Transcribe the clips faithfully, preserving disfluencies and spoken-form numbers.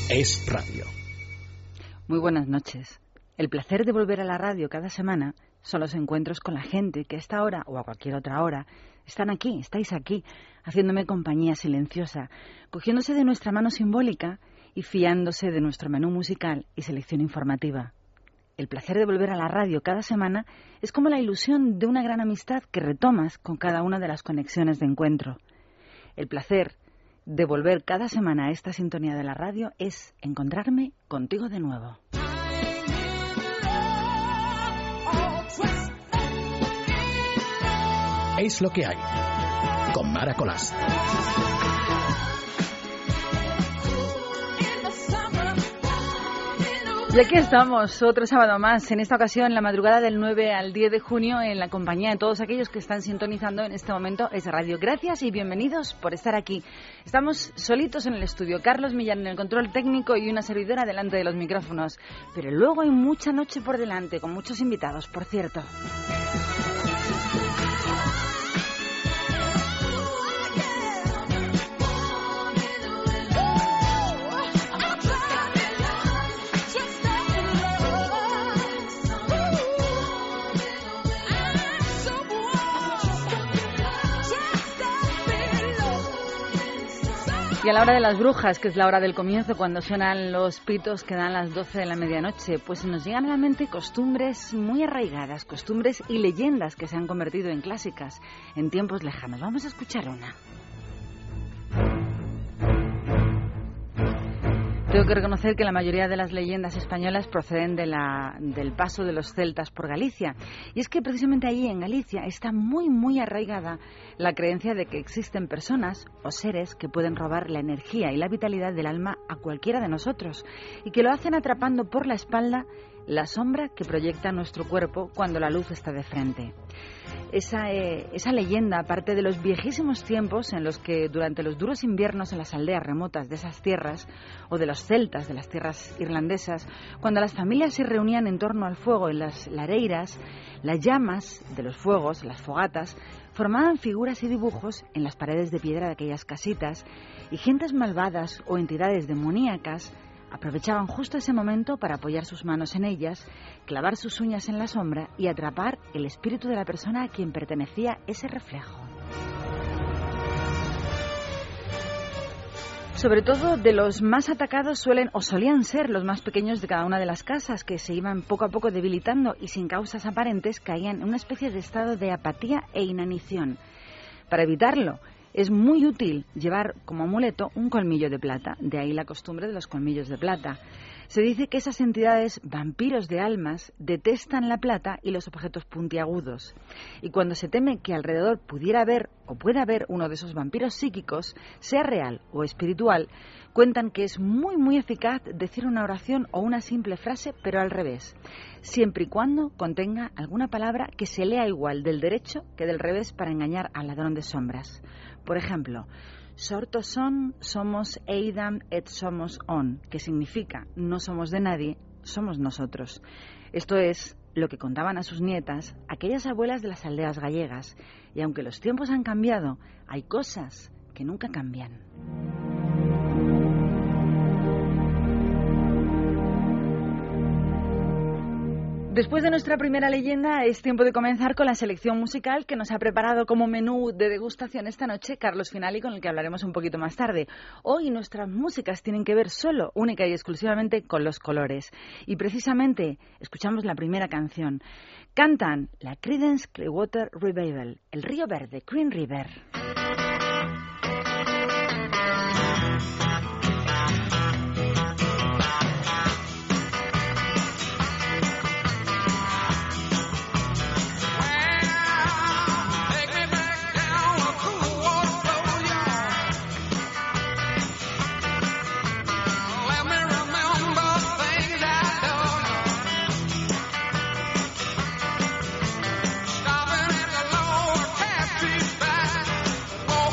Es radio. Muy buenas noches. El placer de volver a la radio cada semana son los encuentros con la gente que a esta hora o a cualquier otra hora están aquí, estáis aquí, haciéndome compañía silenciosa, cogiéndose de nuestra mano simbólica y fiándose de nuestro menú musical y selección informativa. El placer de volver a la radio cada semana es como la ilusión de una gran amistad que retomas con cada una de las conexiones de encuentro. El placer de volver cada semana a esta sintonía de la radio es encontrarme contigo de nuevo. Es lo que hay, con Mara Colás. Y aquí estamos, otro sábado más, en esta ocasión, la madrugada del nueve al diez de junio, en la compañía de todos aquellos que están sintonizando en este momento Es Radio. Gracias y bienvenidos por estar aquí. Estamos solitos en el estudio, Carlos Millán en el control técnico y una servidora delante de los micrófonos. Pero luego hay mucha noche por delante, con muchos invitados, por cierto. Y a la hora de las brujas, que es la hora del comienzo, cuando suenan los pitos que dan las doce de la medianoche, pues nos llegan a la mente costumbres muy arraigadas, costumbres y leyendas que se han convertido en clásicas en tiempos lejanos. Vamos a escuchar una. Tengo que reconocer que la mayoría de las leyendas españolas proceden de la, del paso de los celtas por Galicia. Y es que precisamente allí, en Galicia, está muy, muy arraigada la creencia de que existen personas o seres que pueden robar la energía y la vitalidad del alma a cualquiera de nosotros y que lo hacen atrapando por la espalda la sombra que proyecta nuestro cuerpo cuando la luz está de frente. Esa, eh, esa leyenda parte de los viejísimos tiempos en los que durante los duros inviernos en las aldeas remotas de esas tierras o de los celtas de las tierras irlandesas, cuando las familias se reunían en torno al fuego en las lareiras, las llamas de los fuegos, las fogatas, formaban figuras y dibujos en las paredes de piedra de aquellas casitas y gentes malvadas o entidades demoníacas aprovechaban justo ese momento para apoyar sus manos en ellas, clavar sus uñas en la sombra y atrapar el espíritu de la persona a quien pertenecía ese reflejo. Sobre todo de los más atacados suelen o solían ser los más pequeños de cada una de las casas, que se iban poco a poco debilitando y sin causas aparentes caían en una especie de estado de apatía e inanición. Para evitarlo, es muy útil llevar como amuleto un colmillo de plata, de ahí la costumbre de los colmillos de plata. Se dice que esas entidades, vampiros de almas, detestan la plata y los objetos puntiagudos. Y cuando se teme que alrededor pudiera haber o pueda haber uno de esos vampiros psíquicos, sea real o espiritual, cuentan que es muy muy eficaz decir una oración o una simple frase, pero al revés, siempre y cuando contenga alguna palabra que se lea igual del derecho que del revés para engañar al ladrón de sombras. Por ejemplo, sortos son, somos eidam et somos on, que significa no somos de nadie, somos nosotros. Esto es lo que contaban a sus nietas aquellas abuelas de las aldeas gallegas. Y aunque los tiempos han cambiado, hay cosas que nunca cambian. Después de nuestra primera leyenda, es tiempo de comenzar con la selección musical que nos ha preparado como menú de degustación esta noche Carlos Finali, con el que hablaremos un poquito más tarde. Hoy nuestras músicas tienen que ver solo, única y exclusivamente con los colores. Y precisamente escuchamos la primera canción. Cantan la Creedence Clearwater Revival, El Río Verde, Green River. Stopping at the lower Patsy back.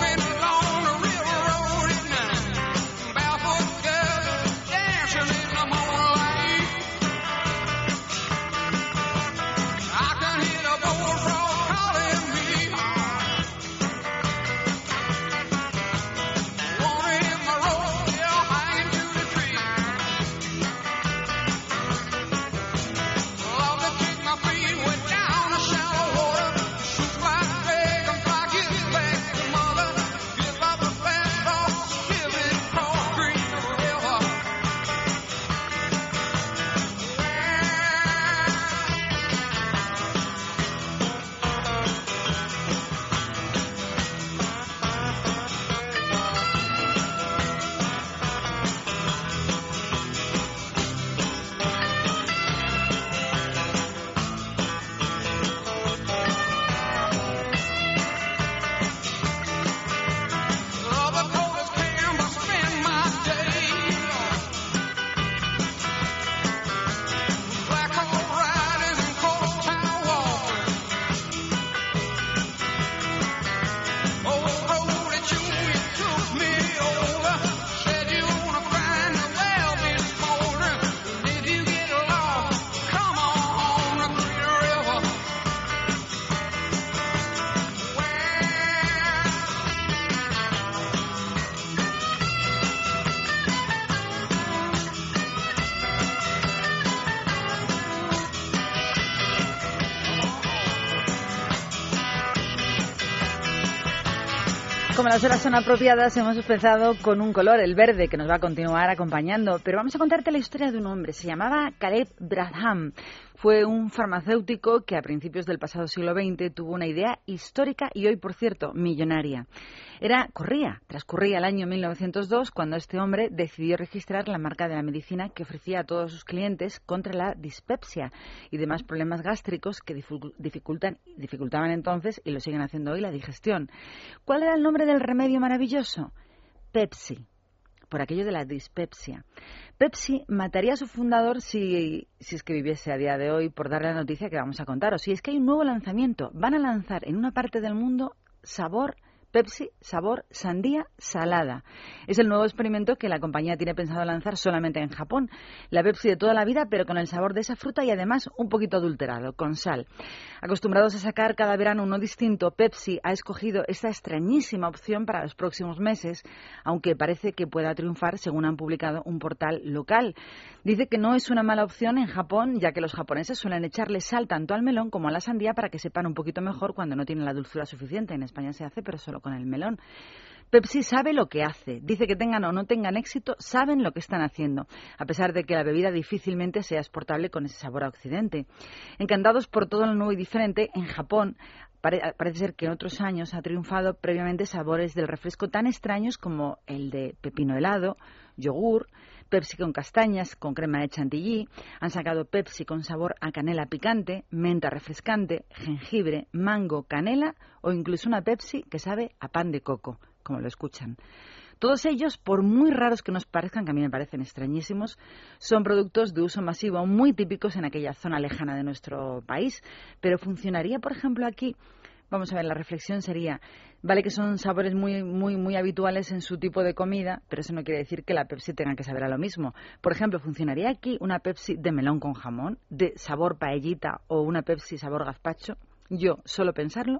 Como las horas son apropiadas, hemos empezado con un color, el verde, que nos va a continuar acompañando. Pero vamos a contarte la historia de un hombre. Se llamaba Caleb Bradham. Fue un farmacéutico que a principios del pasado siglo veinte tuvo una idea histórica y hoy, por cierto, millonaria. Era, corría, transcurría el año mil novecientos dos cuando este hombre decidió registrar la marca de la medicina que ofrecía a todos sus clientes contra la dispepsia y demás problemas gástricos que dificultan, dificultaban entonces y lo siguen haciendo hoy la digestión. ¿Cuál era el nombre del remedio maravilloso? Pepsi, por aquello de la dispepsia. Pepsi mataría a su fundador si, si es que viviese a día de hoy, por darle la noticia que vamos a contaros. Y es que hay un nuevo lanzamiento. Van a lanzar en una parte del mundo sabor Pepsi, sabor sandía salada. Es el nuevo experimento que la compañía tiene pensado lanzar solamente en Japón. La Pepsi de toda la vida, pero con el sabor de esa fruta y además un poquito adulterado, con sal. Acostumbrados a sacar cada verano uno distinto, Pepsi ha escogido esta extrañísima opción para los próximos meses, aunque parece que pueda triunfar, según han publicado un portal local. Dice que no es una mala opción en Japón, ya que los japoneses suelen echarle sal tanto al melón como a la sandía para que sepan un poquito mejor cuando no tienen la dulzura suficiente. En España se hace, pero solo con el melón. Pepsi sabe lo que hace. Dice que tengan o no tengan éxito, saben lo que están haciendo, a pesar de que la bebida difícilmente sea exportable con ese sabor a Occidente. Encantados por todo lo nuevo y diferente, en Japón pare- parece ser que en otros años ha triunfado previamente sabores del refresco tan extraños como el de pepino helado, yogur, Pepsi con castañas, con crema de chantilly. Han sacado Pepsi con sabor a canela picante, menta refrescante, jengibre, mango, canela o incluso una Pepsi que sabe a pan de coco, como lo escuchan. Todos ellos, por muy raros que nos parezcan, que a mí me parecen extrañísimos, son productos de uso masivo muy típicos en aquella zona lejana de nuestro país. Pero ¿funcionaría, por ejemplo, aquí? Vamos a ver, la reflexión sería, vale que son sabores muy, muy, muy habituales en su tipo de comida, pero eso no quiere decir que la Pepsi tenga que saber a lo mismo. Por ejemplo, ¿funcionaría aquí una Pepsi de melón con jamón, de sabor paellita o una Pepsi sabor gazpacho? Yo, solo pensarlo,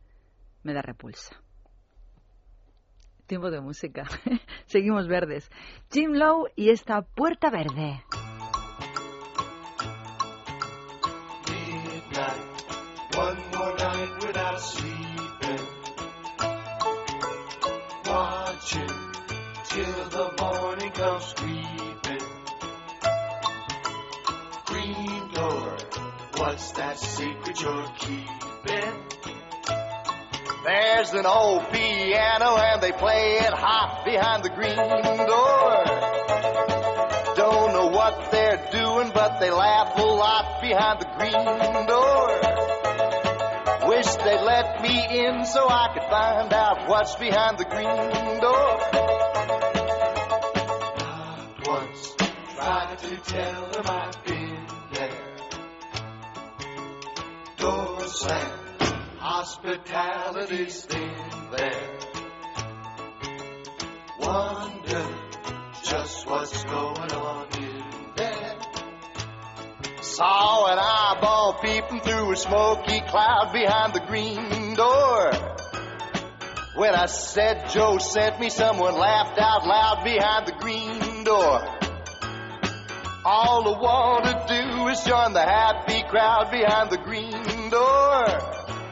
me da repulsa. Tiempo de música. Seguimos verdes. Jim Lowe y esta Puerta Verde. One more night without sleeping, watching till the morning comes creeping. Green door, what's that secret you're keeping? There's an old piano and they play it hot behind the green door. Don't know what they're doing, but they laugh a lot behind the green door. Wish they'd let me in so I could find out what's behind the green door. Not once tried to tell them I've been there. Door slammed, hospitality's thin there. Wonder just what's going on in there. Saw an eyeball peeping through a smoky cloud behind the green door. When I said Joe sent me, someone laughed out loud behind the green door. All I want to do is join the happy crowd behind the green door.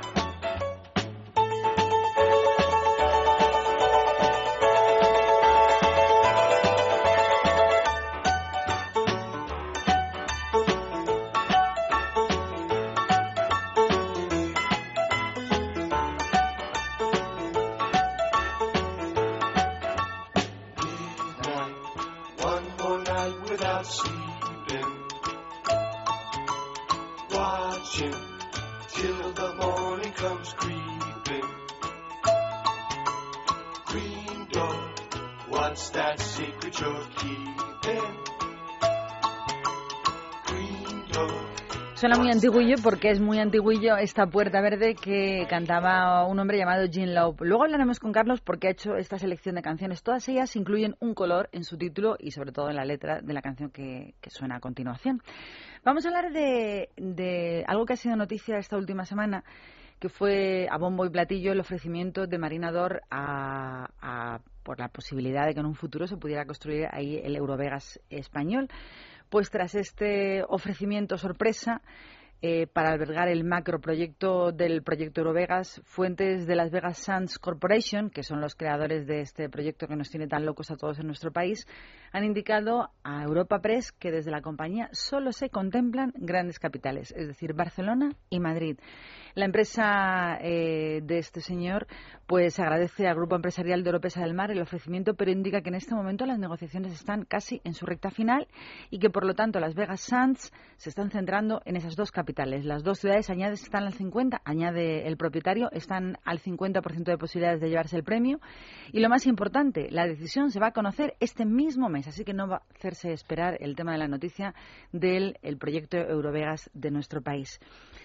Suena muy antiguillo porque es muy antiguillo esta Puerta Verde que cantaba un hombre llamado Jim Lowe. Luego hablaremos con Carlos porque ha hecho esta selección de canciones. Todas ellas incluyen un color en su título y sobre todo en la letra de la canción que, que suena a continuación. Vamos a hablar de, de algo que ha sido noticia esta última semana, que fue a bombo y platillo el ofrecimiento de Marinador a, a, por la posibilidad de que en un futuro se pudiera construir ahí el Eurovegas español. Pues tras este ofrecimiento sorpresa, eh, para albergar el macroproyecto del proyecto Eurovegas. Fuentes de Las Vegas Sands Corporation, que son los creadores de este proyecto que nos tiene tan locos a todos en nuestro país, han indicado a Europa Press que desde la compañía solo se contemplan grandes capitales, es decir, Barcelona y Madrid. La empresa eh, de este señor pues agradece al Grupo Empresarial de Oropesa del Mar el ofrecimiento, pero indica que en este momento las negociaciones están casi en su recta final y que por lo tanto Las Vegas Sands se están centrando en esas dos capitales. Las dos ciudades añade, están al cincuenta, añade el propietario, están al cincuenta por ciento de posibilidades de llevarse el premio. Y lo más importante, la decisión se va a conocer este mismo mes, así que no va a hacerse esperar el tema de la noticia del el proyecto Eurovegas de nuestro país.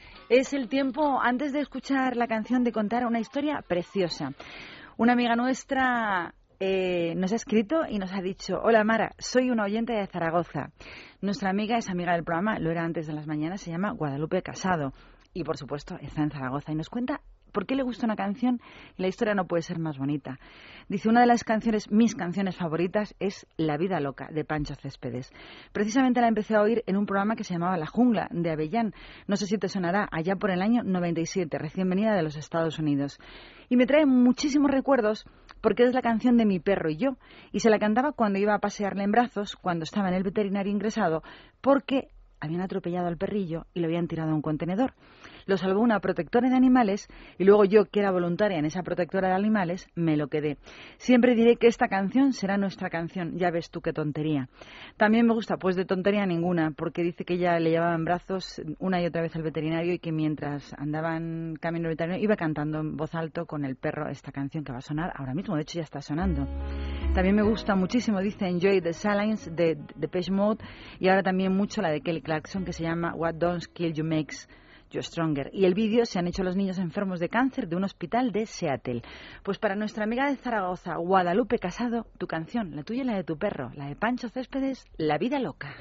Es el tiempo, antes de escuchar la canción, de contar una historia preciosa. Una amiga nuestra eh, nos ha escrito y nos ha dicho: hola Mara, soy una oyente de Zaragoza. Nuestra amiga es amiga del programa, lo era antes de las mañanas, se llama Guadalupe Casado y por supuesto está en Zaragoza y nos cuenta por qué le gusta una canción y la historia no puede ser más bonita. Dice: una de las canciones, mis canciones favoritas, es La vida loca, de Pancho Céspedes. Precisamente la empecé a oír en un programa que se llamaba La jungla, de Avellán. No sé si te sonará, allá por el año noventa y siete, recién venida de los Estados Unidos. Y me trae muchísimos recuerdos porque es la canción de Mi perro y yo. Y se la cantaba cuando iba a pasearle en brazos, cuando estaba en el veterinario ingresado, porque habían atropellado al perrillo y lo habían tirado a un contenedor. Lo salvó una protectora de animales y luego yo, que era voluntaria en esa protectora de animales, me lo quedé. Siempre diré que esta canción será nuestra canción. Ya ves tú qué tontería. También me gusta, pues de tontería ninguna, porque dice que ella le llevaba en brazos una y otra vez al veterinario y que mientras andaban camino al veterinario iba cantando en voz alto con el perro esta canción que va a sonar ahora mismo. De hecho ya está sonando. También me gusta muchísimo, dice, Enjoy the Silence de Depeche Mode, y ahora también mucho la de Kelly Clarkson, que se llama What Don't Kill You Makes You Stronger. Y el vídeo se han hecho los niños enfermos de cáncer de un hospital de Seattle. Pues para nuestra amiga de Zaragoza, Guadalupe Casado, tu canción, la tuya y la de tu perro, la de Pancho Céspedes, La vida loca.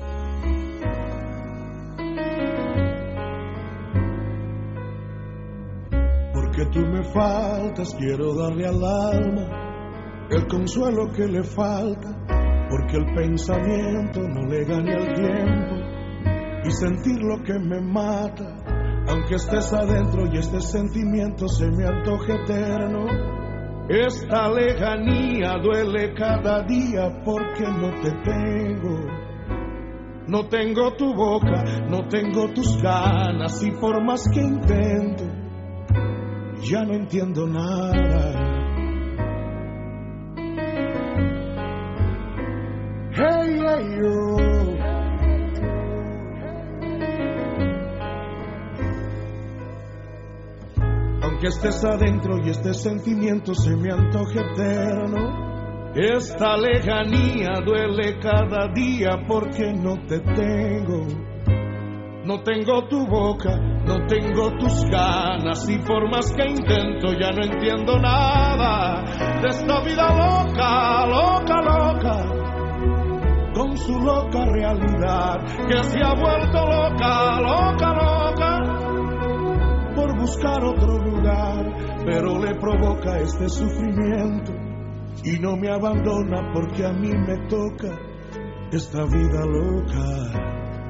Porque tú me faltas, quiero darle al alma el consuelo que le falta, porque el pensamiento no le gane al tiempo y sentir lo que me mata, aunque estés adentro y este sentimiento se me antoje eterno. Esta lejanía duele cada día porque no te tengo. No tengo tu boca, no tengo tus ganas y por más que intento, ya no entiendo nada. Hey, hey, yo. Aunque estés adentro y este sentimiento se me antoje eterno, esta lejanía duele cada día porque no te tengo. No tengo tu boca, no tengo tus ganas y por más que intento ya no entiendo nada de esta vida loca, loca, loca, con su loca realidad, que se ha vuelto loca, loca, loca, por buscar otro lugar, pero le provoca este sufrimiento y no me abandona porque a mí me toca esta vida loca.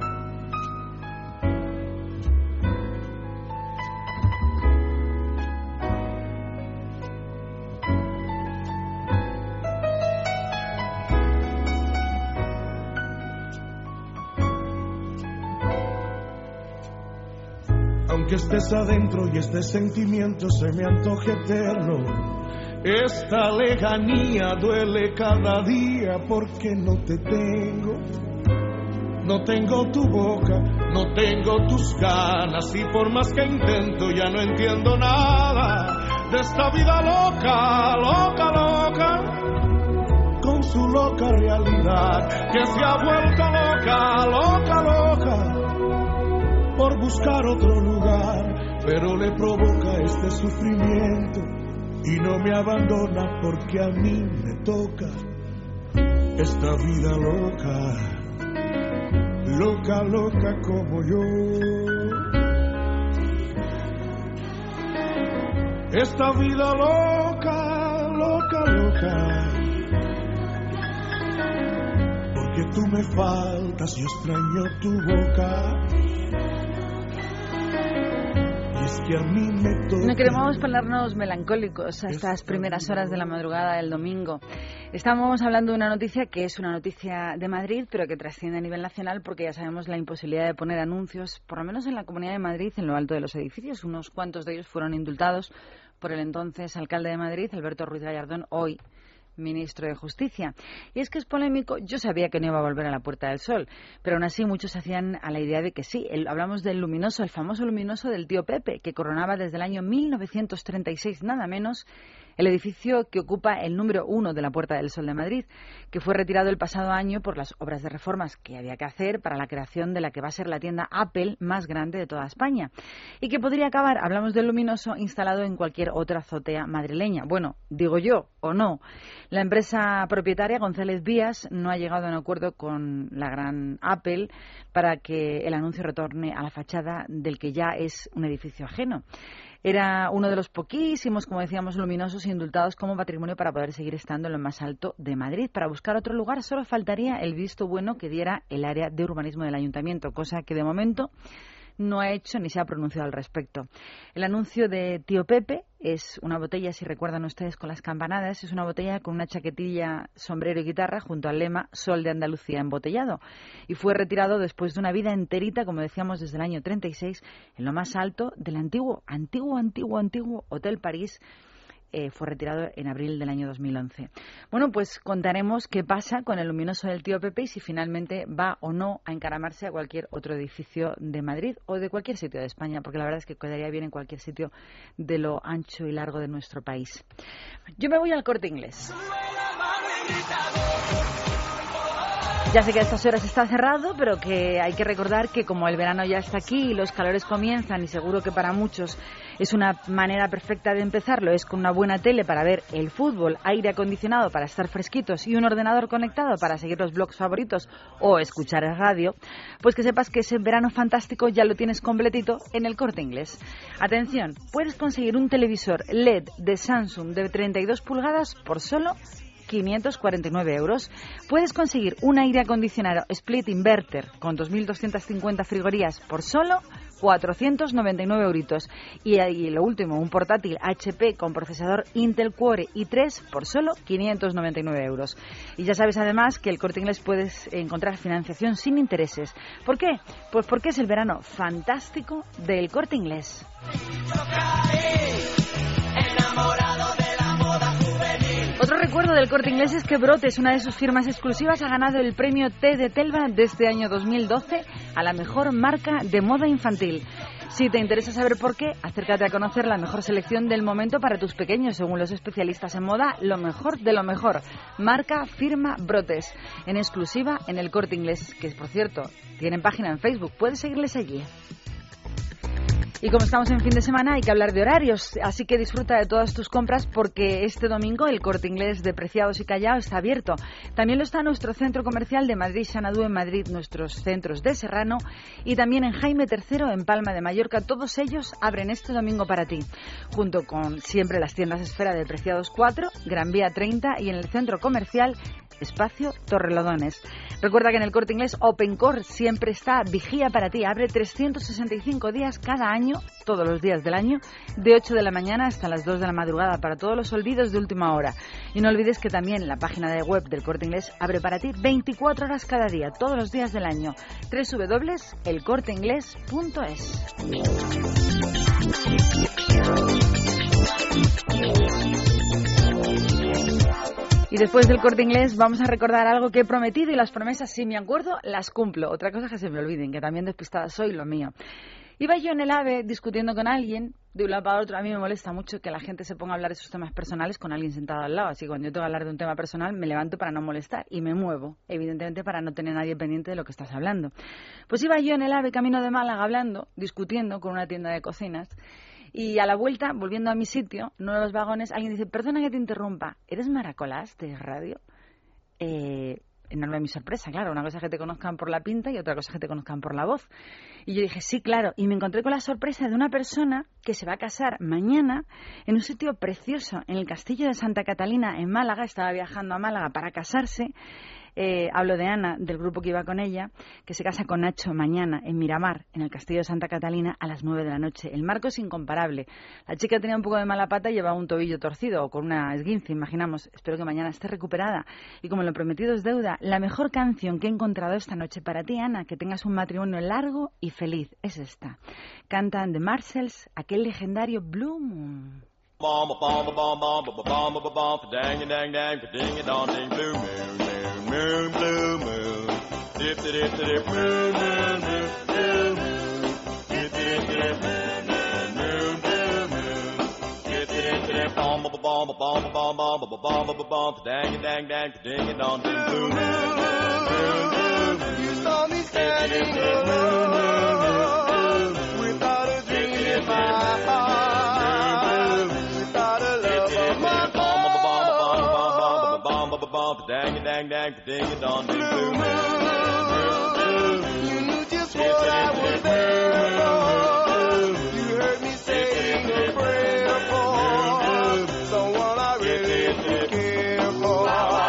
Que estés adentro y este sentimiento se me antoje eterno, esta lejanía duele cada día porque no te tengo. No tengo tu boca, no tengo tus ganas y por más que intento ya no entiendo nada de esta vida loca, loca, loca, con su loca realidad, que se ha vuelto loca, loca, loca, por buscar otro lugar, pero le provoca este sufrimiento y no me abandona porque a mí me toca esta vida loca, loca, loca como yo. Esta vida loca, loca, loca, porque tú me faltas y extraño tu boca. es que a mí me toca. No queremos ponernos melancólicos a estas primeras horas de la madrugada del domingo. Estamos hablando de una noticia que es una noticia de Madrid, pero que trasciende a nivel nacional, porque ya sabemos la imposibilidad de poner anuncios, por lo menos en la Comunidad de Madrid, en lo alto de los edificios. Unos cuantos de ellos fueron indultados por el entonces alcalde de Madrid, Alberto Ruiz Gallardón, hoy ministro de Justicia. Y es que es polémico. Yo sabía que no iba a volver a la Puerta del Sol, pero aún así muchos hacían a la idea de que sí. El, hablamos del luminoso, el famoso luminoso del tío Pepe, que coronaba desde el año mil novecientos treinta y seis, nada menos, el edificio que ocupa el número uno de la Puerta del Sol de Madrid, que fue retirado el pasado año por las obras de reformas que había que hacer para la creación de la que va a ser la tienda Apple más grande de toda España, y que podría acabar, hablamos del luminoso, instalado en cualquier otra azotea madrileña. Bueno, digo yo, o no. La empresa propietaria, González Vías, no ha llegado a un acuerdo con la gran Apple para que el anuncio retorne a la fachada del que ya es un edificio ajeno. Era uno de los poquísimos, como decíamos, luminosos indultados como patrimonio para poder seguir estando en lo más alto de Madrid. Para buscar otro lugar solo faltaría el visto bueno que diera el área de urbanismo del ayuntamiento, cosa que de momento no ha hecho ni se ha pronunciado al respecto. El anuncio de Tío Pepe es una botella, si recuerdan ustedes, con las campanadas, es una botella con una chaquetilla, sombrero y guitarra junto al lema Sol de Andalucía embotellado, y fue retirado después de una vida enterita, como decíamos, desde el año treinta y seis, en lo más alto del antiguo, antiguo, antiguo, antiguo Hotel París. Eh, fue retirado en abril del año dos mil once. Bueno, pues contaremos qué pasa con el luminoso del tío Pepe y si finalmente va o no a encaramarse a cualquier otro edificio de Madrid o de cualquier sitio de España, porque la verdad es que quedaría bien en cualquier sitio de lo ancho y largo de nuestro país. Yo me voy al Corte Inglés. Ya sé que a estas horas está cerrado, pero que hay que recordar que como el verano ya está aquí y los calores comienzan, y seguro que para muchos es una manera perfecta de empezarlo, es con una buena tele para ver el fútbol, aire acondicionado para estar fresquitos y un ordenador conectado para seguir los blogs favoritos o escuchar el radio, pues que sepas que ese verano fantástico ya lo tienes completito en el Corte Inglés. Atención, puedes conseguir un televisor L E D de Samsung de treinta y dos pulgadas por solo quinientos cuarenta y nueve euros. Puedes conseguir un aire acondicionado Split Inverter con dos mil doscientas cincuenta frigorías por solo cuatrocientos noventa y nueve euritos. Y, y lo último, un portátil H P con procesador Intel Core i tres por solo quinientos noventa y nueve euros. Y ya sabes además que el Corte Inglés puedes encontrar financiación sin intereses. ¿Por qué? Pues porque es el verano fantástico del Corte Inglés. Otro recuerdo del Corte Inglés es que Brotes, una de sus firmas exclusivas, ha ganado el premio T de Telva de este año dos mil doce a la mejor marca de moda infantil. Si te interesa saber por qué, acércate a conocer la mejor selección del momento para tus pequeños. Según los especialistas en moda, lo mejor de lo mejor. Marca firma Brotes, en exclusiva en el Corte Inglés, que por cierto, tienen página en Facebook. Puedes seguirles allí. Y como estamos en fin de semana, hay que hablar de horarios, así que disfruta de todas tus compras porque este domingo el Corte Inglés de Preciados y Callao está abierto. También lo está nuestro centro comercial de Madrid Xanadu en Madrid, nuestros centros de Serrano y también en Jaime tercero en Palma de Mallorca. Todos ellos abren este domingo para ti, junto con siempre las tiendas Esfera de Preciados cuatro, Gran Vía treinta y en el centro comercial Espacio Torrelodones. Recuerda que en el Corte Inglés OpenCore siempre está vigía para ti. Abre trescientos sesenta y cinco días cada año, todos los días del año, de ocho de la mañana hasta las dos de la madrugada para todos los olvidos de última hora. Y no olvides que también la página de web del Corte Inglés abre para ti veinticuatro horas cada día, todos los días del año. doble u doble u doble u punto el corte inglés punto es. Y después del Corte Inglés vamos a recordar algo que he prometido y las promesas, si me acuerdo, las cumplo. Otra cosa es que se me olviden, que también despistada soy, lo mío. Iba yo en el AVE discutiendo con alguien, de un lado para otro. A mí me molesta mucho que la gente se ponga a hablar de sus temas personales con alguien sentado al lado. Así que cuando yo tengo que hablar de un tema personal, me levanto para no molestar y me muevo, evidentemente para no tener a nadie pendiente de lo que estás hablando. Pues iba yo en el AVE camino de Málaga hablando, discutiendo con una tienda de cocinas. Y a la vuelta, volviendo a mi sitio, en uno de los vagones, alguien dice, perdona que te interrumpa, ¿eres Mara Colás de radio? Eh, enorme mi sorpresa, claro, una cosa es que te conozcan por la pinta y otra cosa es que te conozcan por la voz. Y yo dije, sí, claro, y me encontré con la sorpresa de una persona que se va a casar mañana en un sitio precioso, en el Castillo de Santa Catalina, en Málaga. Estaba viajando a Málaga para casarse. Eh, hablo de Ana, del grupo que iba con ella, que se casa con Nacho mañana en Miramar, en el Castillo de Santa Catalina, a las nueve de la noche. El marco es incomparable. La chica tenía un poco de mala pata y llevaba un tobillo torcido o con una esguince, imaginamos. Espero que mañana esté recuperada. Y como lo prometido es deuda, la mejor canción que he encontrado esta noche para ti, Ana, que tengas un matrimonio largo y feliz, es esta. Cantan The Marshalls, aquel legendario Blue Moon. Bomb, bomb, bomb, bomb, bomb, bomb, bomb, dang, dang, dang, ding, dong, ding, blue moon, moon, moon, blue moon, dip, dip, dip, moon, moon, moon, blue moon, dip, dip, dip, moon, moon, blue moon, dip, dip, dip, bomb, bomb, bomb, bomb, bomb, bomb, bomb, bomb, dang, dang, dang, ding, dong, ding, blue moon, moon, moon, you saw me standing alone without a dream in my heart. Dang, dang, dang, ding, dong, ding, blue moon. You knew just what I was there for. You heard me saying a prayer for someone I really care for.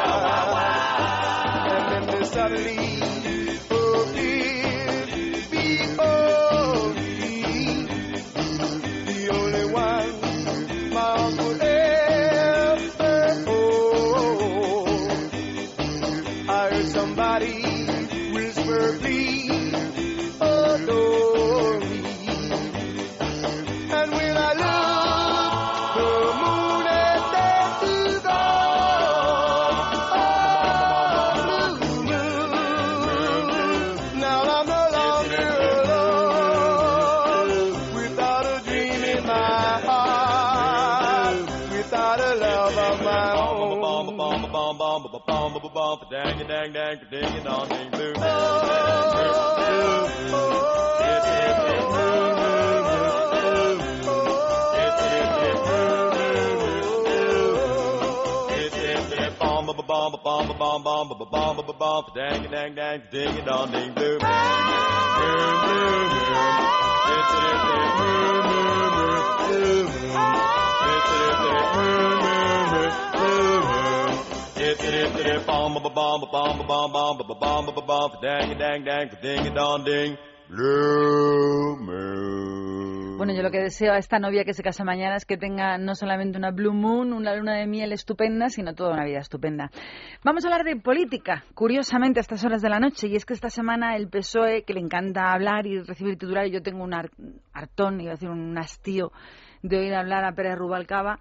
And then there suddenly appeared before me, the only one my uncle ever owned. I heard somebody whisper, please adore me. And when I looked, the moon had set to go. Blue moon, now I'm no longer alone, without a dream in my heart, without a love of my own. Dang, dang, dang, ding, dong, ding, blue. Dang, dang, dang, ding, dong, ding, blue. Bomb, bomb, bomb, bomb, bomb, bomb, bomb, bomb, dang, dang, dang, ding, dong, ding, blue moon. Bueno, yo lo que deseo a esta novia que se casa mañana es que tenga no solamente una blue moon, una luna de miel estupenda, sino toda una vida estupenda. Vamos a hablar de política, curiosamente a estas horas de la noche, y es que esta semana el P S O E, que le encanta hablar y recibir titulares, yo tengo un hartón, iba a decir un hastío, de oír hablar a Pérez Rubalcaba,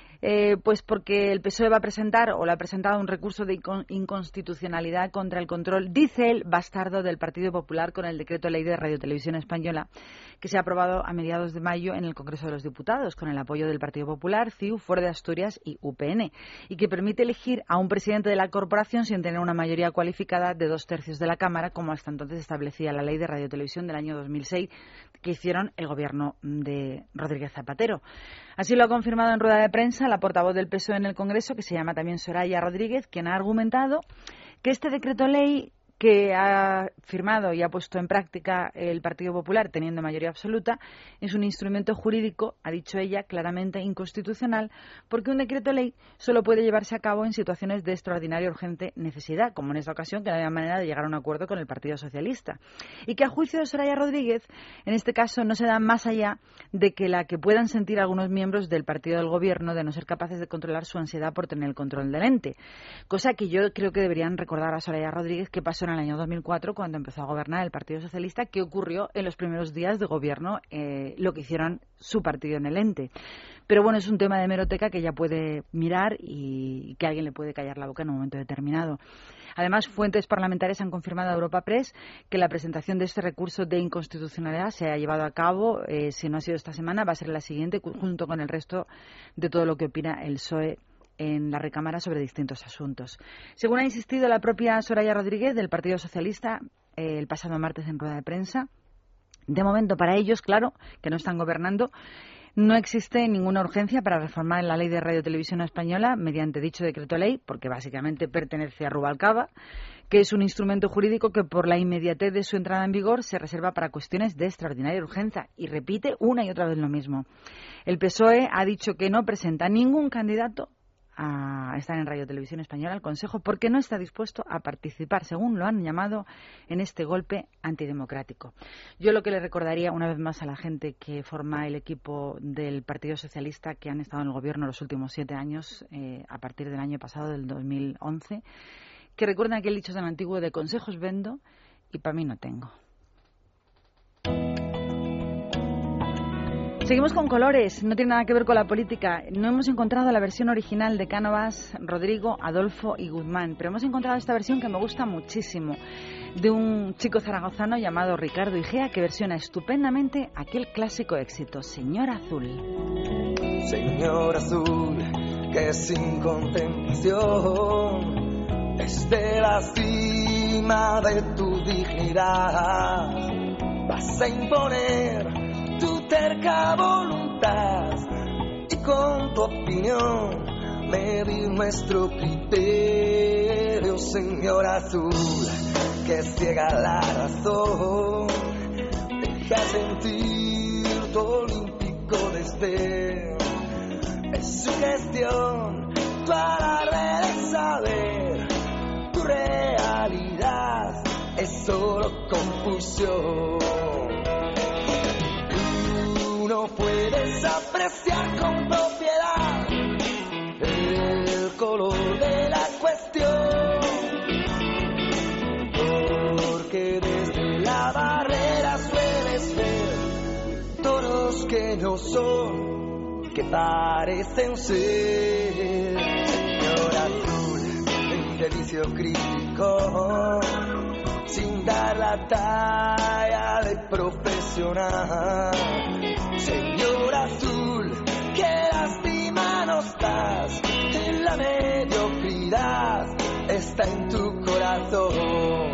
Eh, pues porque el P S O E va a presentar, o le ha presentado, un recurso de inconstitucionalidad contra el control, dice él, bastardo del Partido Popular con el decreto ley de Radiotelevisión Española, que se ha aprobado a mediados de mayo en el Congreso de los Diputados, con el apoyo del Partido Popular, C I U, Foro de Asturias y U P N, y que permite elegir a un presidente de la corporación sin tener una mayoría cualificada de dos tercios de la Cámara, como hasta entonces establecía la ley de Radiotelevisión del año dos mil seis, que hicieron el gobierno de Rodríguez Zapatero. Así lo ha confirmado en rueda de prensa la portavoz del P S O E en el Congreso, que se llama también Soraya Rodríguez, quien ha argumentado que este decreto ley que ha firmado y ha puesto en práctica el Partido Popular, teniendo mayoría absoluta, es un instrumento jurídico, ha dicho ella, claramente inconstitucional, porque un decreto ley solo puede llevarse a cabo en situaciones de extraordinaria urgente necesidad, como en esta ocasión, que no había manera de llegar a un acuerdo con el Partido Socialista. Y que a juicio de Soraya Rodríguez, en este caso no se da más allá de que la que puedan sentir algunos miembros del partido del Gobierno de no ser capaces de controlar su ansiedad por tener el control del ente. Cosa que yo creo que deberían recordar a Soraya Rodríguez que pasó en el año dos mil cuatro, cuando empezó a gobernar el Partido Socialista, que ocurrió en los primeros días de gobierno, eh, lo que hicieron su partido en el ente. Pero bueno, es un tema de hemeroteca que ella puede mirar y que alguien le puede callar la boca en un momento determinado. Además, fuentes parlamentarias han confirmado a Europa Press que la presentación de este recurso de inconstitucionalidad se ha llevado a cabo, eh, si no ha sido esta semana, va a ser la siguiente, junto con el resto de todo lo que opina el P S O E en la recámara sobre distintos asuntos. Según ha insistido la propia Soraya Rodríguez del Partido Socialista eh, el pasado martes en rueda de prensa, de momento para ellos, claro, que no están gobernando, no existe ninguna urgencia para reformar la ley de Radiotelevisión Española mediante dicho decreto ley, porque básicamente pertenece a Rubalcaba, que es un instrumento jurídico que por la inmediatez de su entrada en vigor se reserva para cuestiones de extraordinaria urgencia, y repite una y otra vez lo mismo. El P S O E ha dicho que no presenta ningún candidato a estar en Radio Televisión Española al Consejo porque no está dispuesto a participar, según lo han llamado, en este golpe antidemocrático. Yo lo que le recordaría una vez más a la gente que forma el equipo del Partido Socialista, que han estado en el gobierno los últimos siete años, eh, a partir del año pasado, del dos mil once, que recuerden aquel dicho tan antiguo de consejos vendo y para mí no tengo. Seguimos con colores, no tiene nada que ver con la política. No hemos encontrado la versión original de Cánovas, Rodrigo, Adolfo y Guzmán, pero hemos encontrado esta versión que me gusta muchísimo, de un chico zaragozano llamado Ricardo Igea, que versiona estupendamente aquel clásico éxito, Señor Azul. Señor Azul, que sin contemplación, desde la cima de tu dignidad, vas a imponer tu terca voluntad y con tu opinión medir nuestro criterio, Señor Azul, que ciega la razón, deja sentir tu olímpico desdén. Es su gestión, tu alarde de saber, tu realidad es solo confusión. No puedes apreciar con propiedad el color de la cuestión, porque desde la barrera sueles ver toros que no son, que parecen ser. Señor Azul, en servicio crítico, sin dar la talla de profesional. Señor Azul, que lástima nos das, en la mediocridad está en tu corazón.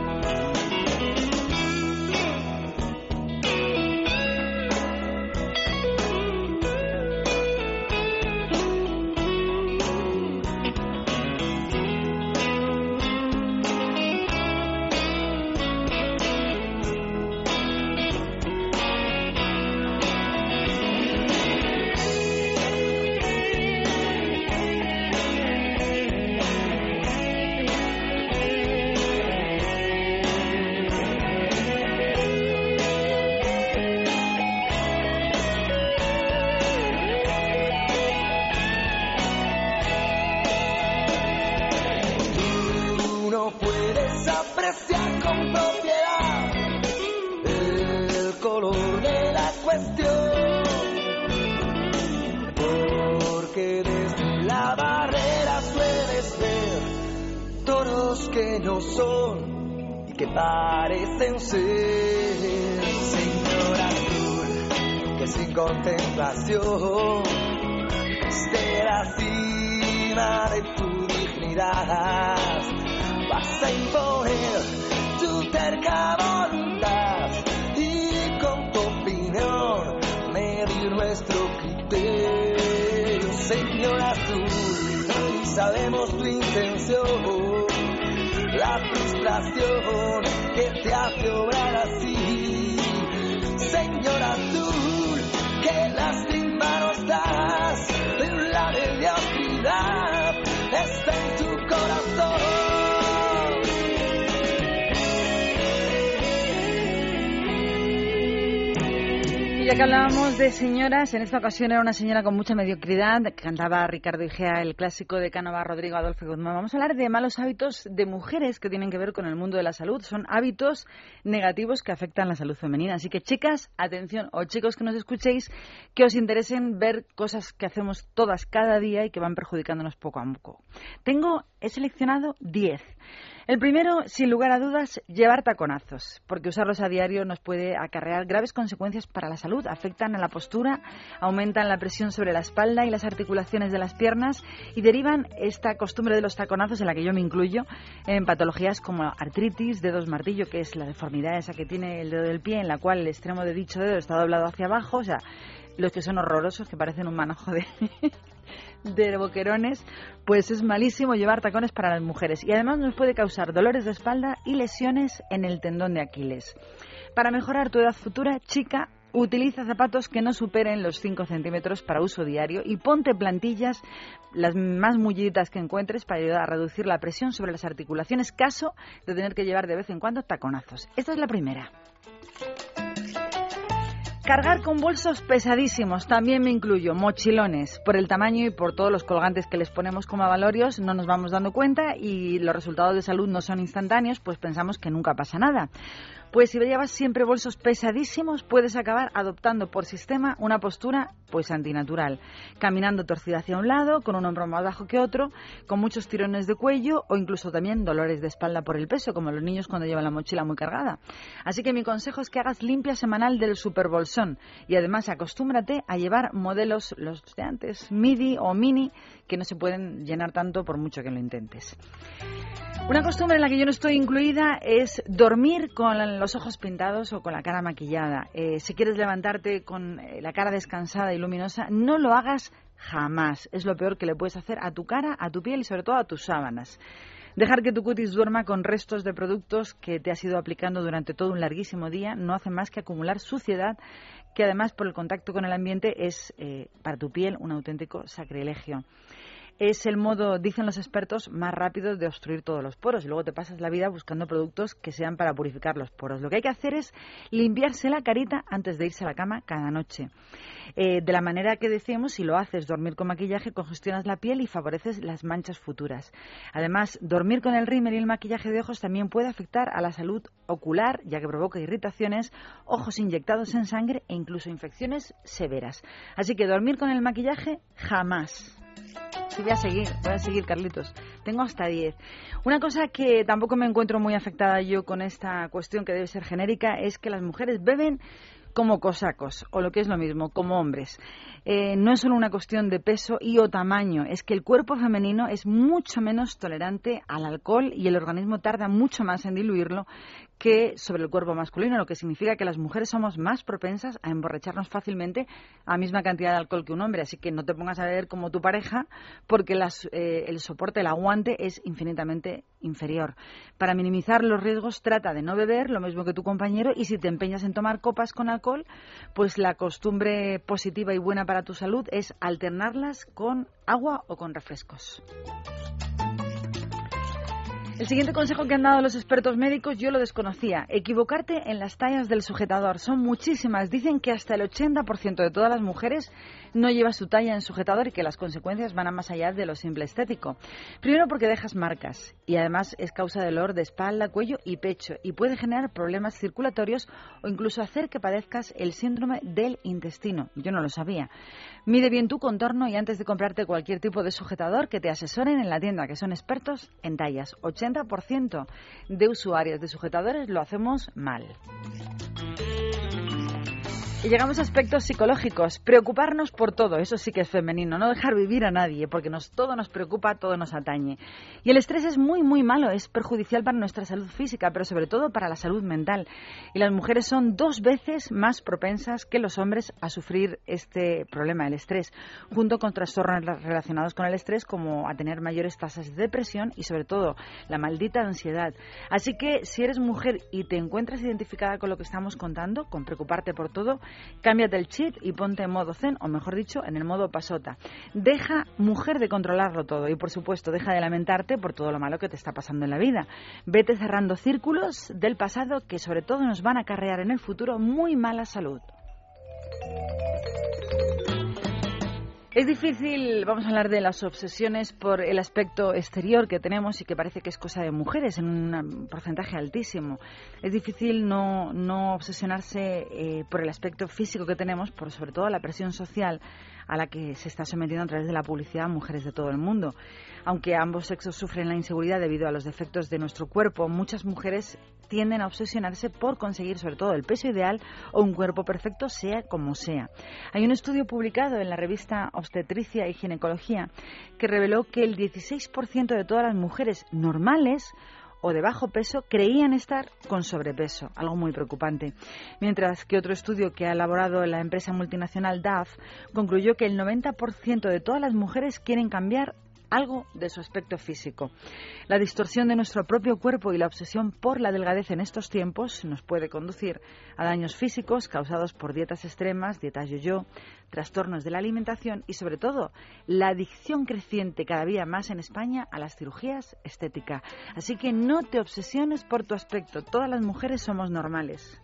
Que no son y que parecen ser. Señor Azul, que sin contemplación, desde la cima de tu dignidad, vas a imponer tu terca voluntad y con tu opinión medir nuestro criterio. Señor Azul, y sabemos tu intención, la frustración que te hace obrar así. Señor Azul, que lástima nos das, en la mediocridad está en tu corazón. Y ya que hablábamos de señoras, en esta ocasión era una señora con mucha mediocridad, que cantaba Ricardo Igea, el clásico de Cánovas, Rodrigo, Adolfo y Guzmán. Vamos a hablar de malos hábitos de mujeres que tienen que ver con el mundo de la salud. Son hábitos negativos que afectan la salud femenina. Así que, chicas, atención, o chicos que nos escuchéis, que os interesen ver cosas que hacemos todas cada día y que van perjudicándonos poco a poco. Tengo, he seleccionado diez. El primero, sin lugar a dudas, llevar taconazos, porque usarlos a diario nos puede acarrear graves consecuencias para la salud. Afectan a la postura, aumentan la presión sobre la espalda y las articulaciones de las piernas y derivan esta costumbre de los taconazos, en la que yo me incluyo, en patologías como artritis, dedos martillo, que es la deformidad esa que tiene el dedo del pie, en la cual el extremo de dicho dedo está doblado hacia abajo, o sea, los que son horrorosos, que parecen un manojo de... de boquerones, pues es malísimo llevar tacones para las mujeres y además nos puede causar dolores de espalda y lesiones en el tendón de Aquiles. Para mejorar tu edad futura, chica, Utiliza zapatos que no superen los cinco centímetros para uso diario y ponte plantillas, las más mulliditas que encuentres, para ayudar a reducir la presión sobre las articulaciones, caso de tener que llevar de vez en cuando taconazos. Esta es la primera. Cargar con bolsos pesadísimos, también me incluyo, mochilones. Por el tamaño y por todos los colgantes que les ponemos como avalorios no nos vamos dando cuenta y los resultados de salud no son instantáneos, pues pensamos que nunca pasa nada. Pues si llevas siempre bolsos pesadísimos, puedes acabar adoptando por sistema una postura pues antinatural, caminando torcida hacia un lado, con un hombro más bajo que otro, con muchos tirones de cuello o incluso también dolores de espalda por el peso, como los niños cuando llevan la mochila muy cargada. Así que mi consejo es que hagas limpia semanal del superbolsón y además acostúmbrate a llevar modelos, los de antes, midi o mini, que no se pueden llenar tanto por mucho que lo intentes. Una costumbre en la que yo no estoy incluida es dormir con los ojos pintados o con la cara maquillada. Eh, si quieres levantarte con la cara descansada y luminosa, no lo hagas jamás. Es lo peor que le puedes hacer a tu cara, a tu piel y sobre todo a tus sábanas. Dejar que tu cutis duerma con restos de productos que te has ido aplicando durante todo un larguísimo día no hace más que acumular suciedad, que además por el contacto con el ambiente es eh, para tu piel un auténtico sacrilegio. Es el modo, dicen los expertos, más rápido de obstruir todos los poros y luego te pasas la vida buscando productos que sean para purificar los poros. Lo que hay que hacer es limpiarse la carita antes de irse a la cama cada noche. Eh, de la manera que decíamos, si lo haces dormir con maquillaje, congestionas la piel y favoreces las manchas futuras. Además, dormir con el rímel y el maquillaje de ojos también puede afectar a la salud ocular, ya que provoca irritaciones, ojos inyectados en sangre e incluso infecciones severas. Así que dormir con el maquillaje, jamás. Sí, voy a seguir, voy a seguir, Carlitos. Tengo hasta diez. Una cosa que tampoco me encuentro muy afectada yo con esta cuestión, que debe ser genérica, es que las mujeres beben como cosacos, o lo que es lo mismo, como hombres. Eh, no es solo una cuestión de peso y o tamaño, es que el cuerpo femenino es mucho menos tolerante al alcohol y el organismo tarda mucho más en diluirlo que sobre el cuerpo masculino, lo que significa que las mujeres somos más propensas a emborracharnos fácilmente a la misma cantidad de alcohol que un hombre, así que no te pongas a beber como tu pareja porque las, eh, el soporte, el aguante es infinitamente inferior. Para minimizar los riesgos trata de no beber lo mismo que tu compañero y si te empeñas en tomar copas con alcohol, pues la costumbre positiva y buena para tu salud es alternarlas con agua o con refrescos. El siguiente consejo que han dado los expertos médicos yo lo desconocía. Equivocarte en las tallas del sujetador. Son muchísimas. Dicen que hasta el ochenta por ciento de todas las mujeres no lleva su talla en sujetador y que las consecuencias van a más allá de lo simple estético. Primero porque dejas marcas y además es causa de dolor de espalda, cuello y pecho y puede generar problemas circulatorios o incluso hacer que padezcas el síndrome del intestino. Yo no lo sabía. Mide bien tu contorno y antes de comprarte cualquier tipo de sujetador que te asesoren en la tienda, que son expertos en tallas. ochenta por ciento de usuarios de sujetadores lo hacemos mal. Y llegamos a aspectos psicológicos. Preocuparnos por todo, eso sí que es femenino. No dejar vivir a nadie, porque nos, todo nos preocupa, todo nos atañe. Y el estrés es muy, muy malo. Es perjudicial para nuestra salud física, pero sobre todo para la salud mental. Y las mujeres son dos veces más propensas que los hombres a sufrir este problema, el estrés, junto con trastornos relacionados con el estrés, como a tener mayores tasas de depresión y sobre todo la maldita ansiedad. Así que si eres mujer y te encuentras identificada con lo que estamos contando, con preocuparte por todo, cámbiate el chip y ponte en modo zen, o mejor dicho, en el modo pasota. Deja, mujer, de controlarlo todo y, por supuesto, deja de lamentarte por todo lo malo que te está pasando en la vida. Vete cerrando círculos del pasado que, sobre todo, nos van a acarrear en el futuro muy mala salud. Es difícil, vamos a hablar de las obsesiones por el aspecto exterior que tenemos y que parece que es cosa de mujeres en un porcentaje altísimo. Es difícil no, no obsesionarse eh, por el aspecto físico que tenemos, por sobre todo la presión social a la que se está sometiendo a través de la publicidad mujeres de todo el mundo. Aunque ambos sexos sufren la inseguridad debido a los defectos de nuestro cuerpo, muchas mujeres tienden a obsesionarse por conseguir sobre todo el peso ideal o un cuerpo perfecto, sea como sea. Hay un estudio publicado en la revista Obstetricia y Ginecología que reveló que el dieciséis por ciento de todas las mujeres normales o de bajo peso creían estar con sobrepeso, algo muy preocupante. Mientras que otro estudio que ha elaborado la empresa multinacional D A F concluyó que el noventa por ciento de todas las mujeres quieren cambiar algo de su aspecto físico. La distorsión de nuestro propio cuerpo y la obsesión por la delgadez en estos tiempos nos puede conducir a daños físicos causados por dietas extremas, dietas yo-yo, trastornos de la alimentación y, sobre todo, la adicción creciente cada día más en España a las cirugías estéticas. Así que no te obsesiones por tu aspecto. Todas las mujeres somos normales.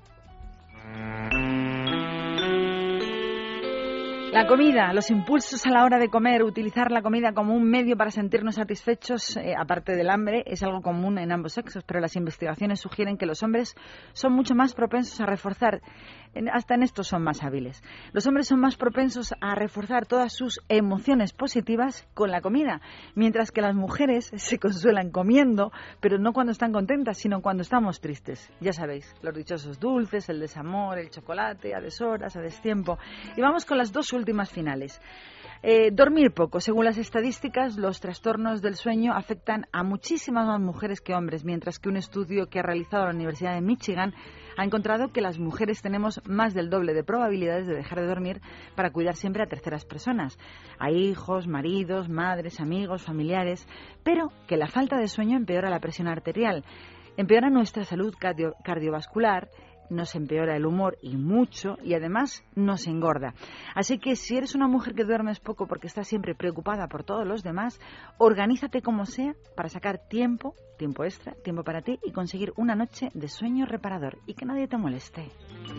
La comida, los impulsos a la hora de comer, utilizar la comida como un medio para sentirnos satisfechos, eh, aparte del hambre, es algo común en ambos sexos, pero las investigaciones sugieren que los hombres son mucho más propensos a reforzar, en, hasta en esto son más hábiles, los hombres son más propensos a reforzar todas sus emociones positivas con la comida, mientras que las mujeres se consuelan comiendo, pero no cuando están contentas, sino cuando estamos tristes. Ya sabéis, los dichosos dulces, el desamor, el chocolate, a deshoras, a destiempo. Y vamos con las dos últimas finales. Eh, dormir poco. Según las estadísticas, los trastornos del sueño afectan a muchísimas más mujeres que hombres, mientras que un estudio que ha realizado la Universidad de Michigan ha encontrado que las mujeres tenemos más del doble de probabilidades de dejar de dormir para cuidar siempre a terceras personas, a hijos, maridos, madres, amigos, familiares, pero que la falta de sueño empeora la presión arterial, empeora nuestra salud cardio- cardiovascular, nos empeora el humor y mucho, y además nos engorda. Así que si eres una mujer que duermes poco porque estás siempre preocupada por todos los demás, organízate como sea para sacar tiempo, tiempo extra, tiempo para ti y conseguir una noche de sueño reparador y que nadie te moleste.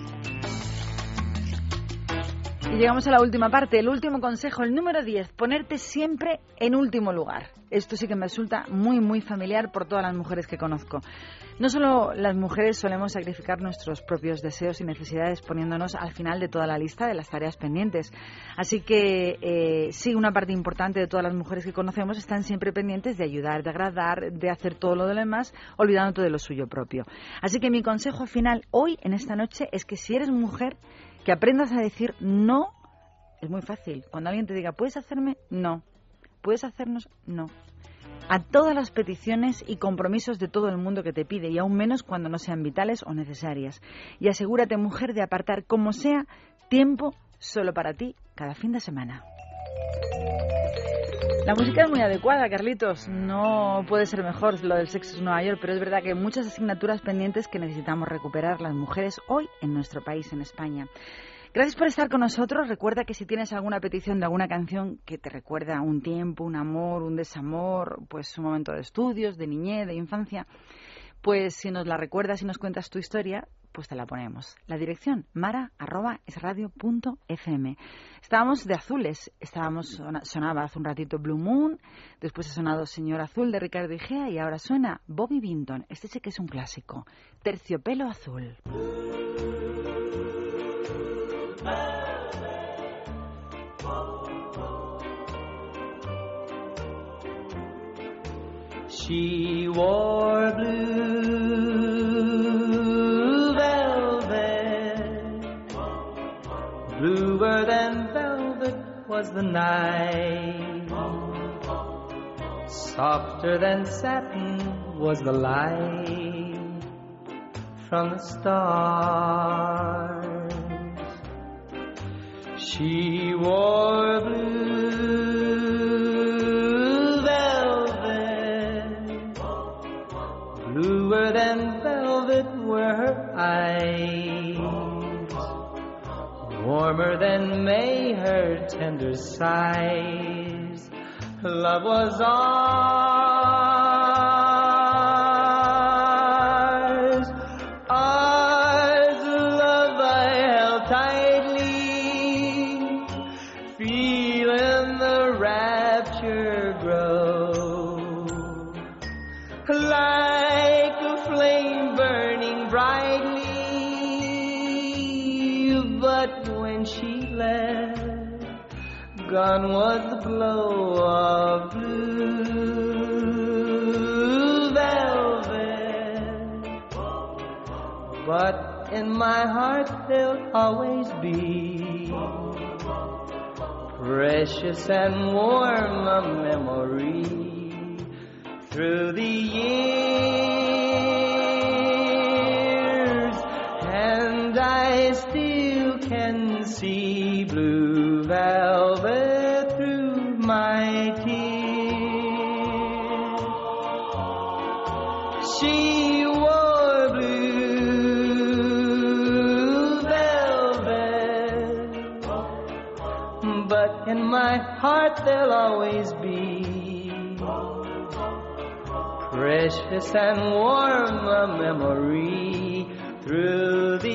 Y llegamos a la última parte, el último consejo, el número diez, ponerte siempre en último lugar. Esto sí que me resulta muy, muy familiar por todas las mujeres que conozco. No solo las mujeres solemos sacrificar nuestros propios deseos y necesidades poniéndonos al final de toda la lista de las tareas pendientes. Así que eh, sí, una parte importante de todas las mujeres que conocemos están siempre pendientes de ayudar, de agradar, de hacer todo lo demás, olvidándote de lo suyo propio. Así que mi consejo final hoy, en esta noche, es que si eres mujer, que aprendas a decir no. Es muy fácil. Cuando alguien te diga, ¿puedes hacerme? No. ¿Puedes hacernos? No. A todas las peticiones y compromisos de todo el mundo que te pide, y aún menos cuando no sean vitales o necesarias. Y asegúrate, mujer, de apartar como sea tiempo solo para ti cada fin de semana. La música es muy adecuada, Carlitos. No puede ser mejor lo del Sexo en Nueva York, pero es verdad que hay muchas asignaturas pendientes que necesitamos recuperar las mujeres hoy en nuestro país, en España. Gracias por estar con nosotros. Recuerda que si tienes alguna petición de alguna canción que te recuerda un tiempo, un amor, un desamor, pues un momento de estudios, de niñez, de infancia, pues si nos la recuerdas y nos cuentas tu historia, pues te la ponemos. La dirección, mara arroba es radio punto f m. Estábamos de azules, estábamos sonaba hace un ratito Blue Moon, después ha sonado Señor Azul de Ricardo Igea y ahora suena Bobby Vinton. Este sí que es un clásico, Terciopelo Azul. She wore blue velvet, bluer than velvet was the night, softer than satin was the light from the stars. She wore blue velvet, bluer than velvet were her eyes, warmer than May her tender sighs. Love was ours, ours, love I held tightly, feeling the rapture grow, like a flame burning brightly. But when she left, gone was the glow of blue velvet, but in my heart there'll always be precious and warm a memory through the years, and I still can see blue velvet through my tears. she wore blue velvet, but in my heart there'll always be precious and warm a memory through the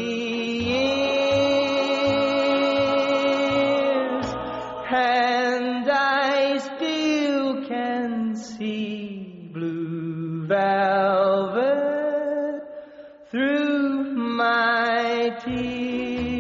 years, and I still can see blue velvet through my tears.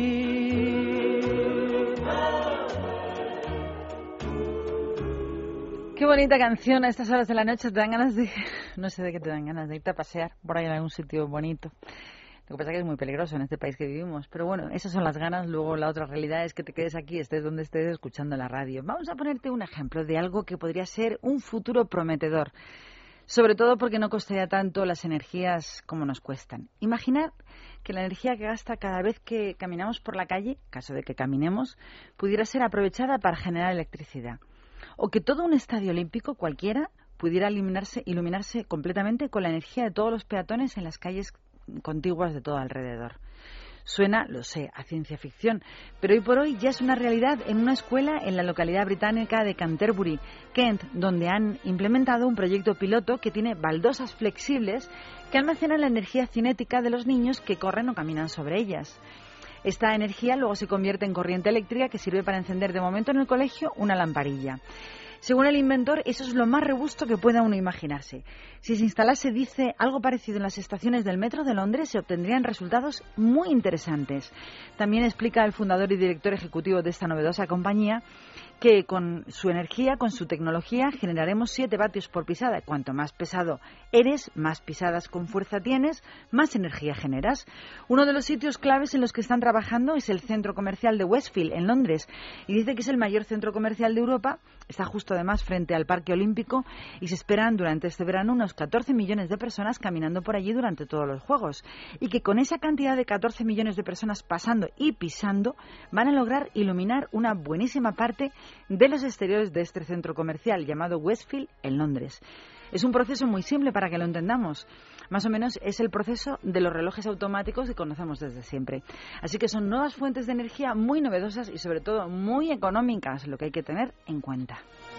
Qué bonita canción a estas horas de la noche. Te dan ganas de... No sé de qué te dan ganas, de irte a pasear por ahí en algún sitio bonito. Lo que pasa es que es muy peligroso en este país que vivimos. Pero bueno, esas son las ganas. Luego la otra realidad es que te quedes aquí, estés donde estés, escuchando la radio. Vamos a ponerte un ejemplo de algo que podría ser un futuro prometedor. Sobre todo porque no costaría tanto las energías como nos cuestan. Imaginad que la energía que gasta cada vez que caminamos por la calle, caso de que caminemos, pudiera ser aprovechada para generar electricidad. O que todo un estadio olímpico cualquiera pudiera iluminarse, iluminarse completamente con la energía de todos los peatones en las calles contiguas de todo alrededor. Suena, lo sé, a ciencia ficción, pero hoy por hoy ya es una realidad en una escuela en la localidad británica de Canterbury, Kent, donde han implementado un proyecto piloto que tiene baldosas flexibles que almacenan la energía cinética de los niños que corren o caminan sobre ellas. Esta energía luego se convierte en corriente eléctrica que sirve para encender de momento en el colegio una lamparilla. Según el inventor, eso es lo más robusto que pueda uno imaginarse. Si se instalase, dice, algo parecido en las estaciones del metro de Londres, se obtendrían resultados muy interesantes. También explica el fundador y director ejecutivo de esta novedosa compañía que con su energía, con su tecnología, generaremos siete vatios por pisada. Cuanto más pesado eres, más pisadas con fuerza tienes, más energía generas. Uno de los sitios claves en los que están trabajando es el centro comercial de Westfield, en Londres, y dice que es el mayor centro comercial de Europa. Está justo además frente al Parque Olímpico y se esperan durante este verano unos catorce millones de personas caminando por allí durante todos los Juegos. Y que con esa cantidad de catorce millones de personas pasando y pisando van a lograr iluminar una buenísima parte de los exteriores de este centro comercial llamado Westfield en Londres. Es un proceso muy simple para que lo entendamos. Más o menos es el proceso de los relojes automáticos que conocemos desde siempre. Así que son nuevas fuentes de energía muy novedosas y sobre todo muy económicas, lo que hay que tener en cuenta.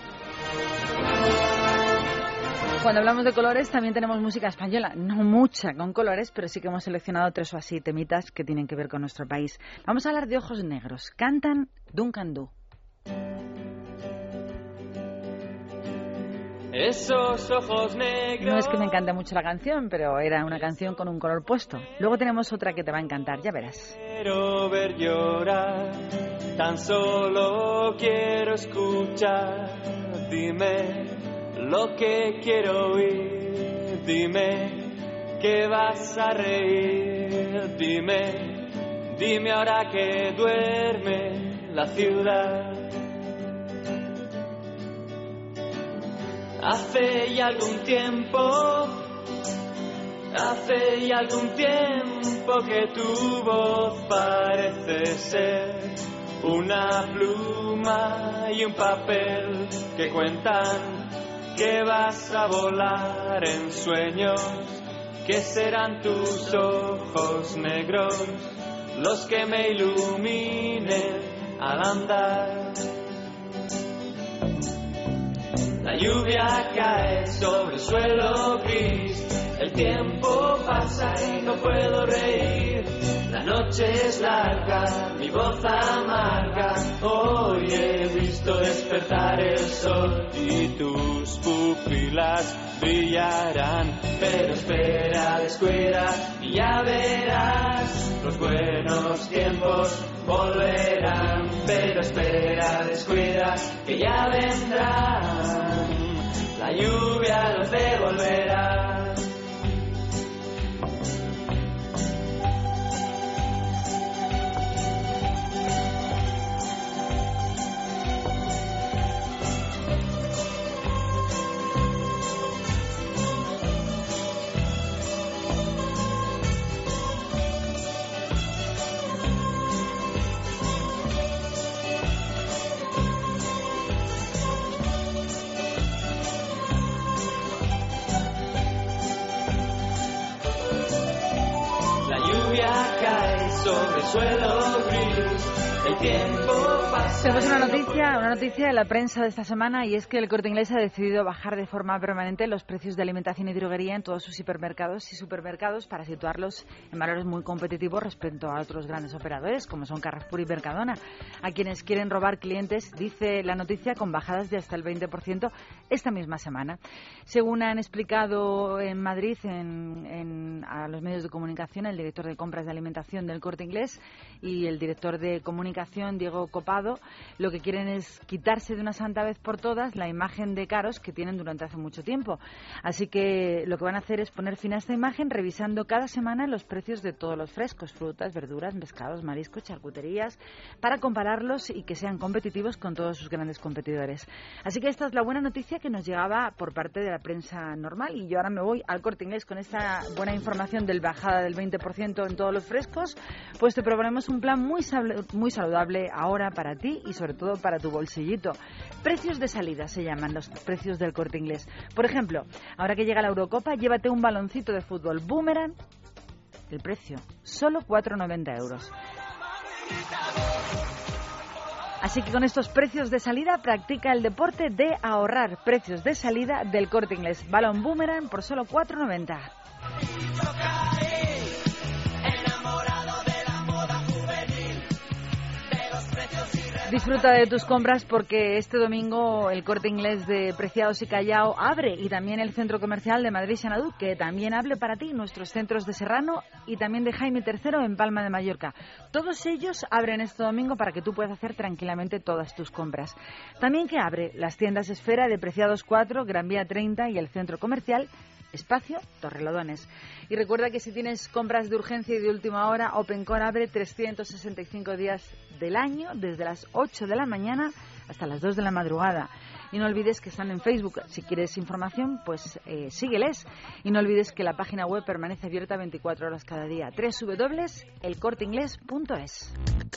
Cuando hablamos de colores también tenemos música española, no mucha con colores, pero sí que hemos seleccionado tres o así temitas que tienen que ver con nuestro país. Vamos a hablar de Ojos Negros. Cantan Duncan Du. Esos ojos negros. No es que me encante mucho la canción, pero era una canción con un color puesto. Luego tenemos otra que te va a encantar, ya verás. Quiero ver llorar, tan solo quiero escuchar. Dime lo que quiero oír, dime que vas a reír, dime, dime ahora que duerme la ciudad. Hace ya algún tiempo, hace ya algún tiempo que tu voz parece ser una pluma y un papel que cuentan que vas a volar en sueños, que serán tus ojos negros los que me iluminen al andar. La lluvia cae sobre el suelo gris, el tiempo pasa y no puedo reír. La noche es larga, mi voz amarga, hoy he visto despertar el sol y tus pupilas brillarán. Pero espera, descuida y ya verás, los buenos tiempos volverán. Pero espera, descuida que ya vendrán, la lluvia los devolverá. sobre suelo gris. El tiempo pasa. Tenemos una noticia, una noticia de la prensa de esta semana, y es que el Corte Inglés ha decidido bajar de forma permanente los precios de alimentación y droguería en todos sus hipermercados y supermercados para situarlos en valores muy competitivos respecto a otros grandes operadores como son Carrefour y Mercadona, a quienes quieren robar clientes, dice la noticia, con bajadas de hasta el veinte por ciento esta misma semana. Según han explicado en Madrid en, en, a los medios de comunicación el director de compras de alimentación del Corte Inglés y el director de comunicación Diego Copado, lo que quieren es quitarse de una santa vez por todas la imagen de caros que tienen durante hace mucho tiempo. Así que lo que van a hacer es poner fin a esta imagen revisando cada semana los precios de todos los frescos, frutas, verduras, pescados, mariscos, charcuterías, para compararlos y que sean competitivos con todos sus grandes competidores. Así que esta es la buena noticia que nos llegaba por parte de la prensa normal, y yo ahora me voy al Corte Inglés con esta buena información del bajada del veinte por ciento en todos los frescos. Pues te proponemos un plan muy muy saludable ahora para ti y sobre todo para tu bolsillito. Precios de salida se llaman los precios del Corte Inglés. Por ejemplo, ahora que llega la Eurocopa, llévate un baloncito de fútbol Boomerang. El precio, solo cuatro noventa euros. Así que con estos precios de salida, practica el deporte de ahorrar. Precios de salida del Corte Inglés. Balón Boomerang por solo cuatro noventa. Disfruta de tus compras porque este domingo el Corte Inglés de Preciados y Callao abre, y también el Centro Comercial de Madrid Xanadu, que también abre para ti, nuestros centros de Serrano y también de Jaime tercero en Palma de Mallorca. Todos ellos abren este domingo para que tú puedas hacer tranquilamente todas tus compras. También que abre las tiendas Esfera de Preciados cuatro, Gran Vía treinta y el Centro Comercial Espacio Torrelodones. Y recuerda que si tienes compras de urgencia y de última hora, Opencore abre trescientos sesenta y cinco días del año, desde las ocho de la mañana hasta las dos de la madrugada. Y no olvides que están en Facebook. Si quieres información, pues eh, sígueles. Y no olvides que la página web permanece abierta veinticuatro horas cada día. doble u doble u doble u punto el corte inglés punto es.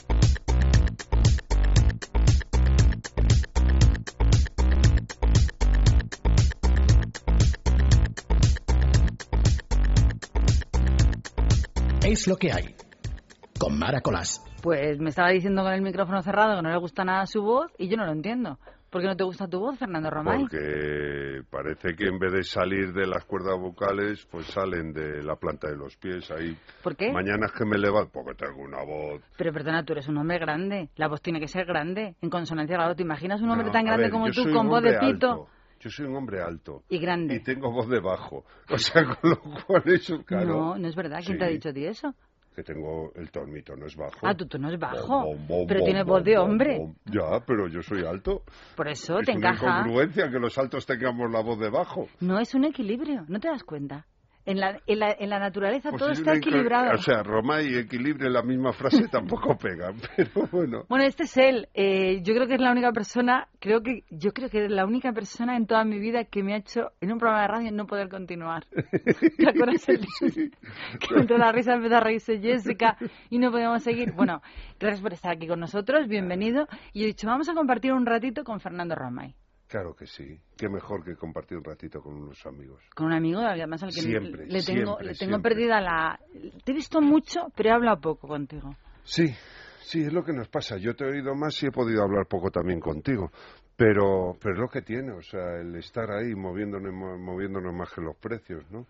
Es lo que hay. Con Mara Colás. Pues me estaba diciendo con el micrófono cerrado que no le gusta nada su voz y yo no lo entiendo. ¿Por qué no te gusta tu voz, Fernando Romay? Porque parece que en vez de salir de las cuerdas vocales, pues salen de la planta de los pies ahí. ¿Por qué? Mañana es que me levanto porque tengo una voz. Pero perdona, tú eres un hombre grande. La voz tiene que ser grande, en consonancia a la voz. ¿Te imaginas un hombre No, tan grande ver, como tú, un con voz de pito? Alto. Yo soy un hombre alto. Y grande. Y tengo voz de bajo. O sea, con lo cual eso, claro. No, no es verdad. ¿Quién sí, te ha dicho a ti eso? Que tengo el tono, mi tono es bajo. Ah, tu tono es bajo. Bom, bom, pero bom, tienes bom, voz de bom, hombre. bom. Ya, pero yo soy alto. Por eso es te una encaja. incongruencia que los altos tengamos la voz de bajo. No, es un equilibrio. ¿No te das cuenta? En la, en la, en la naturaleza Pues todo es está una incon- equilibrado. O sea, Roma y equilibrio en la misma frase tampoco pegan, pero bueno. Bueno, este es él. Eh, yo creo que es la única persona, creo que yo creo que es la única persona en toda mi vida que me ha hecho en un programa de radio no poder continuar. ¿Te acuerdas el día que entre la risa empezó a reírse Jessica y no podíamos seguir? Bueno, gracias por estar aquí con nosotros, bienvenido. Y he dicho, vamos a compartir un ratito con Fernando Romay. Claro que sí. Qué mejor que compartir un ratito con unos amigos. Con un amigo, además al que Siempre, le tengo, siempre, le tengo siempre. perdida la... Te he visto mucho, pero he hablado poco contigo. Sí, sí, es lo que nos pasa. Yo te he oído más y he podido hablar poco también contigo. Pero, pero es lo que tiene, o sea, el estar ahí moviéndonos, moviéndonos más que los precios, ¿no?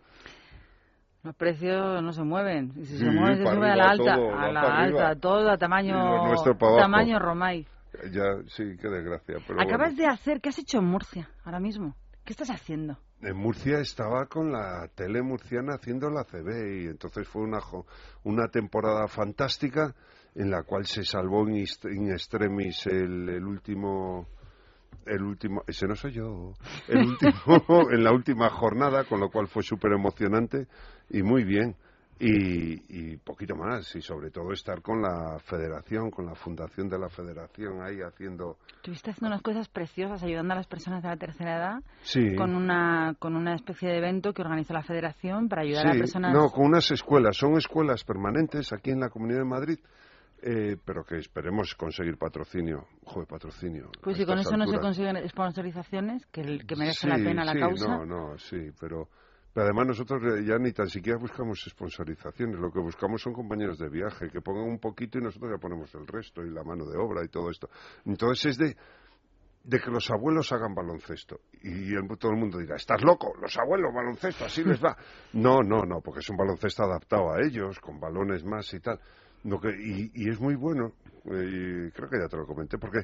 Los precios no se mueven. Y si se Sí, mueven, se para suben a la arriba alta. todo, a va la para arriba. alta, todo a Y tamaño, lo nuestro para abajo. tamaño Romay. Ya, sí, qué desgracia. Pero Acabas bueno. de hacer, ¿qué has hecho en Murcia ahora mismo? ¿Qué estás haciendo? En Murcia estaba con la tele murciana haciendo la C B y entonces fue una, jo- una temporada fantástica en la cual se salvó in, est- in extremis el, el último... El último, ese no soy yo, el último, en la última jornada, con lo cual fue súper emocionante y muy bien. Y, y poquito más, y sobre todo estar con la federación, con la fundación de la federación ahí haciendo... Estuviste haciendo unas cosas preciosas, ayudando a las personas de la tercera edad, Sí. con una con una especie de evento que organizó la federación para ayudar Sí, a personas... no, con unas escuelas, son escuelas permanentes aquí en la Comunidad de Madrid, eh, pero que esperemos conseguir patrocinio, joder, patrocinio. Pues a si con estas eso no se alturas. consiguen sponsorizaciones, que, que merecen Sí, la pena la sí, causa... no, no, sí, pero... Pero además nosotros ya ni tan siquiera buscamos sponsorizaciones, lo que buscamos son compañeros de viaje, que pongan un poquito y nosotros ya ponemos el resto, y la mano de obra y todo esto. Entonces es de... de que los abuelos hagan baloncesto. Y el, todo el mundo dirá, ¿estás loco? Los abuelos, baloncesto, así les va. No, no, no, porque es un baloncesto adaptado a ellos, con balones más y tal. Lo que, y, y es muy bueno, y creo que ya te lo comenté, porque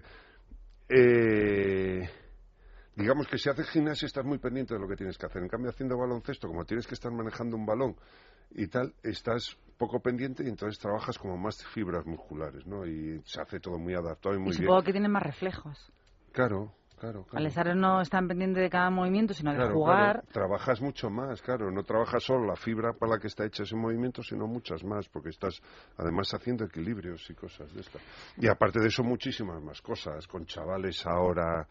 eh, digamos que si haces gimnasia estás muy pendiente de lo que tienes que hacer. En cambio, haciendo baloncesto, como tienes que estar manejando un balón y tal, estás poco pendiente y entonces trabajas como más fibras musculares, ¿no? Y se hace todo muy adaptado y muy y bien. Supongo que tienen más reflejos. Claro, claro, claro. Al estar no están pendientes de cada movimiento, sino de claro, jugar. Claro. Trabajas mucho más, claro. No trabajas solo la fibra para la que está hecha ese movimiento, sino muchas más, porque estás además haciendo equilibrios y cosas de estas. Y aparte de eso, muchísimas más cosas. Con chavales ahora,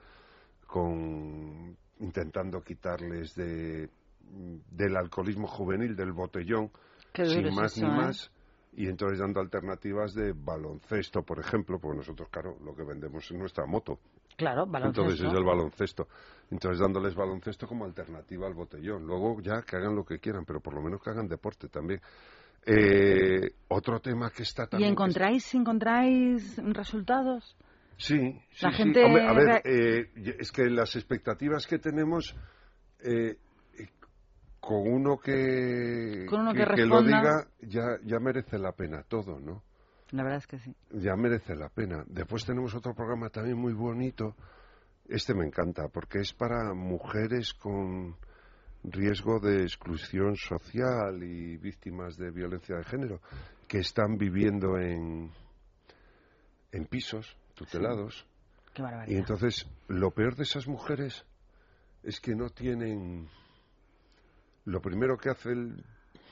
con intentando quitarles de del alcoholismo juvenil, del botellón, Qué sin más eso, ni ¿eh? más. Y entonces dando alternativas de baloncesto, por ejemplo, porque nosotros, claro, lo que vendemos es nuestra moto. Claro, baloncesto. Entonces es el baloncesto. Entonces dándoles baloncesto como alternativa al botellón. Luego ya que hagan lo que quieran, pero por lo menos que hagan deporte también. Eh, otro tema que está también... ¿Y encontráis, que... encontráis resultados? Sí, sí, La sí. gente... Hombre, a ver, eh, es que las expectativas que tenemos... Eh, con uno que, con uno que, que, que lo diga, ya, ya merece la pena todo, ¿no? La verdad es que sí. Ya merece la pena. Después tenemos otro programa también muy bonito. Este me encanta, porque es para mujeres con riesgo de exclusión social y víctimas de violencia de género, que están viviendo en, en pisos tutelados. Sí. Qué barbaridad. Y entonces, lo peor de esas mujeres es que no tienen... Lo primero que hace el...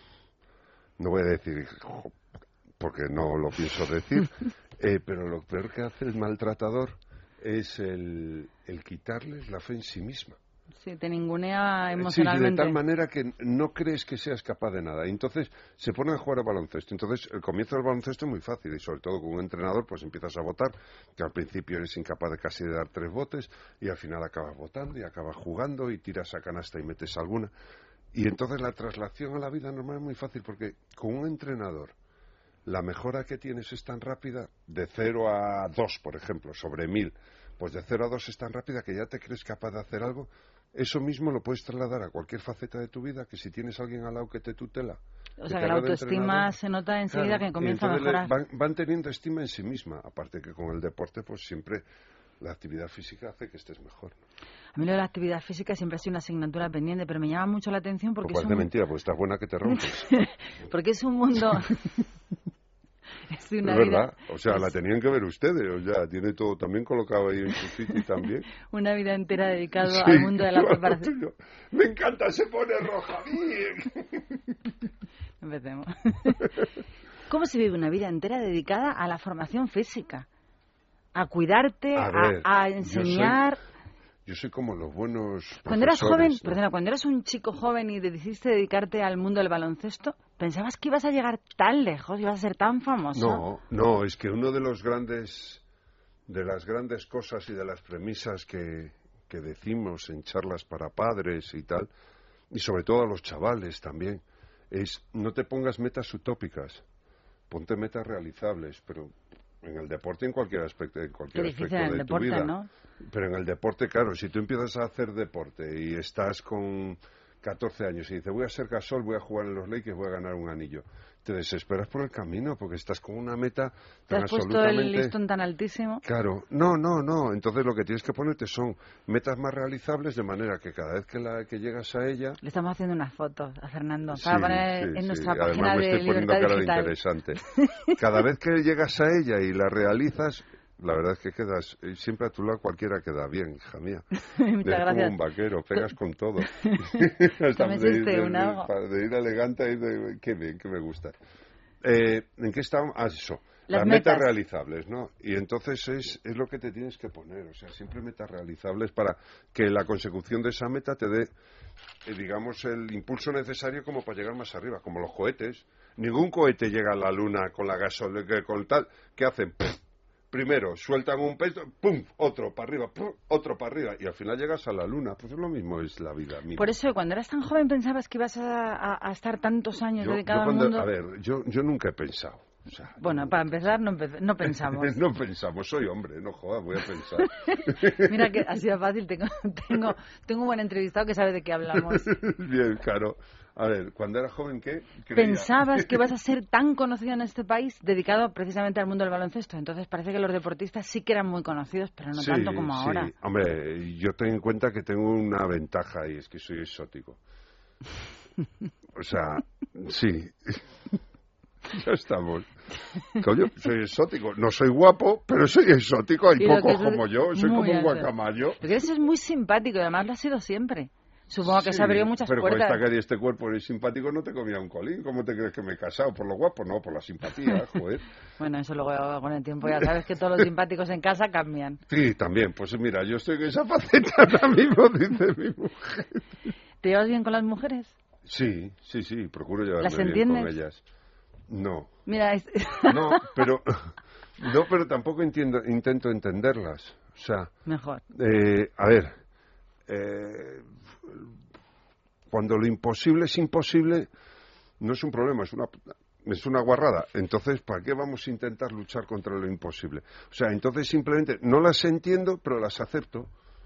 No voy a decir, porque no lo pienso decir, eh, pero lo peor que hace el maltratador es el, el quitarles la fe en sí misma. Sí, te ningunea emocionalmente. Sí, de tal manera que no crees que seas capaz de nada. Y entonces se ponen a jugar a baloncesto. Entonces el comienzo del baloncesto es muy fácil, y sobre todo con un entrenador pues empiezas a votar, que al principio eres incapaz de casi de dar tres botes, y al final acabas votando y acabas jugando y tiras a canasta y metes alguna. Y entonces la traslación a la vida normal es muy fácil, porque con un entrenador la mejora que tienes es tan rápida, de cero a dos, por ejemplo, sobre mil, pues de cero a dos es tan rápida que ya te crees capaz de hacer algo. Eso mismo lo puedes trasladar a cualquier faceta de tu vida, que si tienes a alguien al lado que te tutela... O sea, que la autoestima se nota enseguida, claro, que comienza a mejorar. Van, van teniendo estima en sí misma, aparte que con el deporte pues siempre la actividad física hace que estés mejor, ¿no? A mí lo de la actividad física siempre ha sido una asignatura pendiente, pero me llama mucho la atención porque... Pues parece es un... mentira, porque estás buena que te rompes. Porque es un mundo... es una es verdad, vida... o sea, la tenían que ver ustedes, o sea, tiene todo también colocado ahí en su sitio también. Una vida entera dedicada sí, al mundo de la claro, preparación. Tío. Me encanta, se pone roja. Empecemos. ¿Cómo se vive una vida entera dedicada a la formación física? A cuidarte, a, a, ver, a enseñar... Yo soy... Yo soy como los buenos Cuando eras joven, ¿no? perdona, cuando eras un chico joven y decidiste dedicarte al mundo del baloncesto, ¿pensabas que ibas a llegar tan lejos, ibas a ser tan famoso? No, no, es que uno de los grandes, de las grandes cosas y de las premisas que, que decimos en charlas para padres y tal, y sobre todo a los chavales también, es no te pongas metas utópicas, ponte metas realizables, pero en el deporte, en cualquier aspecto, en cualquier aspecto de el tu deporte, vida. ¿no? Pero en el deporte, claro, si tú empiezas a hacer deporte y estás con catorce años y dices, voy a ser Gasol, voy a jugar en los Lakers, voy a ganar un anillo, te desesperas por el camino porque estás con una meta ¿Te tan has puesto absolutamente... el listón tan altísimo? Claro, no, no, no. Entonces lo que tienes que ponerte son metas más realizables, de manera que cada vez que, la, que llegas a ella... Le estamos haciendo unas fotos a Fernando sí, para poner sí, en sí. nuestra Además, página me de estoy poniendo Libertad cara Digital. de interesante. Cada vez que llegas a ella y la realizas, la verdad es que quedas siempre a tu lado, cualquiera queda bien, hija mía. Muchas Eres gracias. como un vaquero, pegas con todo. Hasta de, ir, de, un algo. de, de ir elegante y de... Qué bien, que me gusta. Eh, ¿En qué estábamos? Ah, eso. Las, Las metas. metas realizables, ¿no? Y entonces es, es lo que te tienes que poner, o sea, siempre metas realizables para que la consecución de esa meta te dé, eh, digamos, el impulso necesario como para llegar más arriba, como los cohetes. Ningún cohete llega a la luna con la gasolina, con tal, ¿qué hacen? primero sueltan un peso, pum, otro para arriba, pum, otro para arriba, y al final llegas a la luna. Pues es lo mismo, es la vida misma. Por eso, cuando eras tan joven, ¿pensabas que ibas a, a, a estar tantos años yo, dedicado yo cuando, al mundo? A ver, yo, yo nunca he pensado. O sea, bueno, no, para empezar, no, empe no pensamos. no pensamos, soy hombre, no jodas, voy a pensar. Mira que ha sido fácil, tengo, tengo, tengo un buen entrevistado que sabe de qué hablamos. Bien, claro. A ver, cuando era joven, ¿qué? Creía. ¿Pensabas que ibas a ser tan conocido en este país, dedicado precisamente al mundo del baloncesto? Entonces parece que los deportistas sí que eran muy conocidos, pero no sí, tanto como sí. ahora. Hombre, yo tengo en cuenta que tengo una ventaja y es que soy exótico. O sea, sí. Ya estamos. Coño, soy exótico. No soy guapo, pero soy exótico. Hay pocos como yo. Soy como un guacamayo. Porque eso es muy simpático y además lo ha sido siempre. Supongo que sí, se abrió muchas pero puertas. Pero con esta cara y este cuerpo eres simpático no te comía un colín. ¿Cómo te crees que me he casado? ¿Por lo guapo? No, por la simpatía, joder. Bueno, eso luego con el tiempo ya sabes que todos los simpáticos en casa cambian. Sí, también. Pues mira, yo estoy en esa faceta también, mismo, dice mi mujer. ¿Te llevas bien con las mujeres? Sí, sí, sí. Procuro llevarme ¿Las bien entiendes? con ellas. No. Mira, es... No, pero... No, pero tampoco entiendo, intento entenderlas. O sea... Mejor. Eh, a ver... Eh, cuando lo imposible es imposible, no es un problema, es una, es una guarrada. Entonces, ¿para qué vamos a intentar luchar contra lo imposible? O sea, entonces simplemente no las entiendo, pero las acepto.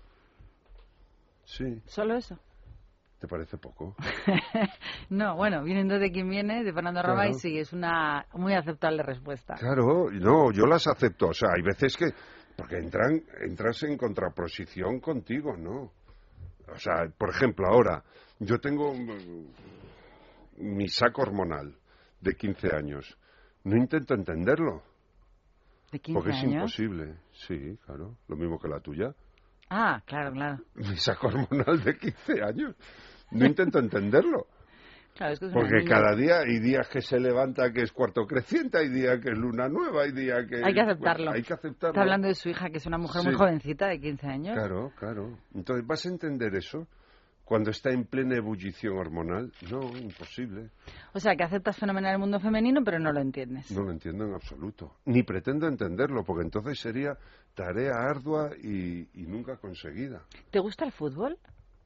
Sí. ¿Solo eso? ¿Te parece poco? No, bueno, viniendo de quien viene, de Fernando Claro. Romay, sí, es una muy aceptable respuesta. Claro, no, yo las acepto. O sea, hay veces que... Porque entran, entras en contraposición contigo, ¿no? O sea, por ejemplo, ahora, yo tengo um, mi saco hormonal de quince años. No intento entenderlo. ¿De quince porque años? es imposible. Sí, claro. Lo mismo que la tuya. Ah, claro, claro. Mi saco hormonal de quince años. No intento entenderlo. Claro, es que es porque una cada día hay días que se levanta que es cuarto creciente, hay días que es luna nueva, hay días que... Hay que aceptarlo. Bueno, hay que aceptarlo. Está hablando de su hija, que es una mujer Sí. muy jovencita, de quince años. Claro, claro. Entonces, ¿vas a entender eso cuando está en plena ebullición hormonal? No, imposible. O sea, que aceptas fenomenal el mundo femenino, pero no lo entiendes. No lo entiendo en absoluto. Ni pretendo entenderlo, porque entonces sería tarea ardua y, y nunca conseguida. ¿Te gusta el fútbol?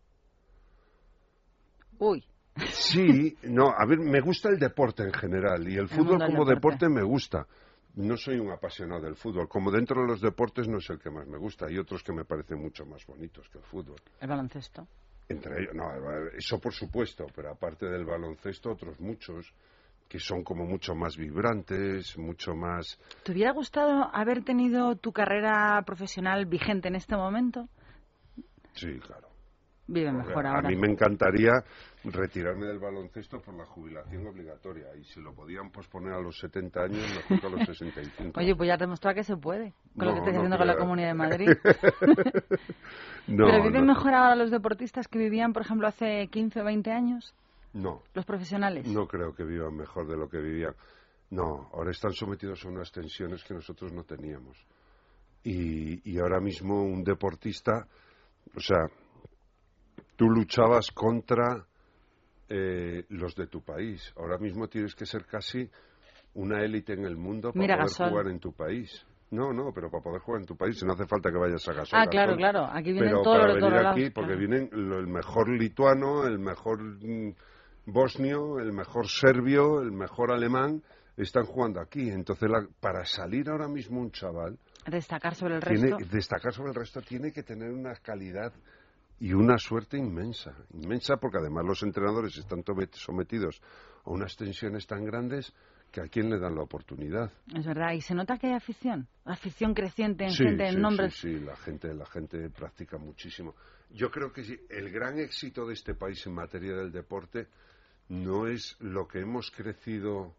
Uy. Sí, no, a ver, me gusta el deporte en general y el fútbol mundo del como deporte. deporte me gusta. No soy un apasionado del fútbol. Como dentro de los deportes no es el que más me gusta. Hay otros que me parecen mucho más bonitos que el fútbol. El baloncesto. Entre ellos, no, eso por supuesto, pero aparte del baloncesto, otros muchos que son como mucho más vibrantes, mucho más... ¿Te hubiera gustado haber tenido tu carrera profesional vigente en este momento? Sí, claro. Vive mejor a ahora. mí me encantaría retirarme del baloncesto por la jubilación obligatoria y si lo podían posponer a los setenta años, mejor que a los sesenta y cinco. Oye, pues ya te demostrado que se puede, con No, lo que estás no haciendo con la creo. Comunidad de Madrid. No, ¿Pero viven no. mejor ahora los deportistas que vivían, por ejemplo, hace quince o veinte años? No. ¿Los profesionales? No creo que vivan mejor de lo que vivían. No, ahora están sometidos a unas tensiones que nosotros no teníamos. Y, y ahora mismo un deportista, o sea, tú luchabas contra eh, los de tu país. Ahora mismo tienes que ser casi una élite en el mundo para Mira, poder Gasol. jugar en tu país. No, no, pero para poder jugar en tu país no hace falta que vayas a Gasol. Ah, claro, Gasol. claro. Aquí vienen Pero todos para los de venir todos aquí, lados, porque claro. vienen lo- el mejor lituano, el mejor mm, bosnio, el mejor serbio, el mejor alemán, están jugando aquí. Entonces, la- para salir ahora mismo un chaval, Destacar sobre el tiene, resto. destacar sobre el resto, tiene que tener una calidad y una suerte inmensa. Inmensa porque además los entrenadores están to- sometidos a unas tensiones tan grandes que a quién le dan la oportunidad. Es verdad. Y se nota que hay afición. Afición creciente en Sí, gente, en sí, nombres. sí, sí, la gente, la gente practica muchísimo. Yo creo que sí, el gran éxito de este país en materia del deporte no es lo que hemos crecido,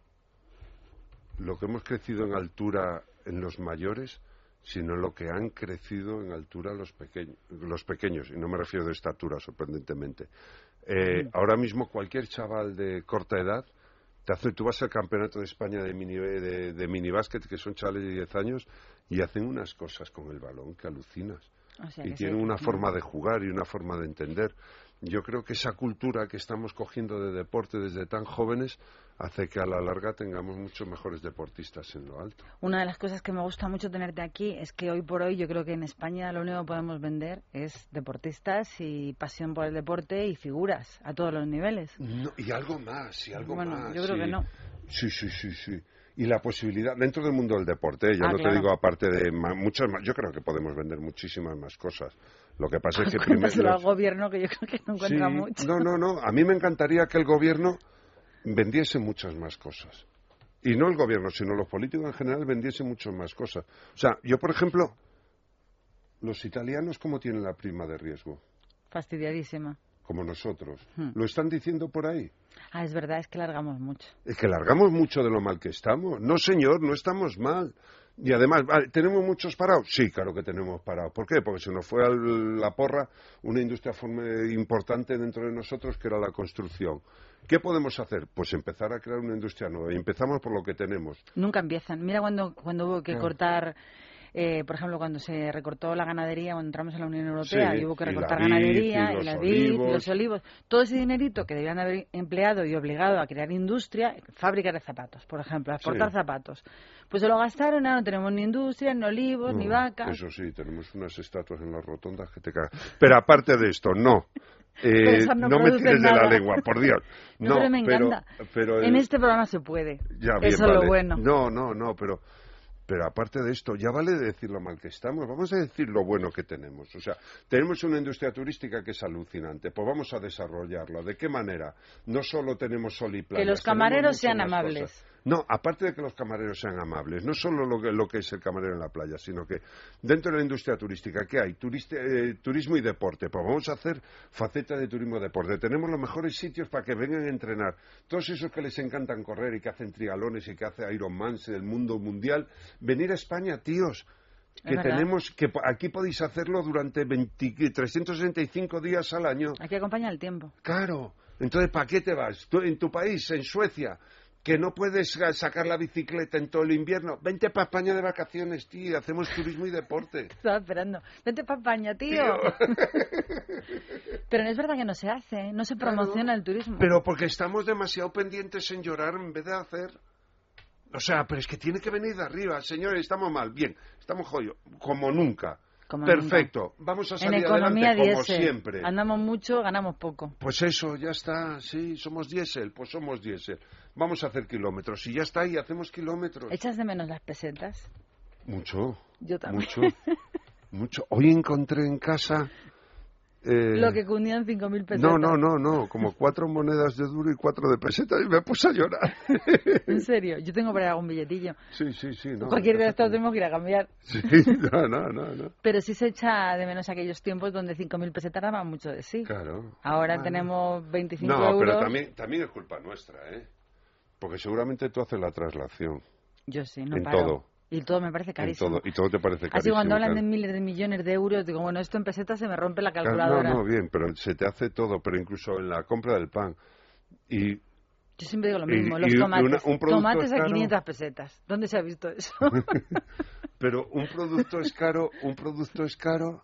lo que hemos crecido en altura en los mayores, sino lo que han crecido en altura los pequeños, los pequeños, y no me refiero de estatura, sorprendentemente. Eh, ahora mismo cualquier chaval de corta edad te hace, tú vas al campeonato de España de mini de, de minibásquet, que son chavales de diez años, y hacen unas cosas con el balón que alucinas. O sea, Y que tienen sí. una forma de jugar y una forma de entender. yo creo que esa cultura que estamos cogiendo de deporte desde tan jóvenes hace que a la larga tengamos muchos mejores deportistas en lo alto. Una de las cosas que me gusta mucho tenerte aquí es que hoy por hoy yo creo que en España lo único que podemos vender es deportistas y pasión por el deporte y figuras a todos los niveles. No, y algo más, y algo bueno, más. Bueno, yo creo sí. que no. Sí, sí, sí, sí. Y la posibilidad, dentro del mundo del deporte, ya ah, no claro. te digo aparte de ma- muchas más, yo creo que podemos vender muchísimas más cosas. Lo que pasa Pues es que primero... Cuéntaselo al gobierno, que yo creo que no encuentra sí, mucho. No, no, no, a mí me encantaría que el gobierno vendiese muchas más cosas. Y no el gobierno, sino los políticos en general vendiesen muchas más cosas. O sea, yo, por ejemplo, los italianos, ¿cómo tienen la prima de riesgo? Fastidiadísima. Como nosotros. Hmm. ¿Lo están diciendo por ahí? Ah, es verdad, es que largamos mucho. Es que largamos mucho de lo mal que estamos. No, señor, no estamos mal. Y además, ¿vale, ¿tenemos muchos parados? Sí, claro que tenemos parados. ¿Por qué? Porque se nos fue a la porra una industria importante dentro de nosotros, que era la construcción. ¿Qué podemos hacer? Pues empezar a crear una industria nueva. Y empezamos por lo que tenemos. Nunca empiezan. Mira cuando, cuando hubo que claro. cortar... Eh, por ejemplo, cuando se recortó la ganadería, cuando entramos en la Unión Europea, sí, y hubo que y recortar la vid, ganadería, y, y la los vid, olivos. y los olivos, todo ese dinerito que debían haber empleado y obligado a crear industria, fábricas de zapatos, por ejemplo, a exportar sí. zapatos, pues se lo gastaron, ahora no tenemos ni industria, ni olivos, no, ni vacas. Eso sí, tenemos unas estatuas en las rotondas que te cagan. Pero aparte de esto, no. Eh, no no me tires nada. de la lengua, por Dios. No, No, pero me encanta. Pero, pero el... En este programa se puede. Ya, bien, eso vale. es lo bueno. No, no, no, pero... Pero aparte de esto, ya vale de decir lo mal que estamos, vamos a decir lo bueno que tenemos. O sea, tenemos una industria turística que es alucinante, pues vamos a desarrollarla. ¿De qué manera? No solo tenemos sol y playas. Que los camareros sean más amables. Cosas. No, aparte de que los camareros sean amables, no solo lo que, lo que es el camarero en la playa, sino que dentro de la industria turística, ¿qué hay? Turista, eh, turismo y deporte. Pues vamos a hacer faceta de turismo y deporte. Tenemos los mejores sitios para que vengan a entrenar. Todos esos que les encantan correr y que hacen triatlones y que hacen Ironmans del mundo mundial, venir a España, tíos. Que tenemos, que aquí podéis hacerlo durante veinte, trescientos sesenta y cinco días al año. Aquí acompaña el tiempo. Claro. Entonces, ¿para qué te vas? Tú, en tu país, en Suecia, que no puedes sacar la bicicleta en todo el invierno, vente para España de vacaciones, tío, hacemos turismo y deporte. Estaba esperando. Vente para España, tío. tío. Pero no es verdad que no se hace, no se promociona claro, el turismo. Pero porque estamos demasiado pendientes en llorar en vez de hacer. O sea, pero es que tiene que venir de arriba. Señores, estamos mal, bien, estamos jodidos, como nunca. Como Perfecto, nunca. Vamos a salir en economía adelante como diésel. siempre. Andamos mucho, ganamos poco. Pues eso, ya está, sí, somos diésel, pues somos diésel. Vamos a hacer kilómetros, y ya está, y hacemos kilómetros. ¿Echas de menos las pesetas? Mucho. Yo también. Mucho, mucho. Hoy encontré en casa... Eh, Lo que cundían cinco mil pesetas. No, no, no, no, como cuatro monedas de duro y cuatro de peseta y me puse a llorar. ¿En serio? Yo tengo por ahí algún billetillo. Sí, sí, sí. No, Cualquier día de estos tenemos que ir a cambiar. Sí, no, no, no, no. Pero sí se echa de menos aquellos tiempos donde cinco mil pesetas daban mucho de sí. Claro. Ahora bueno. tenemos veinticinco no, euros. No, pero también, también es culpa nuestra, ¿eh? Porque seguramente tú haces la traslación. Yo sí, no en paro. todo. Y todo me parece carísimo. Todo, y todo te parece carísimo. Así cuando hablan claro. de miles de millones de euros, digo, bueno, esto en pesetas se me rompe la calculadora. No, no, bien, pero se te hace todo, pero incluso en la compra del pan. Y Yo siempre digo lo mismo, y, los y tomates. Una, un tomates a caro, quinientas pesetas. ¿Dónde se ha visto eso? Pero un producto es caro, un producto es caro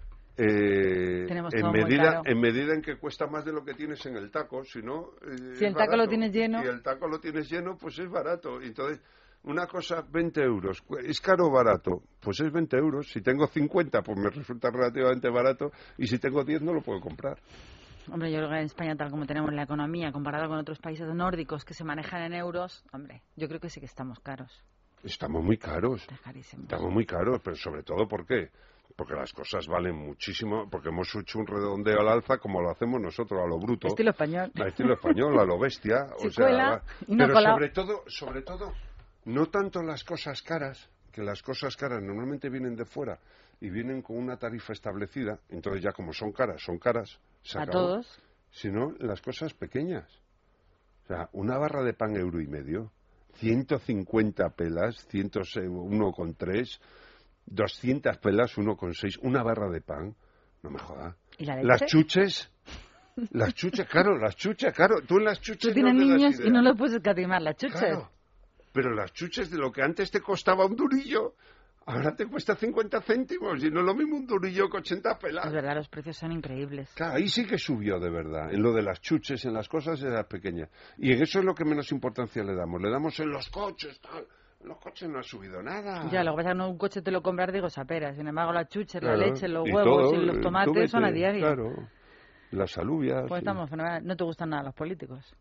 eh, Tenemos en todo medida muy caro. en medida en que cuesta más de lo que tienes en el taco, si no eh, si el taco lo tienes lleno. Si el taco lo tienes lleno, pues es barato. Entonces, una cosa, veinte euros. ¿Es caro o barato? Pues es veinte euros. Si tengo cincuenta, pues me resulta relativamente barato. Y si tengo diez, no lo puedo comprar. Hombre, yo creo que en España, tal como tenemos la economía, comparado con otros países nórdicos que se manejan en euros, hombre, yo creo que sí que estamos caros. Estamos muy caros. Está carísimo. Estamos muy caros, pero sobre todo, ¿por qué? Porque las cosas valen muchísimo, porque hemos hecho un redondeo al alza como lo hacemos nosotros, a lo bruto. Estilo español. A estilo español, a lo bestia. Si o sea, cuela, y no pero colado. sobre todo, sobre todo, no tanto las cosas caras, que las cosas caras normalmente vienen de fuera y vienen con una tarifa establecida, entonces ya como son caras, son caras, se a acabó. todos. Sino las cosas pequeñas. O sea, una barra de pan euro y medio, ciento cincuenta pelas, uno con tres, doscientas pelas, uno con seis, una barra de pan, no me jodas. ¿Y la leche? Las chuches, las chuches, claro, las chuches, claro, tú en las chuches Tú tienes no te das niños idea. y no lo puedes escatimar, las chuches. Claro, pero las chuches de lo que antes te costaba un durillo, Ahora te cuesta cincuenta céntimos y no es lo mismo un durillo que ochenta pelas. Es verdad, los precios son increíbles. Claro, ahí sí que subió de verdad. En lo de las chuches, en las cosas, era pequeña. Y en eso es lo que menos importancia le damos. Le damos en los coches, tal. En los coches no ha subido nada. Ya, lo que pasa es que no, un coche te lo compras de gozapera. Sin embargo, las chuches, claro, la leche, los y huevos todo, y los tomates vete, son a diario. Claro, las alubias. Pues sí. estamos fenomenal. No te gustan nada los políticos.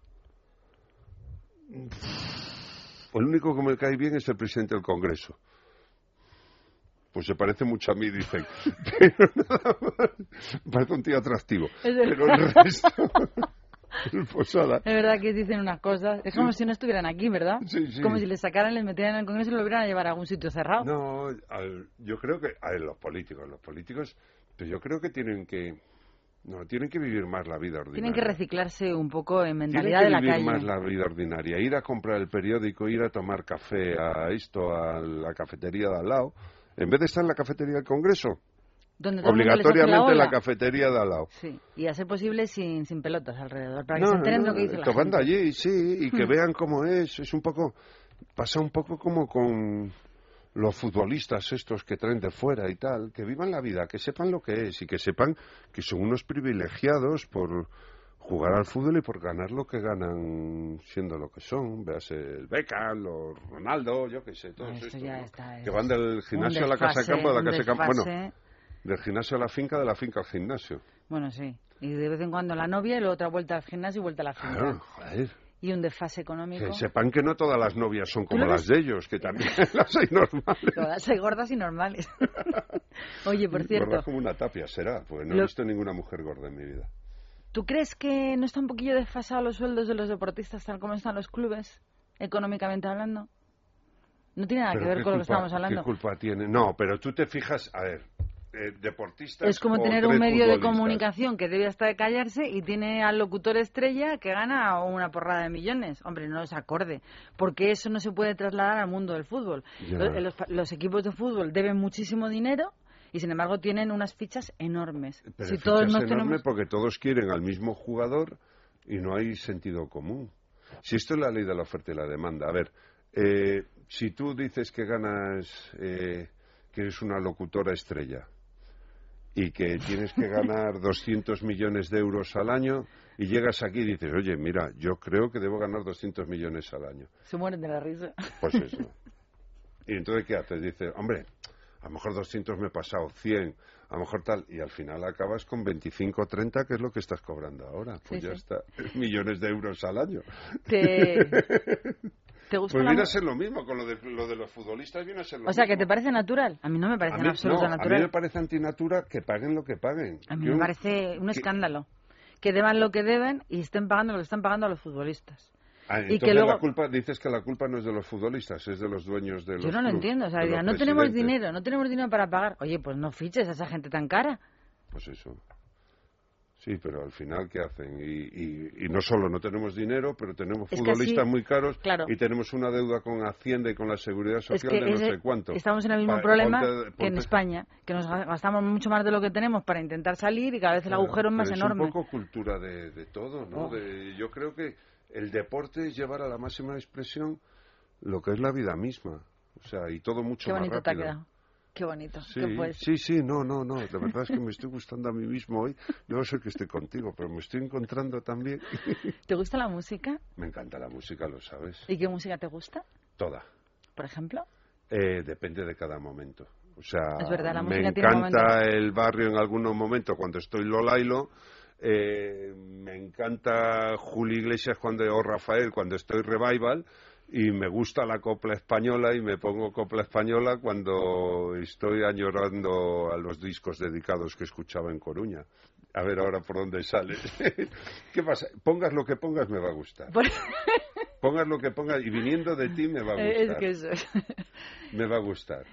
El único que me cae bien es el presidente del Congreso. Pues se parece mucho a mí, dicen. Pero nada más. Parece un tío atractivo. Pero el resto... el Posada. Es verdad que dicen unas cosas. Es como si no estuvieran aquí, ¿verdad? Sí, sí. Como si les sacaran, les metieran en el Congreso y lo volvieran a llevar a algún sitio cerrado. No, al, yo creo que... A ver, los políticos, los políticos... Pues yo creo que tienen que... No, tienen que vivir más la vida ordinaria. Tienen que reciclarse un poco en mentalidad de la calle. Tienen que vivir más la vida ordinaria. Ir a comprar el periódico, ir a tomar café a esto, a la cafetería de al lado... En vez de estar en la cafetería del Congreso, donde obligatoriamente en la, la cafetería de al lado. Sí, y a ser posible sin, sin pelotas alrededor, para que no, se enteren no, lo que dice la tomando gente. allí, sí, y que Hmm. vean cómo es. Es un poco, pasa un poco como con los futbolistas estos que traen de fuera y tal, que vivan la vida, que sepan lo que es y que sepan que son unos privilegiados por jugar al fútbol y por ganar lo que ganan siendo lo que son. Véase el Beckham, los Ronaldo, yo qué sé, todos estos, ya ¿no? está, Que van del gimnasio a la casa de campo, de la casa de campo, bueno, del gimnasio a la finca, de la finca al gimnasio. Bueno, sí, y de vez en cuando la novia y luego otra vuelta al gimnasio y vuelta a la finca. Claro, joder. Y un desfase económico. Que sepan que no todas las novias son como ¿Lo las de ellos, que también las hay normales. Todas hay gordas y normales. Oye, por cierto... Gordas como una tapia, será, porque no lo... he visto ninguna mujer gorda en mi vida. ¿Tú crees que no está un poquillo desfasado los sueldos de los deportistas tal como están los clubes, económicamente hablando? No tiene nada ¿Pero que ver qué con culpa, lo que estamos hablando. ¿Qué culpa tiene? No, pero tú te fijas, a ver, eh, deportistas... Es como o tener un tres medio de futbolistas. comunicación que debe hasta de callarse y tiene al locutor estrella que gana una porrada de millones. Hombre, no es acorde, porque eso no se puede trasladar al mundo del fútbol. Los, los, los equipos de fútbol deben muchísimo dinero y sin embargo tienen unas fichas enormes. Pero si fichas todos nos enormes tenemos... porque todos quieren al mismo jugador y no hay sentido común. Si esto es la ley de la oferta y la demanda. A ver, eh, si tú dices que ganas, eh, que eres una locutora estrella y que tienes que ganar doscientos millones de euros al año y llegas aquí y dices, oye, mira, yo creo que debo ganar doscientos millones al año. Se mueren de la risa. Pues eso. Y entonces, ¿qué haces? Dices, hombre... A lo mejor doscientos me he pasado, cien, a lo mejor tal, y al final acabas con veinticinco o treinta, que es lo que estás cobrando ahora. Pues sí, ya sí. está, millones de euros al año. ¿Te, ¿te gusta Pues la... viene a ser lo mismo, con lo de, lo de los futbolistas viene a ser lo mismo. O sea, ¿que te parece natural? A mí no me parece a en mí, absoluto no, natural. A mí me parece antinatura que paguen lo que paguen. A mí Yo, me parece un que... escándalo. Que deban lo que deben y estén pagando lo que están pagando a los futbolistas. Ah, y entonces que luego... la culpa, dices que la culpa no es de los futbolistas, es de los dueños de los Yo no lo clubs, entiendo, o sea, de dirán, los no tenemos presidentes. dinero, no tenemos dinero para pagar. Oye, pues no fiches a esa gente tan cara. Pues eso. Sí, pero al final, ¿qué hacen? Y, y, y no solo no tenemos dinero, pero tenemos Es que futbolistas así, muy caros claro. y tenemos una deuda con Hacienda y con la Seguridad Social es que de no ese, sé cuánto. Estamos en el mismo Pa, problema ponte, ponte, que en España, que nos gastamos mucho más de lo que tenemos para intentar salir y cada vez el claro, agujero es más pero enorme. Es un poco cultura de, de todo, ¿no? Oh. De, yo creo que el deporte es llevar a la máxima expresión lo que es la vida misma. O sea, y todo mucho Qué más bonito rápido. te ha quedado. Qué bonito. Sí, ¿Qué puedes? sí, sí, no, no, no. De verdad es que me estoy gustando a mí mismo hoy. No sé que estoy contigo, pero me estoy encontrando también. ¿Te gusta la música? Me encanta la música, lo sabes. ¿Y qué música te gusta? Toda. Por ejemplo. Eh, depende de cada momento. O sea, es verdad, la me música tiene encanta momentos. el barrio en algunos momentos cuando estoy Lolailo. Eh, me encanta Julio Iglesias cuando o Rafael cuando estoy Revival. Y me gusta la copla española y me pongo copla española cuando estoy añorando a los discos dedicados que escuchaba en Coruña. A ver ahora por dónde sale. ¿Qué pasa? Pongas lo que pongas me va a gustar. Por... Pongas lo que pongas y viniendo de ti me va a gustar. Es que eso es. Me va a gustar.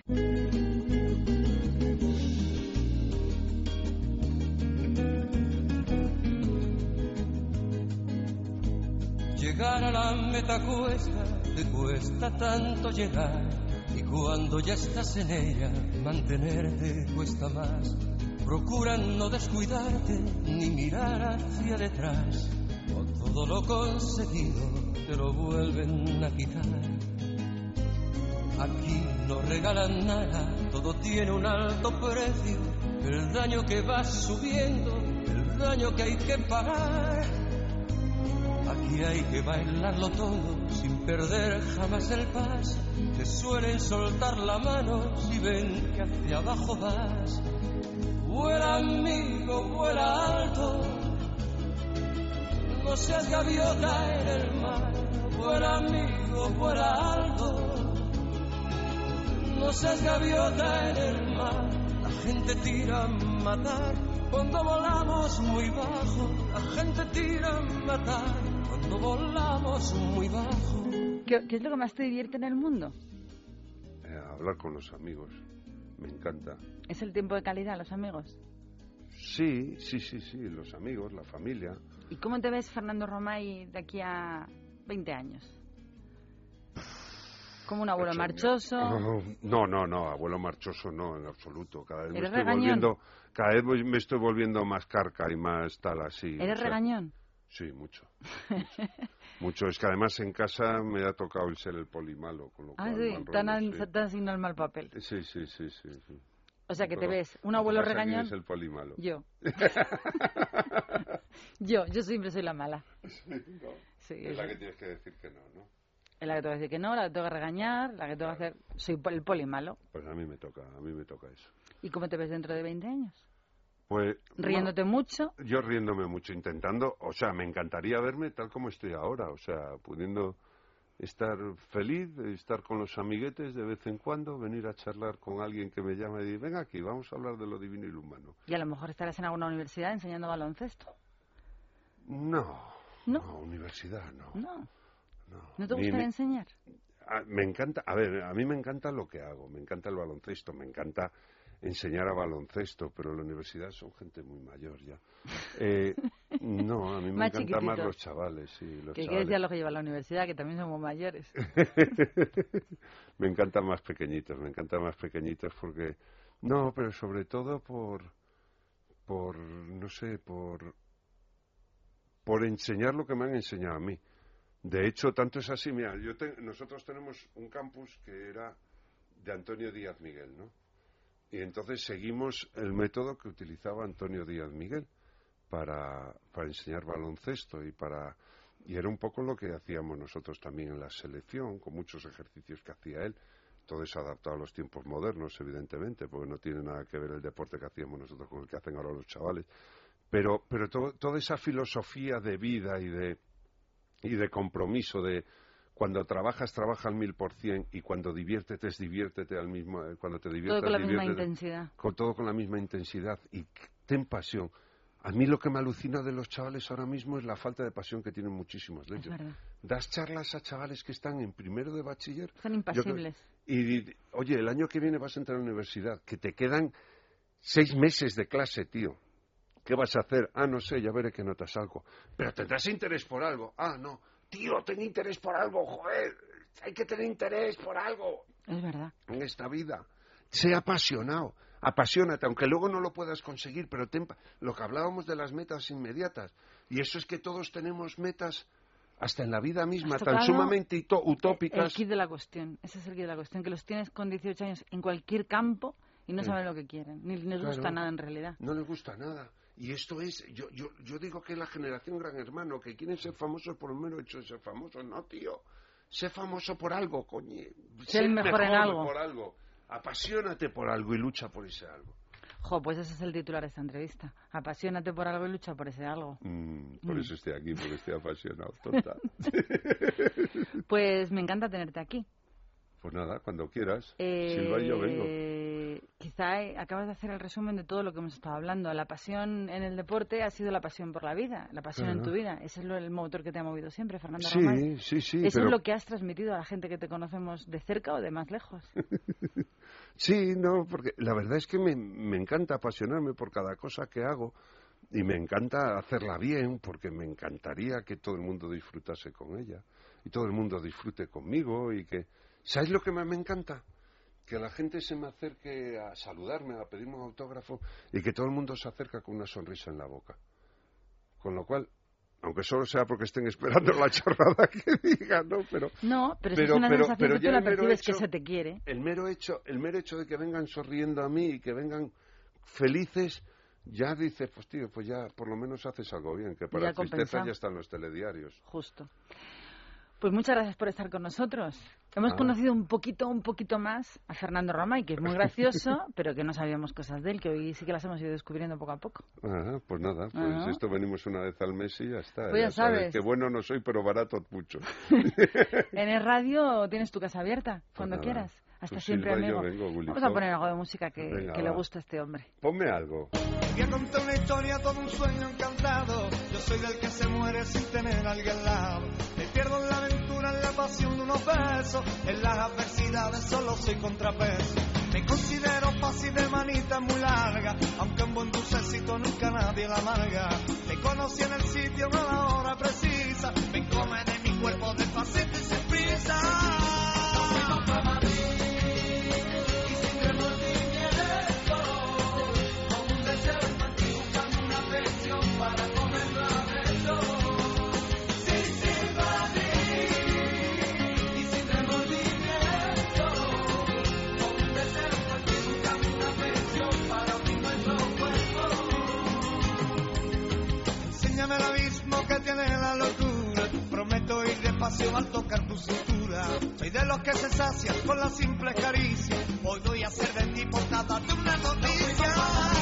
Llegar a la meta cuesta, te cuesta tanto llegar, y cuando ya estás en ella, mantenerte cuesta más. Procura no descuidarte, ni mirar hacia detrás, o todo lo conseguido te lo vuelven a quitar. Aquí no regalan nada, todo tiene un alto precio. El daño que va subiendo, el daño que hay que pagar. Aquí hay que bailarlo todo sin perder jamás el pas. Te suelen soltar la mano si ven que hacia abajo vas. Vuela amigo, vuela alto, no seas gaviota en el mar. Vuela amigo, vuela alto, no seas gaviota en el mar. La gente tira a matar cuando volamos muy bajo. La gente tira a matar cuando volamos muy bajo. ¿Qué, qué es lo que más te divierte en el mundo? Eh, hablar con los amigos. Me encanta. ¿Es el tiempo de calidad, los amigos? Sí, sí, sí, sí, los amigos, la familia. ¿Y cómo te ves, Fernando Romay, de aquí a veinte años? ¿Como un abuelo marchoso? No, no, no, abuelo marchoso no, en absoluto. Cada vez me ¿Eres estoy regañón? volviendo, cada vez voy- me estoy volviendo más carca y más tal así. ¿Eres o sea, regañón? Sí, mucho. Mucho. Mucho. Es que además en casa me ha tocado el ser el polimalo, con lo Ah, cual sí, mal tan, rollo, sí. tan asignado el mal papel. Sí, sí, sí, sí, sí. O sea, que te Pero, ves un abuelo ¿en casa quién regañón. es el polimalo? Yo. yo, yo siempre soy la mala. No, Sí, es la sí. que tienes que decir que no, ¿no? Es la que tengo que decir que no, la que tengo que regañar, la que tengo que hacer... Soy po- el poli malo. Pues a mí me toca, a mí me toca eso. ¿Y cómo te ves dentro de veinte años? Pues ¿Riéndote mucho? no, yo riéndome mucho, intentando, o sea, me encantaría verme tal como estoy ahora, o sea, pudiendo estar feliz, estar con los amiguetes de vez en cuando, venir a charlar con alguien que me llame y decir, venga aquí, vamos a hablar de lo divino y lo humano. Y a lo mejor estarás en alguna universidad enseñando baloncesto. No, ¿No? no, universidad, no. No. No, ¿No te Ni- gustaría ni- enseñar? Ah, me encanta, a ver, a mí me encanta lo que hago, me encanta el baloncesto, me encanta enseñar a baloncesto, pero en la universidad son gente muy mayor ya. Eh, no, a mí me Más encantan más chiquititos. los chavales, sí, los Que chavales. decía lo que lleva a la universidad, que también somos mayores. Me encantan más pequeñitos, me encantan más pequeñitos porque... No, pero sobre todo por... por, no sé, por... por enseñar lo que me han enseñado a mí. De hecho, tanto es así, mira, yo te- nosotros tenemos un campus que era de Antonio Díaz Miguel, ¿no? Y entonces seguimos el método que utilizaba Antonio Díaz Miguel para, para enseñar baloncesto y para y era un poco lo que hacíamos nosotros también en la selección, con muchos ejercicios que hacía él. Todo es adaptado a los tiempos modernos, evidentemente, porque no tiene nada que ver el deporte que hacíamos nosotros con el que hacen ahora los chavales. Pero, pero todo, toda esa filosofía de vida y de y de compromiso, de cuando trabajas, trabaja al mil por cien y cuando diviértete, diviértete al mismo, eh, cuando te diviertas, Todo con la misma diviértete, intensidad. con todo con la misma intensidad y ten pasión. A mí lo que me alucina de los chavales ahora mismo es la falta de pasión que tienen muchísimos de Es ellos. verdad. Das charlas a chavales que están en primero de bachiller. Son yo creo- impasibles. y, y, oye, el año que viene vas a entrar a la universidad, que te quedan seis meses de clase, tío. ¿Qué vas a hacer? Ah, no sé, ya veré qué notas algo. Pero tendrás interés por algo. Ah, no. Tío, ten interés por algo, joder. Hay que tener interés por algo Es verdad. en esta vida. Sé apasionado. Apasionate, aunque luego no lo puedas conseguir, pero ten pa- lo que hablábamos de las metas inmediatas. Y eso es que todos tenemos metas, hasta en la vida misma, Has tan tocado sumamente ito- El utópicas. kit de la cuestión. Ese es el kit de la cuestión. Que los tienes con dieciocho años en cualquier campo y no Sí. saben lo que quieren. Ni les Claro. gusta nada en realidad. No les gusta nada. Y esto es, yo, yo, yo digo que la generación Gran Hermano, que quieren ser famosos por el mero hecho de ser famosos. No, tío. Sé famoso por algo, coño. Sé el mejor en algo. por algo. Apasionate por algo y lucha por ese algo. Jo, pues ese es el titular de esta entrevista. Apasionate por algo y lucha por ese algo. Mm, por Mm. eso estoy aquí, porque estoy apasionado. Tonta. Pues me encanta tenerte aquí. Pues nada, cuando quieras. Eh, Silva y yo vengo. Quizá eh, acabas de hacer el resumen de todo lo que hemos estado hablando. La pasión en el deporte ha sido la pasión por la vida, la pasión en Claro. tu vida. Ese es lo- el motor que te ha movido siempre, Fernando Romay. Sí, sí, sí. Eso pero... es lo que has transmitido a la gente que te conocemos de cerca o de más lejos. Sí, no, porque la verdad es que me, me encanta apasionarme por cada cosa que hago y me encanta hacerla bien porque me encantaría que todo el mundo disfrutase con ella y todo el mundo disfrute conmigo y que... ¿Sabes lo que más me encanta? Que la gente se me acerque a saludarme, a pedirme un autógrafo y que todo el mundo se acerca con una sonrisa en la boca. Con lo cual, Aunque solo sea porque estén esperando la chorrada que diga, ¿no? Pero, no, pero, pero es una pero, sensación pero que tú la percibes hecho, que se te quiere. El mero hecho, el mero hecho de que vengan sonriendo a mí y que vengan felices, ya dices, pues tío, pues ya por lo menos haces algo bien, que para tristeza ya están los telediarios. Justo. Pues muchas gracias por estar con nosotros. Hemos ah. conocido un poquito, un poquito más a Fernando Romay, que es muy gracioso, pero que no sabíamos cosas de él, que hoy sí que las hemos ido descubriendo poco a poco. Ah, pues nada, pues uh-huh. esto venimos una vez al mes y ya está. Pues ya, ya sabes. sabes. Que bueno no soy, pero barato mucho. En el radio tienes tu casa abierta, cuando pues quieras. Hasta pues siempre, Silva, amigo. Vengo, Vamos a poner algo de música que, Venga, que le gusta a este hombre. Ponme algo. Voy a contar una historia, todo un sueño encantado. Yo soy del que se muere sin tener a alguien al lado. Me pierdo en la aventura, en la pasión de unos besos. En las adversidades solo soy contrapeso. Me considero fácil de manita muy larga, aunque un buen dulcecito nunca nadie la amarga. Te conocí en el sitio a la hora precisa. Me come de mi cuerpo despacito y sin prisa. El abismo que tiene la locura, prometo ir despacio al tocar tu cintura. Soy de los que se sacian con la simple caricia. Hoy voy a hacer de ti portada de una noticia.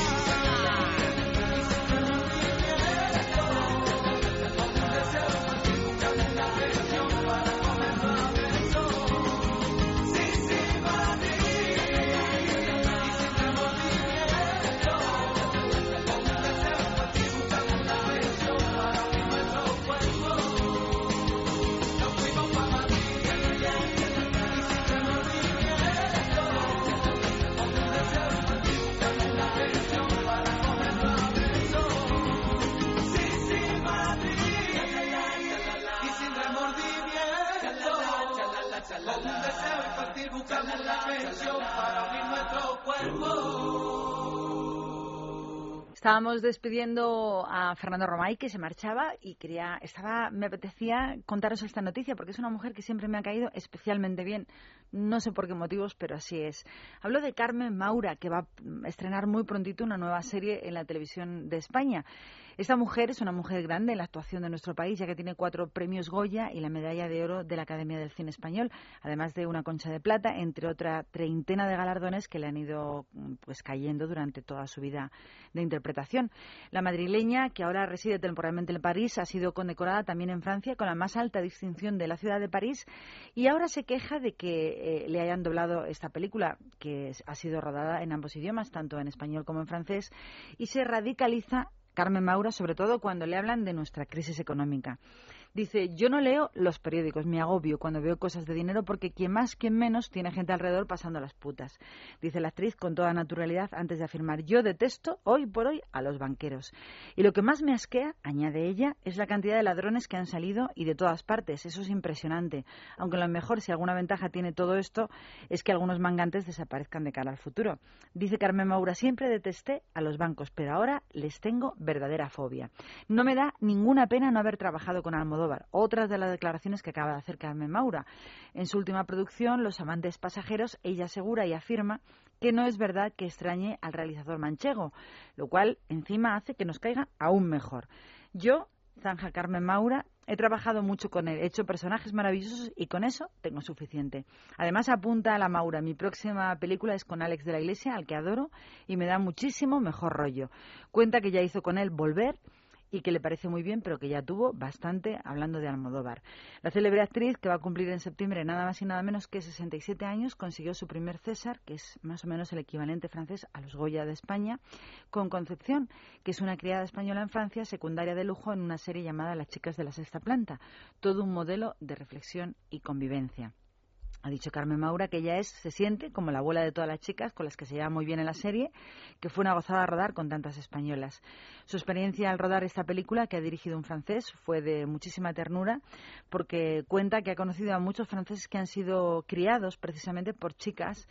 Estábamos despidiendo a Fernando Romay, que se marchaba, y quería, estaba, me apetecía contaros esta noticia, porque es una mujer que siempre me ha caído especialmente bien. No sé por qué motivos, pero así es. Hablo de Carmen Maura, que va a estrenar muy prontito una nueva serie en la televisión de España. Esta mujer es una mujer grande en la actuación de nuestro país, ya que tiene cuatro premios Goya y la medalla de oro de la Academia del Cine Español, además de una Concha de Plata, entre otra treintena de galardones que le han ido pues cayendo durante toda su vida de interpretación. La madrileña, que ahora reside temporalmente en París, ha sido condecorada también en Francia con la más alta distinción de la ciudad de París, y ahora se queja de que eh, le hayan doblado esta película, que ha sido rodada en ambos idiomas, tanto en español como en francés, y se radicaliza Carmen Maura, sobre todo cuando le hablan de nuestra crisis económica. Dice, yo no leo los periódicos, me agobio cuando veo cosas de dinero porque quien más, quien menos tiene gente alrededor pasando las putas. Dice la actriz con toda naturalidad antes de afirmar, yo detesto hoy por hoy a los banqueros. Y lo que más me asquea, añade ella, es la cantidad de ladrones que han salido y de todas partes. Eso es impresionante. Aunque a lo mejor, si alguna ventaja tiene todo esto, es que algunos mangantes desaparezcan de cara al futuro. Dice Carmen Maura, siempre detesté a los bancos, pero ahora les tengo verdadera fobia. No me da ninguna pena no haber trabajado con Almodóvar. Otras de las declaraciones que acaba de hacer Carmen Maura. En su última producción, Los amantes pasajeros, ella asegura y afirma que no es verdad que extrañe al realizador manchego, lo cual encima hace que nos caiga aún mejor. Yo, zanja Carmen Maura, he trabajado mucho con él, he hecho personajes maravillosos y con eso tengo suficiente. Además, apunta a la Maura, mi próxima película es con Alex de la Iglesia, al que adoro, y me da muchísimo mejor rollo. Cuenta que ya hizo con él Volver, y que le parece muy bien, pero que ya tuvo bastante hablando de Almodóvar. La célebre actriz, que va a cumplir en septiembre nada más y nada menos que sesenta y siete años, consiguió su primer César, que es más o menos el equivalente francés a los Goya de España, con Concepción, que es una criada española en Francia, secundaria de lujo en una serie llamada Las chicas de la sexta planta. Todo un modelo de reflexión y convivencia. Ha dicho Carmen Maura que ella es, se siente como la abuela de todas las chicas con las que se lleva muy bien en la serie, que fue una gozada rodar con tantas españolas. Su experiencia al rodar esta película, que ha dirigido un francés, fue de muchísima ternura, porque cuenta que ha conocido a muchos franceses que han sido criados precisamente por chicas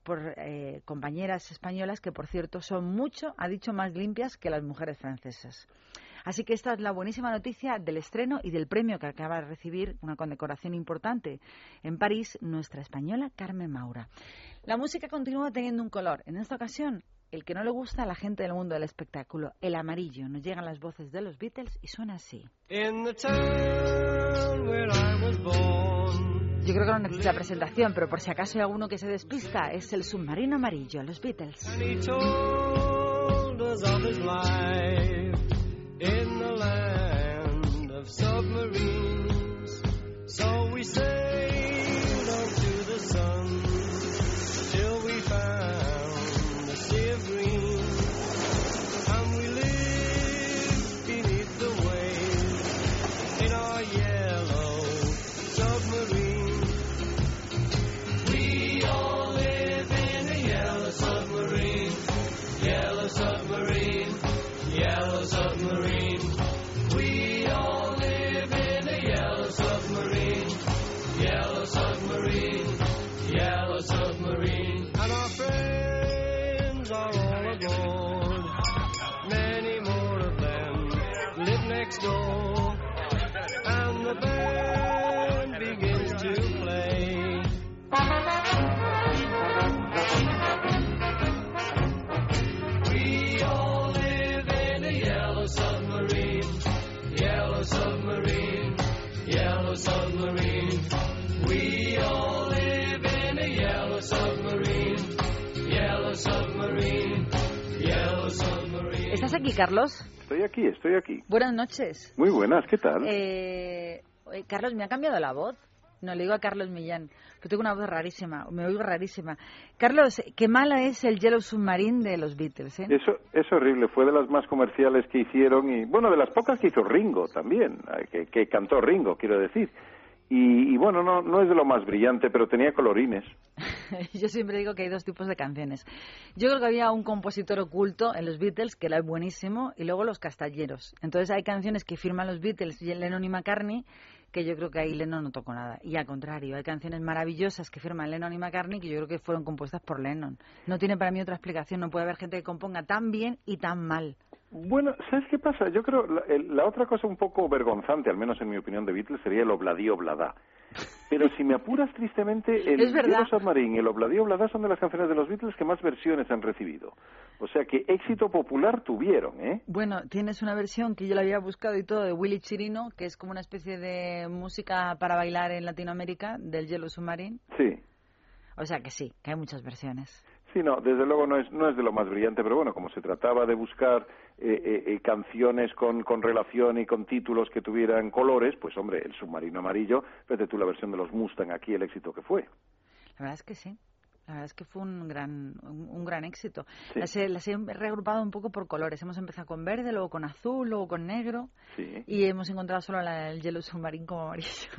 por eh, compañeras españolas que, por cierto, son mucho, ha dicho, más limpias que las mujeres francesas. Así que esta es la buenísima noticia del estreno y del premio que acaba de recibir, una condecoración importante en París, nuestra española Carmen Maura. La música continúa teniendo un color. En esta ocasión, el que no le gusta a la gente del mundo del espectáculo, el amarillo. Nos llegan las voces de los Beatles y suena así. In the town where I was born. Yo creo que no necesita presentación, pero por si acaso hay alguno que se despista, es el submarino amarillo, los Beatles. And he told us of his life in the land of submarines. So we sailed on to the sun till we found the sea of green. And we lived beneath the waves in our yellow submarine. We all live in a yellow submarine, yellow submarine, yellow submarine. We all live in a yellow submarine, yellow submarine, yellow submarine. And our friends are all aboard. Many more of them live next door. And the band begins to play. We all live in a yellow submarine, yellow submarine, yellow submarine. We all live in a yellow submarine, yellow submarine, yellow submarine. ¿Estás aquí, Carlos? Estoy aquí, estoy aquí. Buenas noches. Muy buenas, ¿qué tal? Eh, oye, Carlos, me ha cambiado la voz. No, le digo a Carlos Millán, que tengo una voz rarísima, me oigo rarísima. Carlos, qué mala es el Yellow Submarine de los Beatles, ¿eh? Eso es horrible, fue de las más comerciales que hicieron y, bueno, de las pocas que hizo Ringo también, que, que cantó Ringo, quiero decir. Y, y bueno, no, no es de lo más brillante, pero tenía colorines. Yo siempre digo que hay dos tipos de canciones. Yo creo que había un compositor oculto en los Beatles, que era buenísimo, y luego los castalleros. Entonces hay canciones que firman los Beatles, Lennon y McCartney, que yo creo que ahí Lennon no tocó nada. Y al contrario, hay canciones maravillosas que firman Lennon y McCartney que yo creo que fueron compuestas por Lennon. No tiene para mí otra explicación. No puede haber gente que componga tan bien y tan mal. Bueno, ¿sabes qué pasa? Yo creo la, el, la otra cosa un poco vergonzante, al menos en mi opinión, de Beatles sería el Obladí Oblada. Pero si me apuras tristemente, el Yellow Submarine y el Obladí Oblada son de las canciones de los Beatles que más versiones han recibido. O sea que éxito popular tuvieron, ¿eh? Bueno, tienes una versión que yo la había buscado y todo de Willy Chirino, que es como una especie de música para bailar en Latinoamérica, del Yellow Submarine. Sí. O sea que sí, que hay muchas versiones. Sí, no, desde luego no es no es de lo más brillante, pero bueno, como se trataba de buscar eh, eh, eh, canciones con, con relación y con títulos que tuvieran colores, pues hombre, el Submarino Amarillo, fíjate tú la versión de los Mustang aquí, el éxito que fue. La verdad es que sí. La verdad es que fue un gran un, un gran éxito. Sí. Las, he, las he reagrupado un poco por colores. Hemos empezado con verde, luego con azul, luego con negro. Sí. Y hemos encontrado solo la, el Yellow Submarine como amarillo.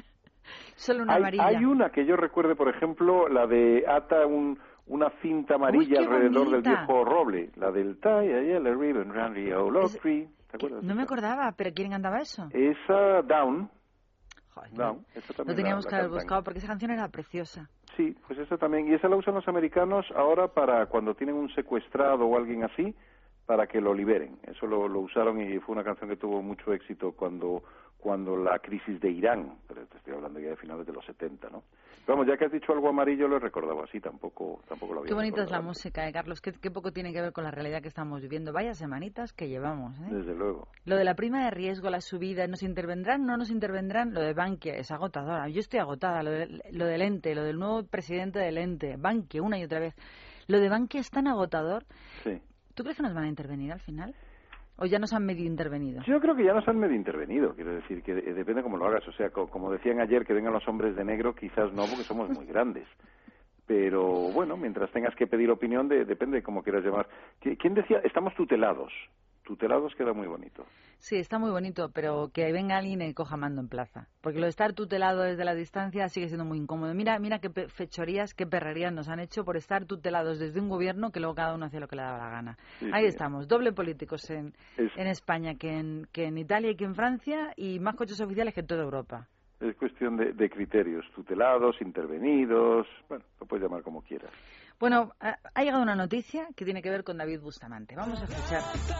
Solo una hay, amarilla. Hay una que yo recuerde, por ejemplo, la de ata un, una cinta amarilla Uy, alrededor bonita. del viejo roble. La del tie a yellow ribbon round the old oak tree. ¿Te acuerdas? No me acordaba, pero ¿quién cantaba eso? Esa Down. Joder, Down. Esa lo también teníamos la, que la haber cantan. buscado porque esa canción era preciosa. Sí, pues esa también. Y esa la usan los americanos ahora para cuando tienen un secuestrado o alguien así, para que lo liberen. Eso lo, lo usaron y fue una canción que tuvo mucho éxito cuando cuando la crisis de Irán, pero te estoy hablando ya de finales de los setenta, ¿no? Pero vamos, ya que has dicho algo amarillo, lo he recordado así, tampoco tampoco lo había Qué bonita es la recordado. música, ¿eh, Carlos? Qué, qué poco tiene que ver con la realidad que estamos viviendo. Vaya semanitas que llevamos, ¿eh? Desde luego. Lo de la prima de riesgo, la subida, ¿nos intervendrán? ¿No nos intervendrán? Lo de Bankia es agotadora. Yo estoy agotada. Lo, de, lo del ente, lo del nuevo presidente del ente, Bankia, una y otra vez. Lo de Bankia es tan agotador. Sí. ¿Tú crees que nos van a intervenir al final? ¿O ya nos han medio intervenido? Yo creo que ya nos han medio intervenido, quiero decir, que de- depende cómo lo hagas. O sea, co- como decían ayer, que vengan los hombres de negro, quizás no, porque somos muy grandes. Pero bueno, mientras tengas que pedir opinión, de, depende de cómo quieras llamar. ¿Qui- ¿Quién decía? Estamos tutelados. Tutelados queda muy bonito. Sí, está muy bonito, pero que venga alguien y coja mando en plaza. Porque lo de estar tutelado desde la distancia sigue siendo muy incómodo. Mira, mira qué pe- fechorías, qué perrerías nos han hecho por estar tutelados desde un gobierno que luego cada uno hacía lo que le daba la gana. Sí, Ahí sí. estamos, doble políticos en, Es- en España que en, que en Italia y que en Francia y más coches oficiales que en toda Europa. Es cuestión de, de criterios, tutelados, intervenidos, bueno, lo puedes llamar como quieras. Bueno, ha llegado una noticia que tiene que ver con David Bustamante. Vamos a escuchar.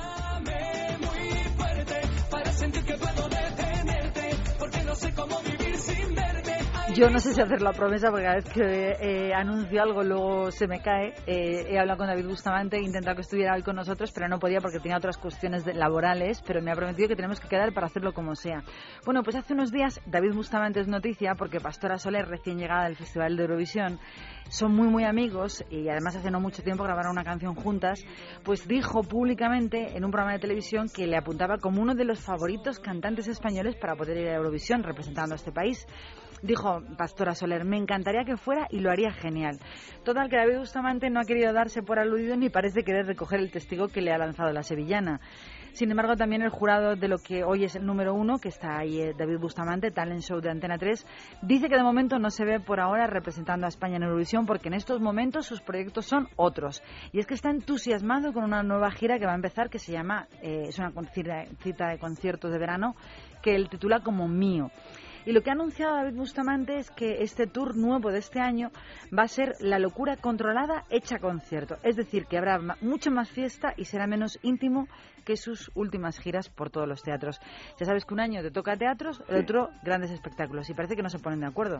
Muy fuerte para sentir que puedo detenerte, porque no sé cómo vivir sin verte. Yo no sé si hacer la promesa porque cada vez que eh, anuncio algo luego se me cae. Eh, he hablado con David Bustamante, he intentado que estuviera hoy con nosotros, pero no podía porque tenía otras cuestiones de, laborales, pero me ha prometido que tenemos que quedar para hacerlo como sea. Bueno, pues hace unos días David Bustamante es noticia porque Pastora Soler, recién llegada del Festival de Eurovisión, son muy muy amigos y además hace no mucho tiempo grabaron una canción juntas, pues dijo públicamente en un programa de televisión que le apuntaba como uno de los favoritos cantantes españoles para poder ir a Eurovisión representando a este país. Dijo Pastora Soler, me encantaría que fuera y lo haría genial. Total, que David Bustamante no ha querido darse por aludido ni parece querer recoger el testigo que le ha lanzado la sevillana. Sin embargo, también el jurado de lo que hoy es el número uno, que está ahí eh, David Bustamante, Talent Show de Antena tres, dice que de momento no se ve por ahora representando a España en Eurovisión porque en estos momentos sus proyectos son otros. Y es que está entusiasmado con una nueva gira que va a empezar, que se llama, eh, es una cita de conciertos de verano, que él titula como Mío. Y lo que ha anunciado David Bustamante es que este tour nuevo de este año va a ser la locura controlada hecha concierto. Es decir, que habrá mucho más fiesta y será menos íntimo que sus últimas giras por todos los teatros. Ya sabes que un año te toca teatros, el otro grandes espectáculos. Y parece que no se ponen de acuerdo.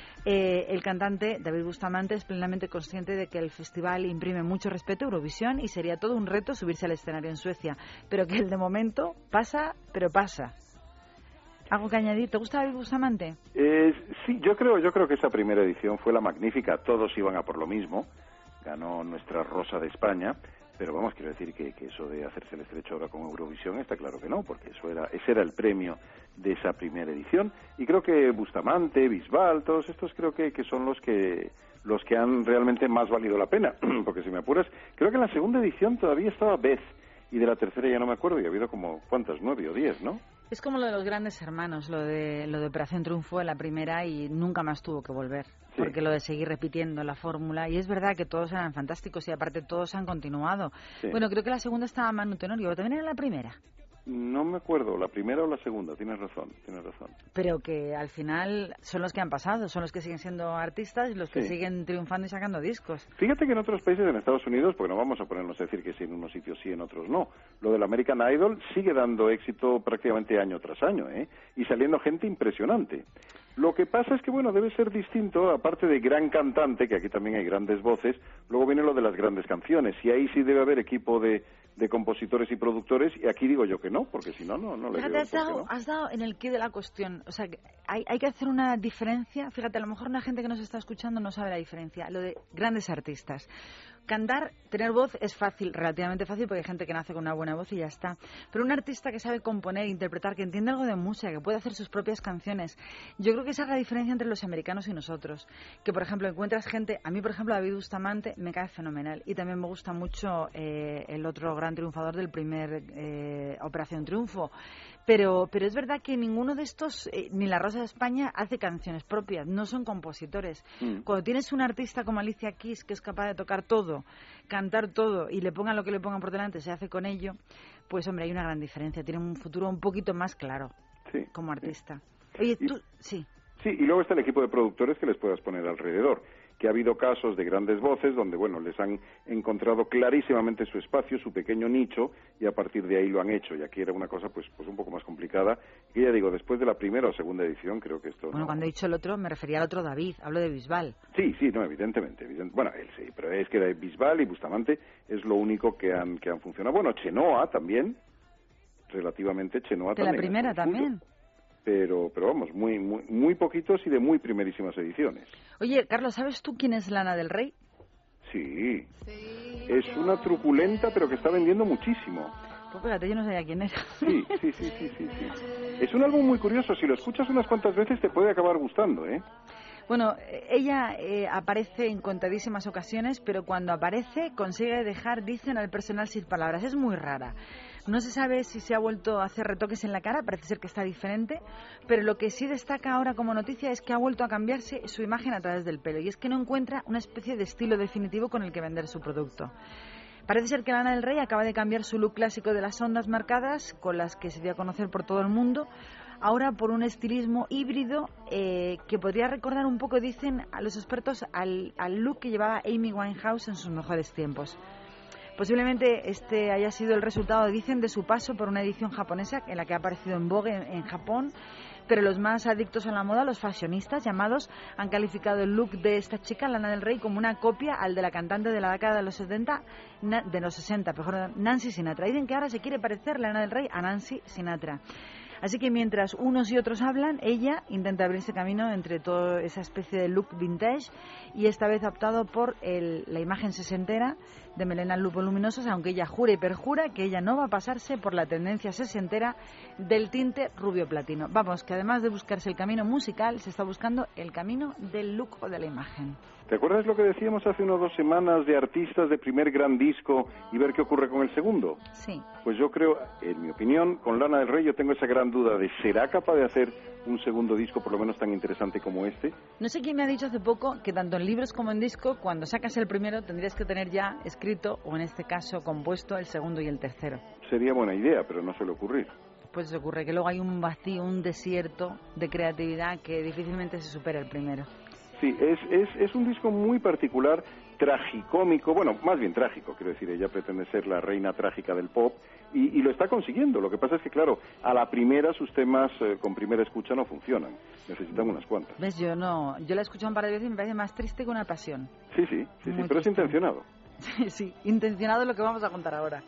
Eh, el cantante David Bustamante es plenamente consciente de que el festival imprime mucho respeto a Eurovisión y sería todo un reto subirse al escenario en Suecia. Pero que el de momento pasa, pero pasa. ¿Algo que añadir? ¿Te gusta David Bustamante? Eh, sí, yo creo, yo creo que esa primera edición fue la magnífica. Todos iban a por lo mismo. Ganó nuestra Rosa de España. Pero vamos, quiero decir que, que eso de hacerse el estrecho ahora con Eurovisión está claro que no, porque eso era, ese era el premio de esa primera edición. Y creo que Bustamante, Bisbal, todos estos creo que, que son los que los que han realmente más valido la pena. Porque si me apuras, creo que en la segunda edición todavía estaba Beth. Y de la tercera ya no me acuerdo, y ha habido como, ¿cuántas? Nueve o diez, ¿no? Es como lo de los grandes hermanos, lo de lo de Operación Triunfo en la primera y nunca más tuvo que volver, sí. Porque lo de seguir repitiendo la fórmula, y es verdad que todos eran fantásticos y aparte todos han continuado. Sí. Bueno, creo que la segunda estaba Manu Tenorio, ¿también era la primera? No me acuerdo, la primera o la segunda, tienes razón, tienes razón. Pero que al final son los que han pasado, son los que siguen siendo artistas y los que sí. siguen triunfando y sacando discos. Fíjate que en otros países, en Estados Unidos, porque no vamos a ponernos a decir que sí en unos sitios sí, en otros no, lo del American Idol sigue dando éxito prácticamente año tras año, ¿eh? Y saliendo gente impresionante. Lo que pasa es que, bueno, debe ser distinto, aparte de gran cantante, que aquí también hay grandes voces, luego viene lo de las grandes canciones, y ahí sí debe haber equipo de... de compositores y productores, y aquí digo yo que no, porque si no, no, no le fíjate, veo has dado, no. has dado en el quid de la cuestión, o sea, hay, hay que hacer una diferencia, fíjate, a lo mejor una gente que nos está escuchando no sabe la diferencia, lo de grandes artistas. Cantar, tener voz es fácil, relativamente fácil, porque hay gente que nace con una buena voz y ya está. Pero un artista que sabe componer, interpretar, que entiende algo de música, que puede hacer sus propias canciones, yo creo que esa es la diferencia entre los americanos y nosotros. Que, por ejemplo, encuentras gente, a mí, por ejemplo, David Bustamante me cae fenomenal. Y también me gusta mucho eh, el otro gran triunfador del primer eh, Operación Triunfo. Pero, pero es verdad que ninguno de estos, eh, ni la Rosa de España, hace canciones propias, no son compositores. Mm. Cuando tienes un artista como Alicia Keys, que es capaz de tocar todo, cantar todo, y le pongan lo que le pongan por delante, se hace con ello, pues hombre, hay una gran diferencia, tiene un futuro un poquito más claro, sí, como artista. Sí. Oye, tú, y, sí. Sí, y luego está el equipo de productores que les puedas poner alrededor. Que ha habido casos de grandes voces donde, bueno, les han encontrado clarísimamente su espacio, su pequeño nicho, y a partir de ahí lo han hecho. Y aquí era una cosa, pues, pues un poco más complicada. Y ya digo, después de la primera o segunda edición, creo que esto... Bueno, no... cuando he dicho el otro, me refería al otro David, hablo de Bisbal. Sí, sí, no, evidentemente. Evident... Bueno, él sí, pero es que Bisbal y Bustamante es lo único que han, que han funcionado. Bueno, Chenoa también, relativamente Chenoa de también. De la primera también. Pero, pero vamos, muy, muy, muy poquitos y de muy primerísimas ediciones. Oye, Carlos, ¿sabes tú quién es Lana del Rey? Sí, sí, es una truculenta, pero que está vendiendo muchísimo. Pues fíjate, yo no sabía quién era. Sí, sí, sí, sí, sí, sí. Es un álbum muy curioso, si lo escuchas unas cuantas veces te puede acabar gustando, ¿eh? Bueno, ella eh, aparece en contadísimas ocasiones, pero cuando aparece consigue dejar, dicen, al personal sin palabras. Es muy rara. No se sabe si se ha vuelto a hacer retoques en la cara, parece ser que está diferente, pero lo que sí destaca ahora como noticia es que ha vuelto a cambiarse su imagen a través del pelo, y es que no encuentra una especie de estilo definitivo con el que vender su producto. Parece ser que Lana del Rey acaba de cambiar su look clásico de las ondas marcadas, con las que se dio a conocer por todo el mundo, ahora por un estilismo híbrido eh, que podría recordar un poco, dicen a los expertos, al, al look que llevaba Amy Winehouse en sus mejores tiempos. Posiblemente este haya sido el resultado, dicen, de su paso por una edición japonesa en la que ha aparecido en Vogue en, en Japón, pero los más adictos a la moda, los fashionistas llamados, han calificado el look de esta chica, Lana del Rey, como una copia al de la cantante de la década de los setenta, de los sesenta, mejor, Nancy Sinatra. Dicen que ahora se quiere parecer Lana del Rey a Nancy Sinatra. Así que mientras unos y otros hablan, ella intenta abrirse camino entre toda esa especie de look vintage y esta vez ha optado por el, la imagen sesentera de melenas luminosas, aunque ella jura y perjura que ella no va a pasarse por la tendencia sesentera del tinte rubio platino. Vamos, que además de buscarse el camino musical, se está buscando el camino del look o de la imagen. ¿Te acuerdas lo que decíamos hace unas dos semanas de artistas de primer gran disco y ver qué ocurre con el segundo? Sí. Pues yo creo, en mi opinión, con Lana del Rey yo tengo esa gran duda de ¿será capaz de hacer un segundo disco por lo menos tan interesante como este? No sé quién me ha dicho hace poco que tanto en libros como en disco, cuando sacas el primero tendrías que tener ya escrito, o en este caso compuesto, el segundo y el tercero. Sería buena idea, pero no suele ocurrir. Pues se ocurre que luego hay un vacío, un desierto de creatividad que difícilmente se supera el primero. Sí, es, es, es un disco muy particular, tragicómico, bueno, más bien trágico, quiero decir, ella pretende ser la reina trágica del pop y, y lo está consiguiendo. Lo que pasa es que, claro, a la primera sus temas eh, con primera escucha no funcionan, necesitan unas cuantas. ¿Ves? Yo no, yo la he escuchado un par de veces y me parece más triste que una pasión. Sí, sí, sí, sí, pero es intencionado. Sí, sí, intencionado lo que vamos a contar ahora.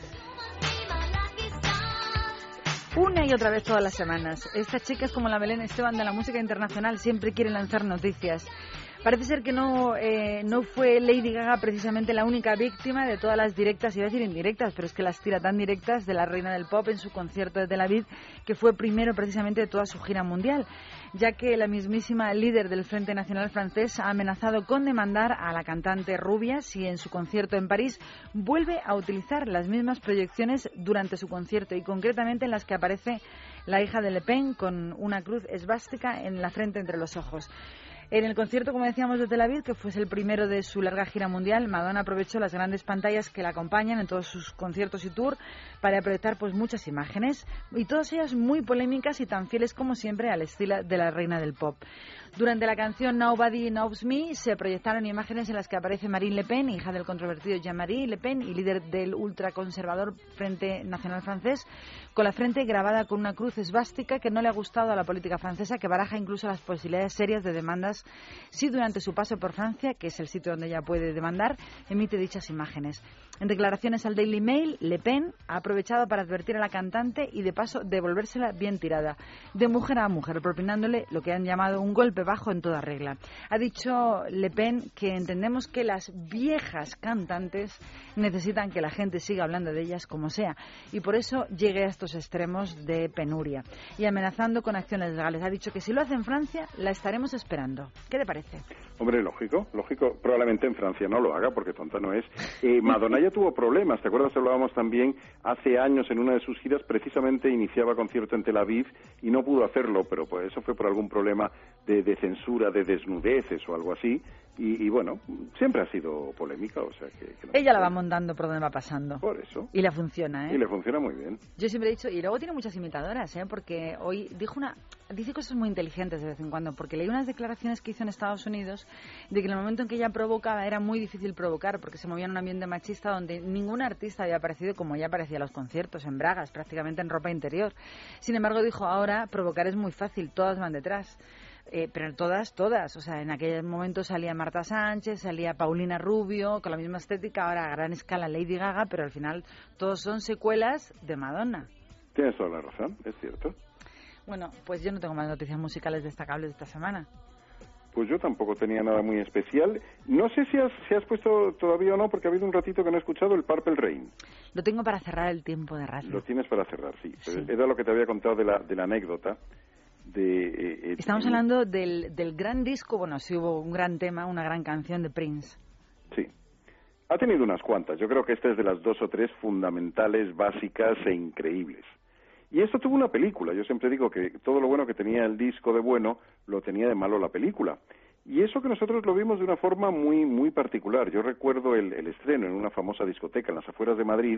Una y otra vez todas las semanas. Esta chica es como la Belén Esteban de la música internacional, siempre quiere lanzar noticias. Parece ser que no, eh, no fue Lady Gaga precisamente la única víctima de todas las directas, iba a decir indirectas, pero es que las tira tan directas de la reina del pop en su concierto de Tel Aviv, que fue primero precisamente de toda su gira mundial, ya que la mismísima líder del Frente Nacional francés ha amenazado con demandar a la cantante rubia si en su concierto en París vuelve a utilizar las mismas proyecciones durante su concierto y concretamente en las que aparece la hija de Le Pen con una cruz esvástica en la frente entre los ojos. En el concierto, como decíamos, de Tel Aviv, que fue el primero de su larga gira mundial, Madonna aprovechó las grandes pantallas que la acompañan en todos sus conciertos y tour para proyectar pues muchas imágenes, y todas ellas muy polémicas y tan fieles como siempre al estilo de la reina del pop. Durante la canción Nobody Knows Me se proyectaron imágenes en las que aparece Marine Le Pen, hija del controvertido Jean-Marie Le Pen y líder del ultraconservador Frente Nacional francés, con la frente grabada con una cruz esvástica que no le ha gustado a la política francesa, que baraja incluso las posibilidades serias de demandas si durante su paso por Francia, que es el sitio donde ella puede demandar, emite dichas imágenes. En declaraciones al Daily Mail, Le Pen ha aprovechado para advertir a la cantante y de paso devolvérsela bien tirada, de mujer a mujer, propinándole lo que han llamado un golpe bajo en toda regla. Ha dicho Le Pen que entendemos que las viejas cantantes necesitan que la gente siga hablando de ellas como sea, y por eso llegue a estos extremos de penuria, y amenazando con acciones legales. Ha dicho que si lo hace en Francia, la estaremos esperando. ¿Qué te parece? Hombre, lógico, lógico. Probablemente en Francia no lo haga, porque tonta no es. Eh, Madonna ya tuvo problemas, ¿te acuerdas? Hablábamos también hace años en una de sus giras, precisamente iniciaba concierto en Tel Aviv y no pudo hacerlo, pero pues eso fue por algún problema de, de censura, de desnudeces o algo así. Y, y bueno, siempre ha sido polémica, o sea que... que no Ella la va montando por donde va pasando. Por eso. Y le funciona, ¿eh? Y le funciona muy bien. Yo siempre he dicho, y luego tiene muchas imitadoras, ¿eh? Porque hoy dijo una... Dice cosas muy inteligentes de vez en cuando, porque leí unas declaraciones que hizo en Estados Unidos de que en el momento en que ella provocaba era muy difícil provocar, porque se movía en un ambiente machista donde ningún artista había aparecido como ella aparecía en los conciertos, en bragas, prácticamente en ropa interior. Sin embargo, dijo, ahora provocar es muy fácil, todas van detrás. Eh, pero todas, todas, o sea, en aquel momento salía Marta Sánchez, salía Paulina Rubio, con la misma estética, ahora a gran escala Lady Gaga, pero al final todos son secuelas de Madonna. Tienes toda la razón, es cierto. Bueno, pues yo no tengo más noticias musicales destacables de esta semana. Pues yo tampoco tenía nada muy especial. No sé si has, si has puesto todavía o no, porque ha habido un ratito que no he escuchado el Purple Rain. Lo tengo para cerrar el tiempo de radio. Lo tienes para cerrar, sí. Sí. Era lo que te había contado de la, de la anécdota. De, eh, Estamos eh, hablando del, del gran disco, bueno, sí hubo un gran tema, una gran canción de Prince. Sí. Ha tenido unas cuantas. Yo creo que esta es de las dos o tres fundamentales, básicas e increíbles. Y esto tuvo una película. Yo siempre digo que todo lo bueno que tenía el disco de bueno, lo tenía de malo la película. Y eso que nosotros lo vimos de una forma muy muy particular. Yo recuerdo el, el estreno en una famosa discoteca en las afueras de Madrid,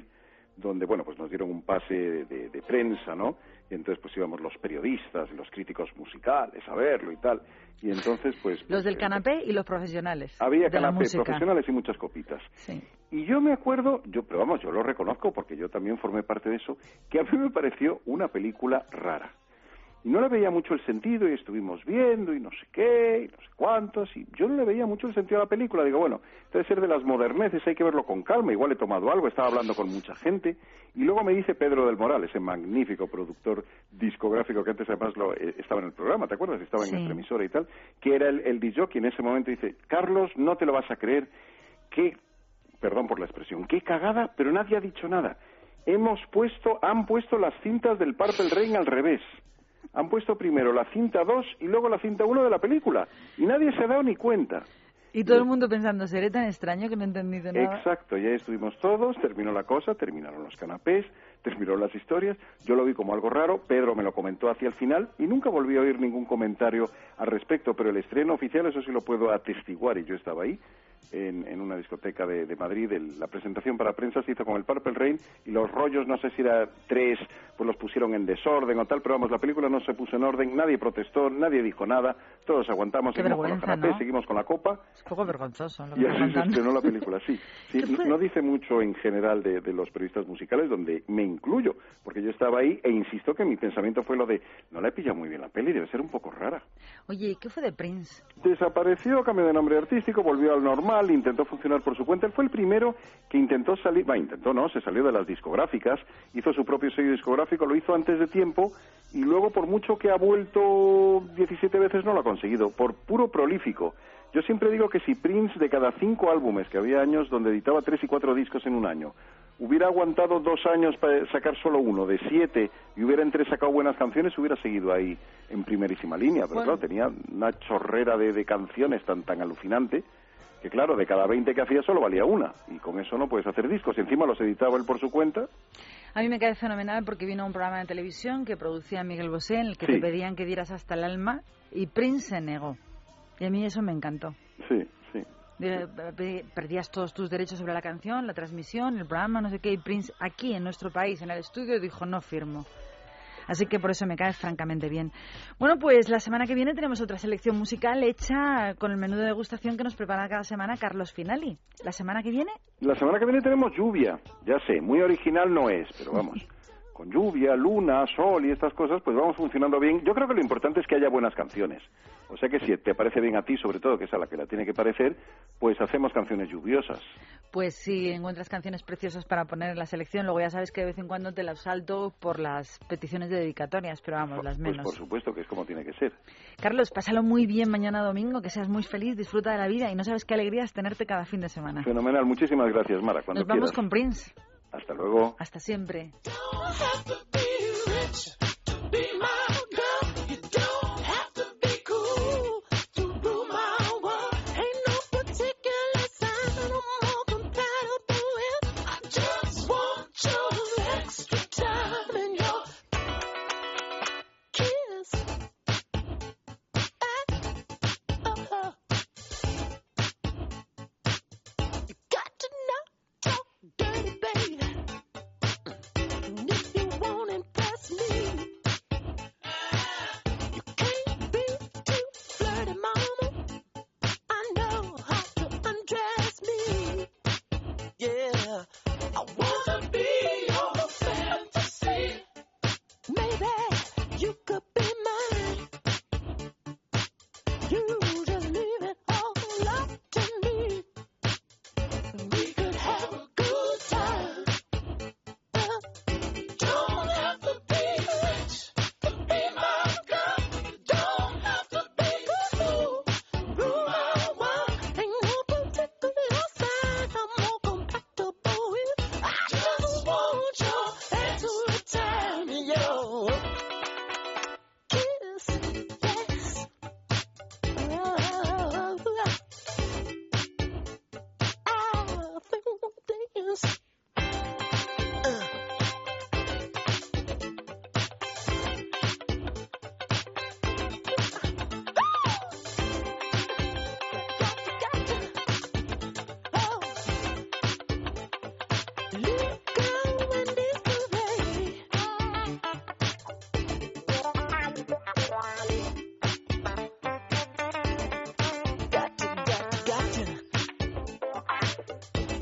donde, bueno, pues nos dieron un pase de, de, de prensa, ¿no? Y entonces pues íbamos los periodistas y los críticos musicales a verlo y tal. Y entonces pues... Los del eh, canapé y los profesionales. Había de canapé, profesionales y muchas copitas. Sí. Y yo me acuerdo, yo pero vamos, yo lo reconozco porque yo también formé parte de eso, que a mí me pareció una película rara. Y no le veía mucho el sentido y estuvimos viendo y no sé qué, y no sé cuántos, y yo no le veía mucho el sentido a la película. Digo, bueno, debe ser de las moderneces, hay que verlo con calma, igual he tomado algo, estaba hablando con mucha gente. Y luego me dice Pedro del Moral, ese magnífico productor discográfico que antes además lo, eh, estaba en el programa, ¿te acuerdas? Estaba en Sí. nuestra emisora y tal, que era el, el disc jockey en ese momento, dice, Carlos, no te lo vas a creer, qué, perdón por la expresión, qué cagada, pero nadie ha dicho nada. Hemos puesto, han puesto las cintas del Purple Rain al revés. Han puesto primero la cinta dos y luego la cinta uno de la película. Y nadie se ha dado ni cuenta. Y todo el mundo pensando, ¿seré tan extraño que no he entendido nada? Exacto, ya estuvimos todos, terminó la cosa, terminaron los canapés, terminaron las historias. Yo lo vi como algo raro, Pedro me lo comentó hacia el final y nunca volví a oír ningún comentario al respecto. Pero el estreno oficial, eso sí lo puedo atestiguar, y yo estaba ahí. En, en una discoteca de, de Madrid, el, la presentación para prensa se hizo con el Purple Rain y los rollos, no sé si era tres, pues los pusieron en desorden o tal, pero vamos, la película no se puso en orden, nadie protestó, nadie dijo nada, todos aguantamos, Qué seguimos con los vergüenza, canapés, ¿no? seguimos con la copa. Es un poco vergonzoso lo que Y me así se contan. estrenó la película, sí. sí ¿Qué fue? no dice mucho en general de, de los periodistas musicales, donde me incluyo, porque yo estaba ahí e insisto que mi pensamiento fue lo de, no la he pillado muy bien la peli, debe ser un poco rara. Oye, ¿qué fue de Prince? Desapareció, cambió de nombre artístico, volvió al normal, intentó funcionar por su cuenta. Él fue el primero que intentó salir, va, intentó no, se salió de las discográficas, hizo su propio sello discográfico, lo hizo antes de tiempo y luego por mucho que ha vuelto diecisiete veces no lo ha conseguido, por puro prolífico. Yo siempre digo que si Prince, de cada cinco álbumes, que había años donde editaba tres y cuatro discos en un año, hubiera aguantado dos años para sacar solo uno, de siete, y hubiera entre sacado buenas canciones, hubiera seguido ahí en primerísima línea. Pero Bueno. claro, tenía una chorrera de, de canciones tan tan alucinante que claro, de cada veinte que hacía solo valía una, y con eso no puedes hacer discos, y encima los editaba él por su cuenta. A mí me cae fenomenal porque vino un programa de televisión que producía Miguel Bosé en el que Sí. te pedían que dieras hasta el alma y Prince se negó. Y a mí eso me encantó. Sí, sí. Eh, pe- Perdías todos tus derechos sobre la canción, la transmisión, el programa, no sé qué, y Prince aquí en nuestro país, en el estudio, dijo no firmo. Así que por eso me cae francamente bien. Bueno, pues la semana que viene tenemos otra selección musical hecha con el menú de degustación que nos prepara cada semana Carlos Finali. ¿La semana que viene? La semana que viene tenemos lluvia, ya sé, muy original no es, pero vamos, con lluvia, luna, sol y estas cosas, pues vamos funcionando bien. Yo creo que lo importante es que haya buenas canciones. O sea que si te parece bien a ti, sobre todo, que es a la que la tiene que parecer, pues hacemos canciones lluviosas. Pues si encuentras canciones preciosas para poner en la selección, luego ya sabes que de vez en cuando te las salto por las peticiones de dedicatorias, pero vamos, las menos. Pues por supuesto que es como tiene que ser. Carlos, pásalo muy bien mañana domingo, que seas muy feliz, disfruta de la vida y no sabes qué alegría es tenerte cada fin de semana. Fenomenal, muchísimas gracias, Mara, cuando Nos vamos quieras. con Prince. Hasta luego. Hasta siempre.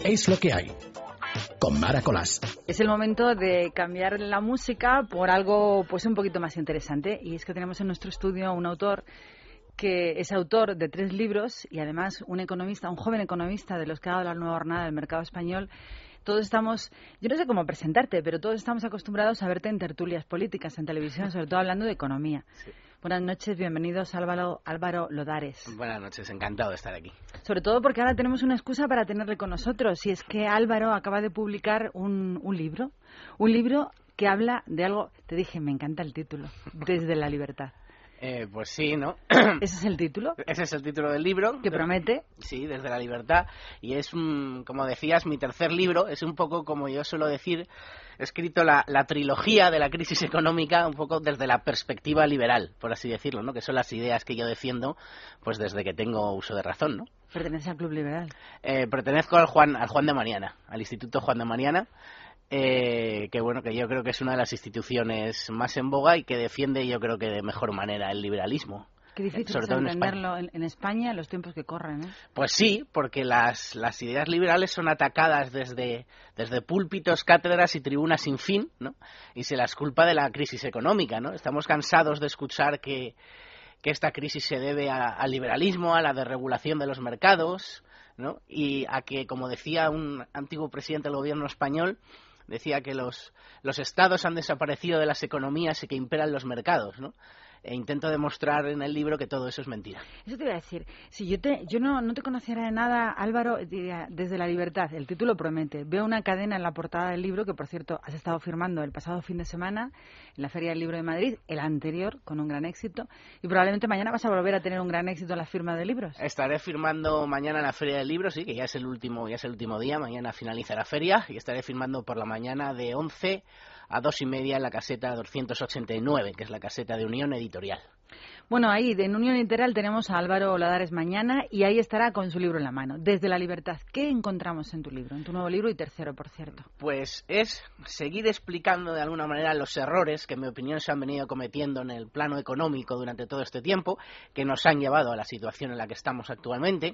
Es lo que hay. Con Mara Colás. Es el momento de cambiar la música por algo pues un poquito más interesante. Y es que tenemos en nuestro estudio un autor que es autor de tres libros y además un economista, un joven economista de los que ha dado la nueva jornada del mercado español. Todos estamos, yo no sé cómo presentarte, pero todos estamos acostumbrados a verte en tertulias políticas, en televisión, sobre todo hablando de economía. Sí. Buenas noches, bienvenidos Álvaro, Álvaro Lodares. Buenas noches, encantado de estar aquí. Sobre todo porque ahora tenemos una excusa para tenerle con nosotros, y es que Álvaro acaba de publicar un, un libro, un libro que habla de algo, te dije, me encanta el título, Desde la Libertad. Eh, pues sí, ¿no? ¿Ese es el título? Ese es el título del libro. ¿Que promete? Sí, Desde la Libertad. Y es, un, como decías, mi tercer libro. Es un poco, como yo suelo decir, he escrito la, la trilogía de la crisis económica un poco desde la perspectiva liberal, por así decirlo, ¿no? Que son las ideas que yo defiendo pues desde que tengo uso de razón, ¿no? ¿Perteneces al Club Liberal? Eh, pertenezco al Juan, al Juan de Mariana, al Instituto Juan de Mariana. Eh, que bueno, que yo creo que es una de las instituciones más en boga y que defiende, yo creo que de mejor manera, el liberalismo. Qué difícil sobre es todo entenderlo en España. En, en España en los tiempos que corren, ¿eh? Pues sí, porque las, las ideas liberales son atacadas desde, desde púlpitos, cátedras y tribunas sin fin, ¿no? Y se las culpa de la crisis económica, ¿no? Estamos cansados de escuchar que, que esta crisis se debe a, al liberalismo, a la desregulación de los mercados, ¿no? Y a que, como decía un antiguo presidente del gobierno español, decía que los, los estados han desaparecido de las economías y que imperan los mercados, ¿no? E intento demostrar en el libro que todo eso es mentira. Eso te iba a decir. Si yo te, yo no, no te conociera de nada, Álvaro, diría, Desde la Libertad, el título promete. Veo una cadena en la portada del libro que, por cierto, has estado firmando el pasado fin de semana en la Feria del Libro de Madrid, el anterior, con un gran éxito, y probablemente mañana vas a volver a tener un gran éxito en la firma de libros. Estaré firmando mañana en la Feria del Libro, sí, que ya es el último, ya es el último día, mañana finaliza la feria, y estaré firmando por la mañana de once a dos y media en la caseta doscientos ochenta y nueve, que es la caseta de Unión Editorial. Bueno, ahí en Unión Editorial tenemos a Álvaro Lodares mañana y ahí estará con su libro en la mano, Desde la Libertad. ¿Qué encontramos en tu libro, en tu nuevo libro y tercero, por cierto? Pues es seguir explicando de alguna manera los errores que, en mi opinión, se han venido cometiendo en el plano económico durante todo este tiempo, que nos han llevado a la situación en la que estamos actualmente.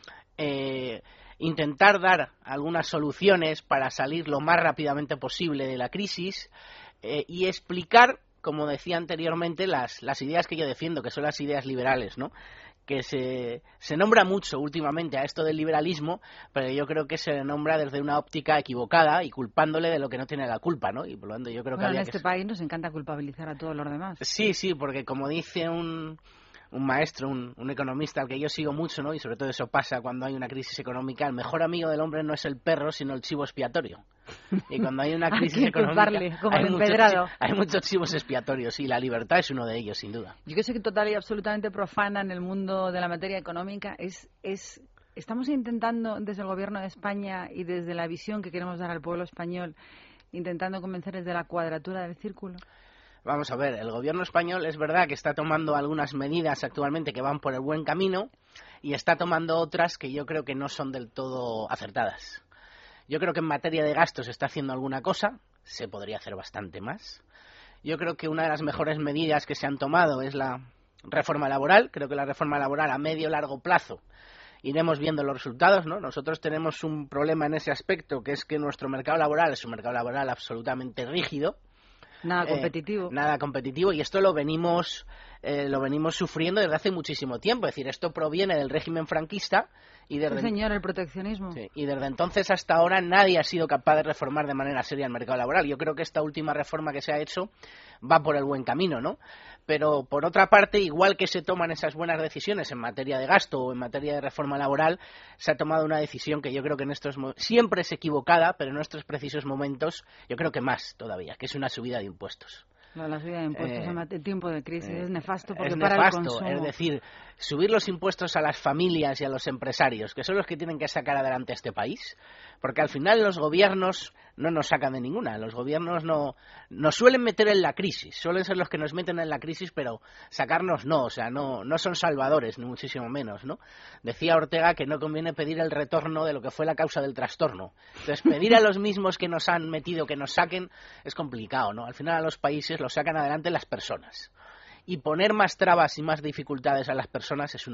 Eh... Intentar dar algunas soluciones para salir lo más rápidamente posible de la crisis eh, y explicar, como decía anteriormente, las, las ideas que yo defiendo, que son las ideas liberales, ¿no? Que se, se nombra mucho últimamente a esto del liberalismo, pero yo creo que se nombra desde una óptica equivocada y culpándole de lo que no tiene la culpa, ¿no? Y por lo tanto yo creo bueno, que en este que... país nos encanta culpabilizar a todos los demás. Sí, sí, porque como dice un... un maestro, un, un economista al que yo sigo mucho, ¿no? Y sobre todo eso pasa cuando hay una crisis económica. El mejor amigo del hombre no es el perro, sino el chivo expiatorio. Y cuando hay una crisis hay económica darle, como hay, muchos, hay muchos chivos expiatorios y la libertad es uno de ellos, sin duda. Yo que soy total y absolutamente profana en el mundo de la materia económica, es, es estamos intentando desde el gobierno de España y desde la visión que queremos dar al pueblo español, intentando convencerles de la cuadratura del círculo. Vamos a ver, el gobierno español es verdad que está tomando algunas medidas actualmente que van por el buen camino y está tomando otras que yo creo que no son del todo acertadas. Yo creo que en materia de gastos está haciendo alguna cosa, se podría hacer bastante más. Yo creo que una de las mejores medidas que se han tomado es la reforma laboral. Creo que la reforma laboral a medio largo plazo iremos viendo los resultados, ¿no? Nosotros tenemos un problema en ese aspecto, que es que nuestro mercado laboral es un mercado laboral absolutamente rígido. Nada competitivo. Eh, nada competitivo y esto lo venimos eh, lo venimos sufriendo desde hace muchísimo tiempo. Es decir, esto proviene del régimen franquista y desde, sí, señor, el proteccionismo. Sí, y desde entonces hasta ahora nadie ha sido capaz de reformar de manera seria el mercado laboral. Yo creo que esta última reforma que se ha hecho va por el buen camino, ¿no? Pero por otra parte, igual que se toman esas buenas decisiones en materia de gasto o en materia de reforma laboral, se ha tomado una decisión que yo creo que en estos siempre es equivocada, pero en estos precisos momentos yo creo que más todavía, que es una subida de impuestos. La, la subida de impuestos eh, en tiempo de crisis eh, es nefasto porque es para nefasto, el consumo. Es decir, subir los impuestos a las familias y a los empresarios, que son los que tienen que sacar adelante este país, porque al final los gobiernos no nos sacan de ninguna. Los gobiernos no nos suelen meter en la crisis, suelen ser los que nos meten en la crisis, pero sacarnos no, o sea, no, no son salvadores, ni muchísimo menos, ¿no? Decía Ortega que no conviene pedir el retorno de lo que fue la causa del trastorno. Entonces, pedir a los mismos que nos han metido que nos saquen es complicado, ¿no? Al final a los países los sacan adelante las personas. Y poner más trabas y más dificultades a las personas es un error.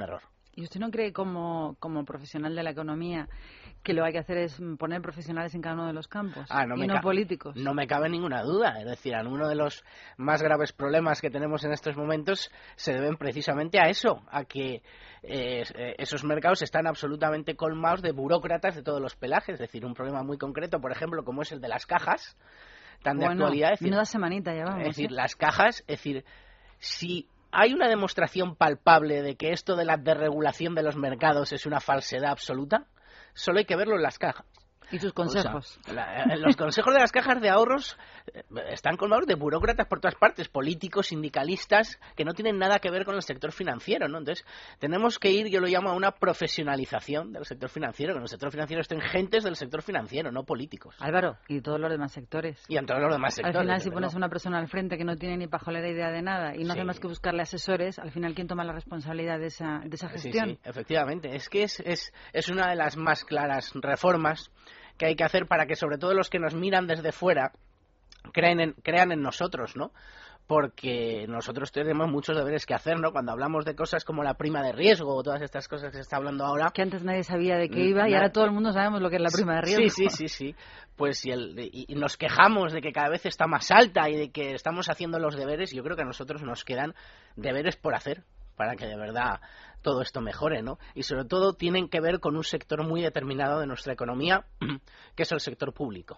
¿Y usted no cree como, como profesional de la economía que lo que hay que hacer es poner profesionales en cada uno de los campos ah, no y me no ca- políticos? No me cabe ninguna duda. Es decir, uno de los más graves problemas que tenemos en estos momentos se deben precisamente a eso, a que eh, esos mercados están absolutamente colmados de burócratas de todos los pelajes. Es decir, un problema muy concreto, por ejemplo, como es el de las cajas, tan de Bueno, actualidad. Es decir, menuda semanita llevamos. es decir, ¿eh? las cajas, es decir, si hay una demostración palpable de que esto de la desregulación de los mercados es una falsedad absoluta, solo hay que verlo en las cajas. Y sus consejos. O sea, la, los consejos de las cajas de ahorros eh, están colmados de burócratas por todas partes, políticos, sindicalistas, que no tienen nada que ver con el sector financiero, ¿no? Entonces, tenemos que ir, yo lo llamo a una profesionalización del sector financiero, que en el sector financiero estén gentes del sector financiero, no políticos. Álvaro, y todos los demás sectores. Y en todos los demás sectores. Al final, si desde pones luego. a una persona al frente que no tiene ni pajolera idea de nada y no Sí. hace más que buscarle asesores, al final, ¿quién toma la responsabilidad de esa, de esa gestión? Sí, sí, efectivamente. Es que es, es, es una de las más claras reformas que hay que hacer para que sobre todo los que nos miran desde fuera crean en, crean en nosotros, ¿no? Porque nosotros tenemos muchos deberes que hacer, ¿no? Cuando hablamos de cosas como la prima de riesgo o todas estas cosas que se está hablando ahora. Que antes nadie sabía de qué iba y Na- ahora todo el mundo sabemos lo que es la prima de riesgo. Sí, sí, sí, sí. Pues y, el, y, y nos quejamos de que cada vez está más alta y de que estamos haciendo los deberes. Yo creo que a nosotros nos quedan deberes por hacer para que de verdad todo esto mejore, ¿no? Y sobre todo tienen que ver con un sector muy determinado de nuestra economía, que es el sector público.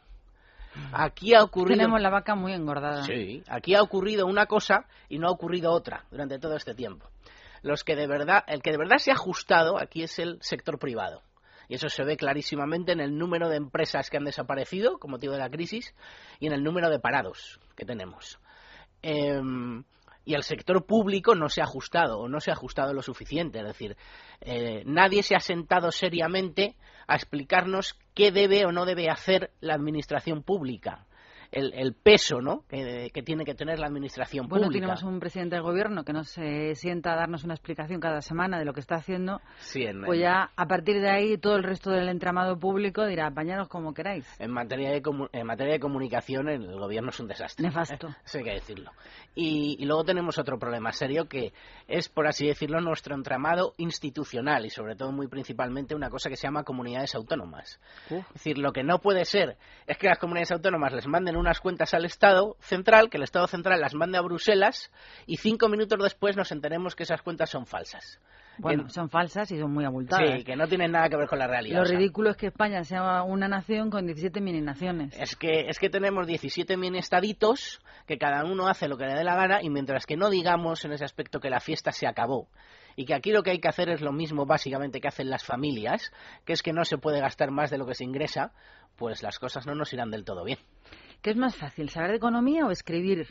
Aquí ha ocurrido... Tenemos la vaca muy engordada. Sí, aquí ha ocurrido una cosa y no ha ocurrido otra durante todo este tiempo. Los que de verdad, el que de verdad se ha ajustado aquí es el sector privado. Y eso se ve clarísimamente en el número de empresas que han desaparecido con motivo de la crisis y en el número de parados que tenemos. Eh, y el sector público no se ha ajustado o no se ha ajustado lo suficiente. Es decir, eh, nadie se ha sentado seriamente a explicarnos qué debe o no debe hacer la administración pública. El, el peso, ¿no?, que, que tiene que tener la administración Bueno, pública. tenemos un presidente del gobierno que no se sienta a darnos una explicación cada semana de lo que está haciendo. Sí, en, Pues ya, a partir de ahí, todo el resto del entramado público dirá, apañaros como queráis. En materia de, comu- en materia de comunicación, el gobierno es un desastre. Nefasto. Eso hay que decirlo. Y, y luego tenemos otro problema serio que es, por así decirlo, nuestro entramado institucional y sobre todo muy principalmente una cosa que se llama comunidades autónomas. Uf. Es decir, lo que no puede ser es que las comunidades autónomas les manden unas cuentas al Estado central, que el Estado central las mande a Bruselas y cinco minutos después nos enteremos que esas cuentas son falsas. Bueno, Que- son falsas y son muy abultadas. Sí, que no tienen nada que ver con la realidad. Lo o sea, ridículo es que España sea una nación con diecisiete mini naciones. Es que, es que tenemos diecisiete mini estaditos que cada uno hace lo que le dé la gana y mientras que no digamos en ese aspecto que la fiesta se acabó y que aquí lo que hay que hacer es lo mismo básicamente que hacen las familias, que es que no se puede gastar más de lo que se ingresa, pues las cosas no nos irán del todo bien. ¿Qué es más fácil, saber de economía o escribir?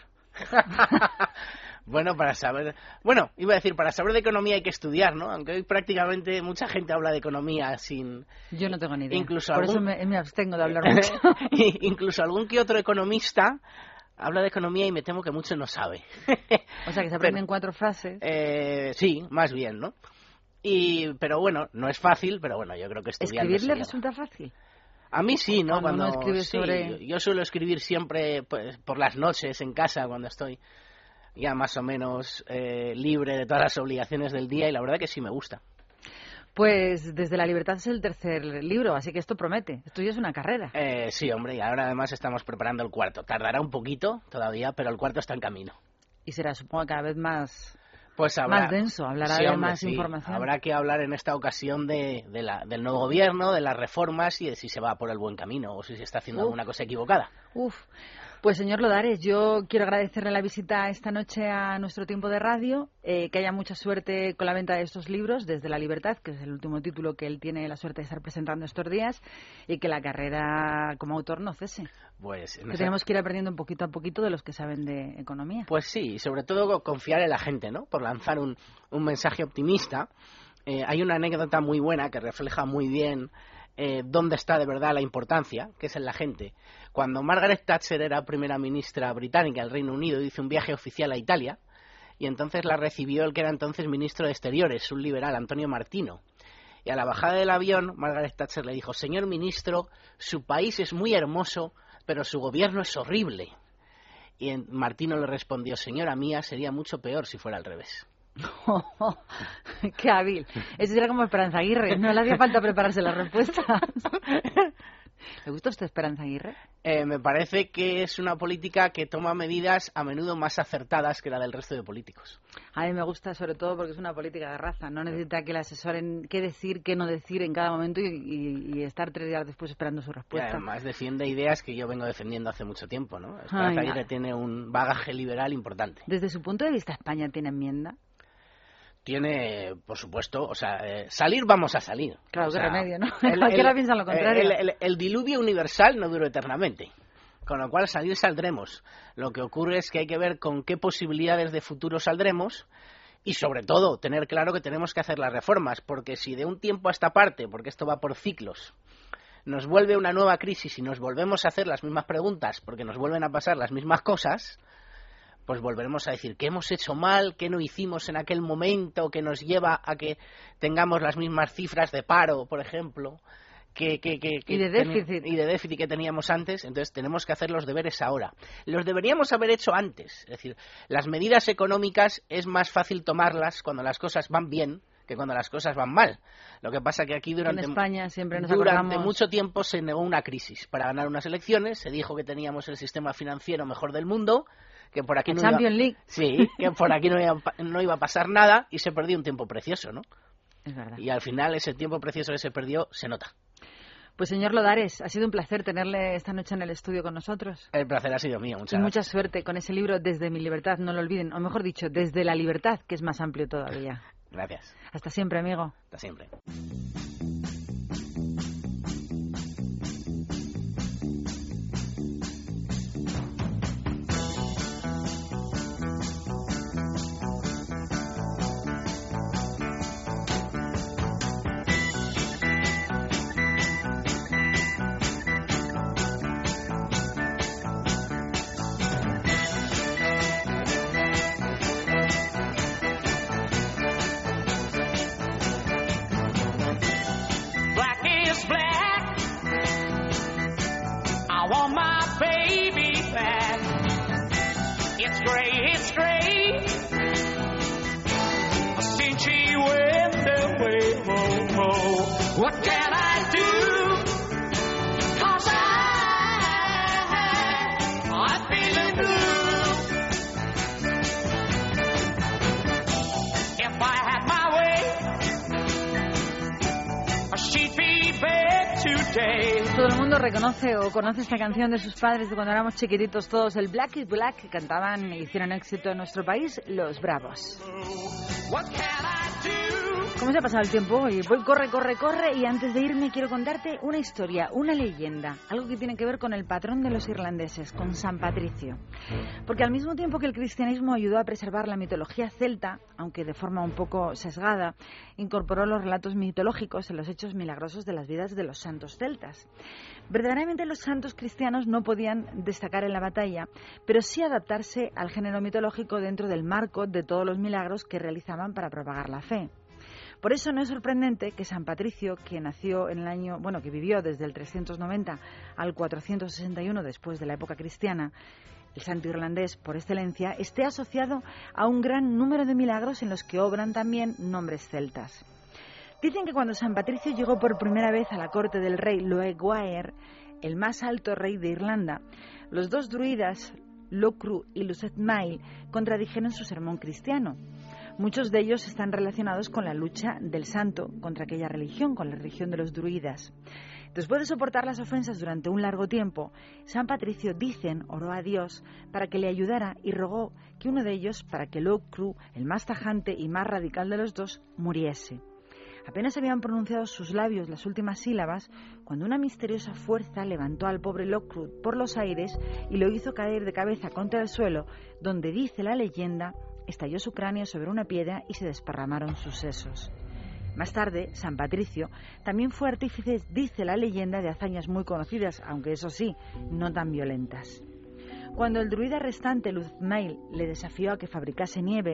Bueno, para saber, bueno, iba a decir, para saber de economía hay que estudiar, ¿no? Aunque hoy prácticamente mucha gente habla de economía sin... Yo no tengo ni idea. Incluso Por algún- eso me, me abstengo de hablar mucho. Incluso algún que otro economista habla de economía y me temo que mucho no sabe. O sea, que se aprenden cuatro frases. Eh, sí, más bien, ¿no? Y, pero bueno, no es fácil, pero bueno, yo creo que estudiando ¿Escribir se le llega. resulta fácil? A mí sí, ¿no? Cuando uno Cuando, escribe sí, sobre- yo, yo suelo escribir siempre pues, por las noches en casa cuando estoy ya más o menos eh, libre de todas las obligaciones del día y la verdad que sí me gusta. Pues Desde la Libertad es el tercer libro, así que esto promete. Esto ya es una carrera. Eh, sí, hombre, y ahora además estamos preparando el cuarto. Tardará un poquito todavía, pero el cuarto está en camino. Y será, supongo, cada vez más, Pues habrá, más denso. Hablará sí, de hombre, más sí. información. Habrá que hablar en esta ocasión de, de la, del nuevo gobierno, de las reformas y de si se va por el buen camino o si se está haciendo Uf. alguna cosa equivocada. Uf. Pues señor Lodares, yo quiero agradecerle la visita esta noche a nuestro tiempo de radio, eh, que haya mucha suerte con la venta de estos libros, Desde la Libertad, que es el último título que él tiene la suerte de estar presentando estos días, y que la carrera como autor no cese. Pues, en Que esa- tenemos que ir aprendiendo un poquito a poquito de los que saben de economía. Pues sí, y sobre todo confiar en la gente, ¿no? Por lanzar un, un mensaje optimista. Eh, hay una anécdota muy buena que refleja muy bien eh, dónde está de verdad la importancia, que es en la gente. Cuando Margaret Thatcher era primera ministra británica del Reino Unido, hizo un viaje oficial a Italia y entonces la recibió el que era entonces ministro de Exteriores, un liberal, Antonio Martino. Y a la bajada del avión, Margaret Thatcher le dijo: señor ministro, su país es muy hermoso, pero su gobierno es horrible. Y en- Martino le respondió: señora mía, sería mucho peor si fuera al revés. Qué hábil. Eso era como Esperanza Aguirre. No le hacía falta prepararse las respuestas. ¿Le gusta a usted Esperanza Aguirre? Eh, me parece que es una política que toma medidas a menudo más acertadas que la del resto de políticos. A mí me gusta sobre todo porque es una política de raza. No necesita que le asesoren qué decir, qué no decir en cada momento y, y, y estar tres días después esperando su respuesta. Y además defiende ideas que yo vengo defendiendo hace mucho tiempo, ¿no? Esperanza Ay, Aguirre tiene un bagaje liberal importante. Desde su punto de vista, ¿España tiene enmienda? Tiene, por supuesto, o sea, eh, salir vamos a salir. Claro, o qué sea, remedio, ¿no? El, Cualquiera el, piensa lo contrario. El, el, el diluvio universal no dura eternamente, con lo cual salir saldremos. Lo que ocurre es que hay que ver con qué posibilidades de futuro saldremos y, sobre todo, tener claro que tenemos que hacer las reformas, porque si de un tiempo a esta parte, porque esto va por ciclos, nos vuelve una nueva crisis y nos volvemos a hacer las mismas preguntas porque nos vuelven a pasar las mismas cosas, pues volveremos a decir qué hemos hecho mal, qué no hicimos en aquel momento que nos lleva a que tengamos las mismas cifras de paro, por ejemplo, que, que, que, que y de déficit ten, y de déficit que teníamos antes. Entonces tenemos que hacer los deberes ahora. Los deberíamos haber hecho antes. Es decir, las medidas económicas es más fácil tomarlas cuando las cosas van bien que cuando las cosas van mal. Lo que pasa que aquí durante, en España siempre nos durante acordamos... mucho tiempo se negó una crisis para ganar unas elecciones, se dijo que teníamos el sistema financiero mejor del mundo, que por aquí no Champions iba, League. sí, que por aquí no iba, no iba a pasar nada y se perdió un tiempo precioso, ¿no? Es verdad. Y al final ese tiempo precioso que se perdió se nota. Pues señor Lodares, ha sido un placer tenerle esta noche en el estudio con nosotros. El placer ha sido mío, muchas y gracias. mucha suerte con ese libro Desde mi libertad, no lo olviden, o mejor dicho, Desde la libertad, que es más amplio todavía. Gracias. Hasta siempre, amigo. Hasta siempre. What can I do? 'Cause I, I'm feeling blue. If I had my way, she'd be bed today. Todo el mundo reconoce o conoce esta canción de sus padres de cuando éramos chiquititos todos, el Black is Black, que cantaban e hicieron éxito en nuestro país, Los Bravos. What can I do? ¿Cómo se ha pasado el tiempo hoy? Voy, corre, corre, corre, y antes de irme quiero contarte una historia, una leyenda, algo que tiene que ver con el patrón de los irlandeses, con San Patricio. Porque al mismo tiempo que el cristianismo ayudó a preservar la mitología celta, aunque de forma un poco sesgada, incorporó los relatos mitológicos en los hechos milagrosos de las vidas de los santos celtas. Verdaderamente los santos cristianos no podían destacar en la batalla, pero sí adaptarse al género mitológico dentro del marco de todos los milagros que realizaban para propagar la fe. Por eso no es sorprendente que San Patricio, que nació en el año, bueno, que vivió desde el trescientos noventa al cuatrocientos sesenta y uno después de la época cristiana, el santo irlandés por excelencia, esté asociado a un gran número de milagros en los que obran también nombres celtas. Dicen que cuando San Patricio llegó por primera vez a la corte del rey Loeguaer, el más alto rey de Irlanda, los dos druidas, Locru y Lusetmail, contradijeron su sermón cristiano. Muchos de ellos están relacionados con la lucha del santo contra aquella religión, con la religión de los druidas. Después de soportar las ofensas durante un largo tiempo, San Patricio, dicen, oró a Dios para que le ayudara y rogó que uno de ellos, para que Locru, el más tajante y más radical de los dos, muriese. Apenas habían pronunciado sus labios las últimas sílabas, cuando una misteriosa fuerza levantó al pobre Locru por los aires y lo hizo caer de cabeza contra el suelo, donde, dice la leyenda, estalló su cráneo sobre una piedra y se desparramaron sus sesos. Más tarde, San Patricio también fue artífice, dice la leyenda, de hazañas muy conocidas, aunque eso sí, no tan violentas. Cuando el druida restante Lusetmail le desafió a que fabricase nieve,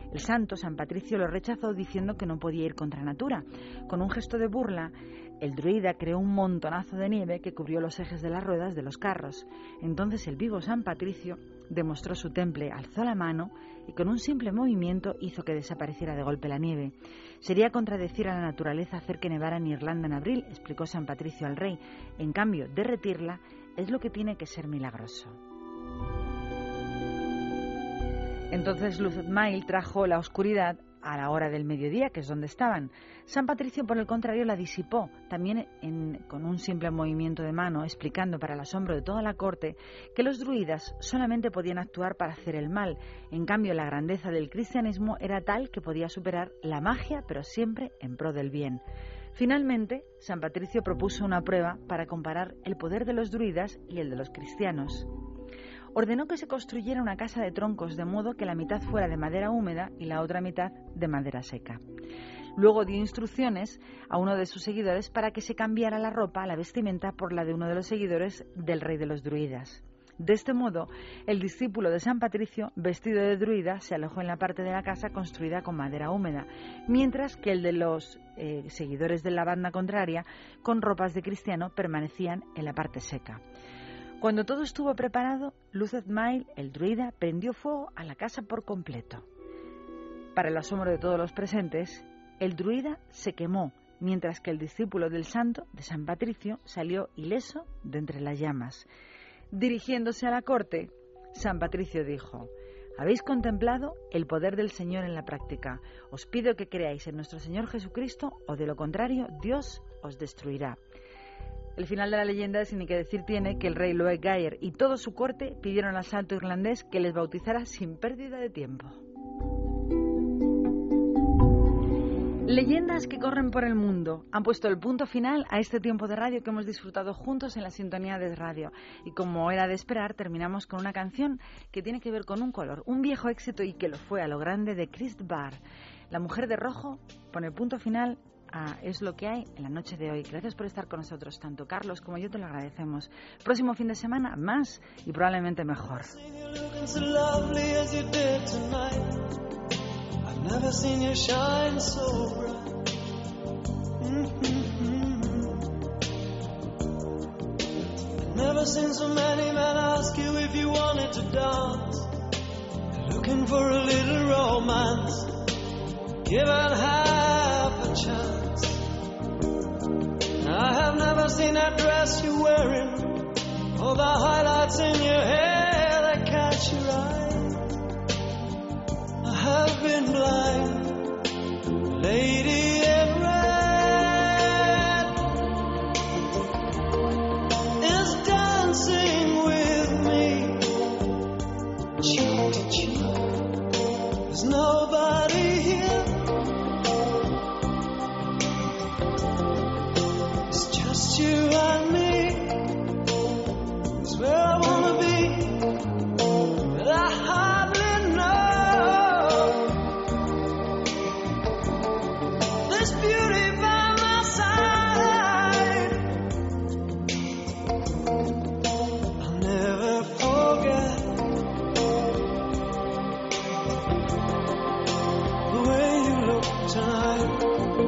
El santo, San Patricio, lo rechazó diciendo que no podía ir contra natura. Con un gesto de burla, el druida creó un montonazo de nieve que cubrió los ejes de las ruedas de los carros. Entonces el vivo San Patricio demostró su temple, alzó la mano y con un simple movimiento hizo que desapareciera de golpe la nieve. Sería contradecir a la naturaleza hacer que nevara en Irlanda en abril, explicó San Patricio al rey. En cambio, derretirla es lo que tiene que ser milagroso. Entonces Luzmail trajo la oscuridad a la hora del mediodía, que es donde estaban. San Patricio, por el contrario, la disipó, también en, con un simple movimiento de mano, explicando para el asombro de toda la corte que los druidas solamente podían actuar para hacer el mal. En cambio, la grandeza del cristianismo era tal que podía superar la magia, pero siempre en pro del bien. Finalmente, San Patricio propuso una prueba para comparar el poder de los druidas y el de los cristianos. Ordenó que se construyera una casa de troncos de modo que la mitad fuera de madera húmeda y la otra mitad de madera seca. Luego dio instrucciones a uno de sus seguidores para que se cambiara la ropa, la vestimenta, por la de uno de los seguidores del rey de los druidas. De este modo, el discípulo de San Patricio, vestido de druida, se alojó en la parte de la casa construida con madera húmeda, mientras que el de los eh, seguidores de la banda contraria, con ropas de cristiano, permanecían en la parte seca. Cuando todo estuvo preparado, Luzmail, el druida, prendió fuego a la casa por completo. Para el asombro de todos los presentes, el druida se quemó, mientras que el discípulo del santo, de San Patricio, salió ileso de entre las llamas. Dirigiéndose a la corte, San Patricio dijo: ¿habéis contemplado el poder del Señor en la práctica? Os pido que creáis en nuestro Señor Jesucristo, o de lo contrario, Dios os destruirá. El final de la leyenda, sin ni que decir tiene, que el rey Loeg Gaer y toda su corte pidieron al santo irlandés que les bautizara sin pérdida de tiempo. Leyendas que corren por el mundo han puesto el punto final a este tiempo de radio que hemos disfrutado juntos en la sintonía de radio. Y como era de esperar, terminamos con una canción que tiene que ver con un color, un viejo éxito y que lo fue a lo grande, de Chris Barr. La mujer de rojo pone punto final a Es lo que hay en la noche de hoy. Gracias por estar con nosotros, tanto Carlos como yo te lo agradecemos. Próximo fin de semana, más y probablemente mejor. Never seen you shine so bright. Mm-hmm. Never seen so many men ask you if you wanted to dance. Looking for a little romance, given half a chance. I have never seen that dress you're wearing, or the highlights in your hair that catch your eye. I have been blind, lady in red is dancing with me, cheek to cheek. There's nobody here, it's just you and me. It's where I wanna be, but I hardly know. This beauty by my side, I'll never forget the way you look tonight.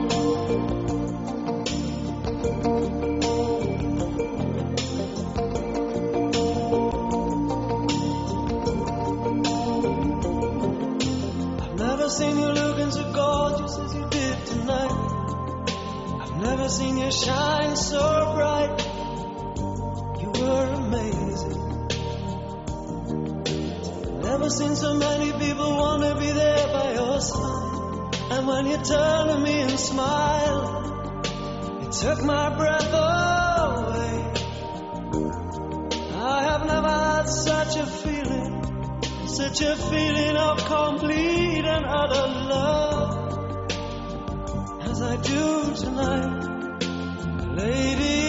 I've never seen you looking so gorgeous as you did tonight. I've never seen you shine so bright. You were amazing. Never seen so many people want to be there by your side. And when you turn to me and smile, it took my breath away. I have never had such a feeling, such a feeling of complete and utter love as I do tonight, lady.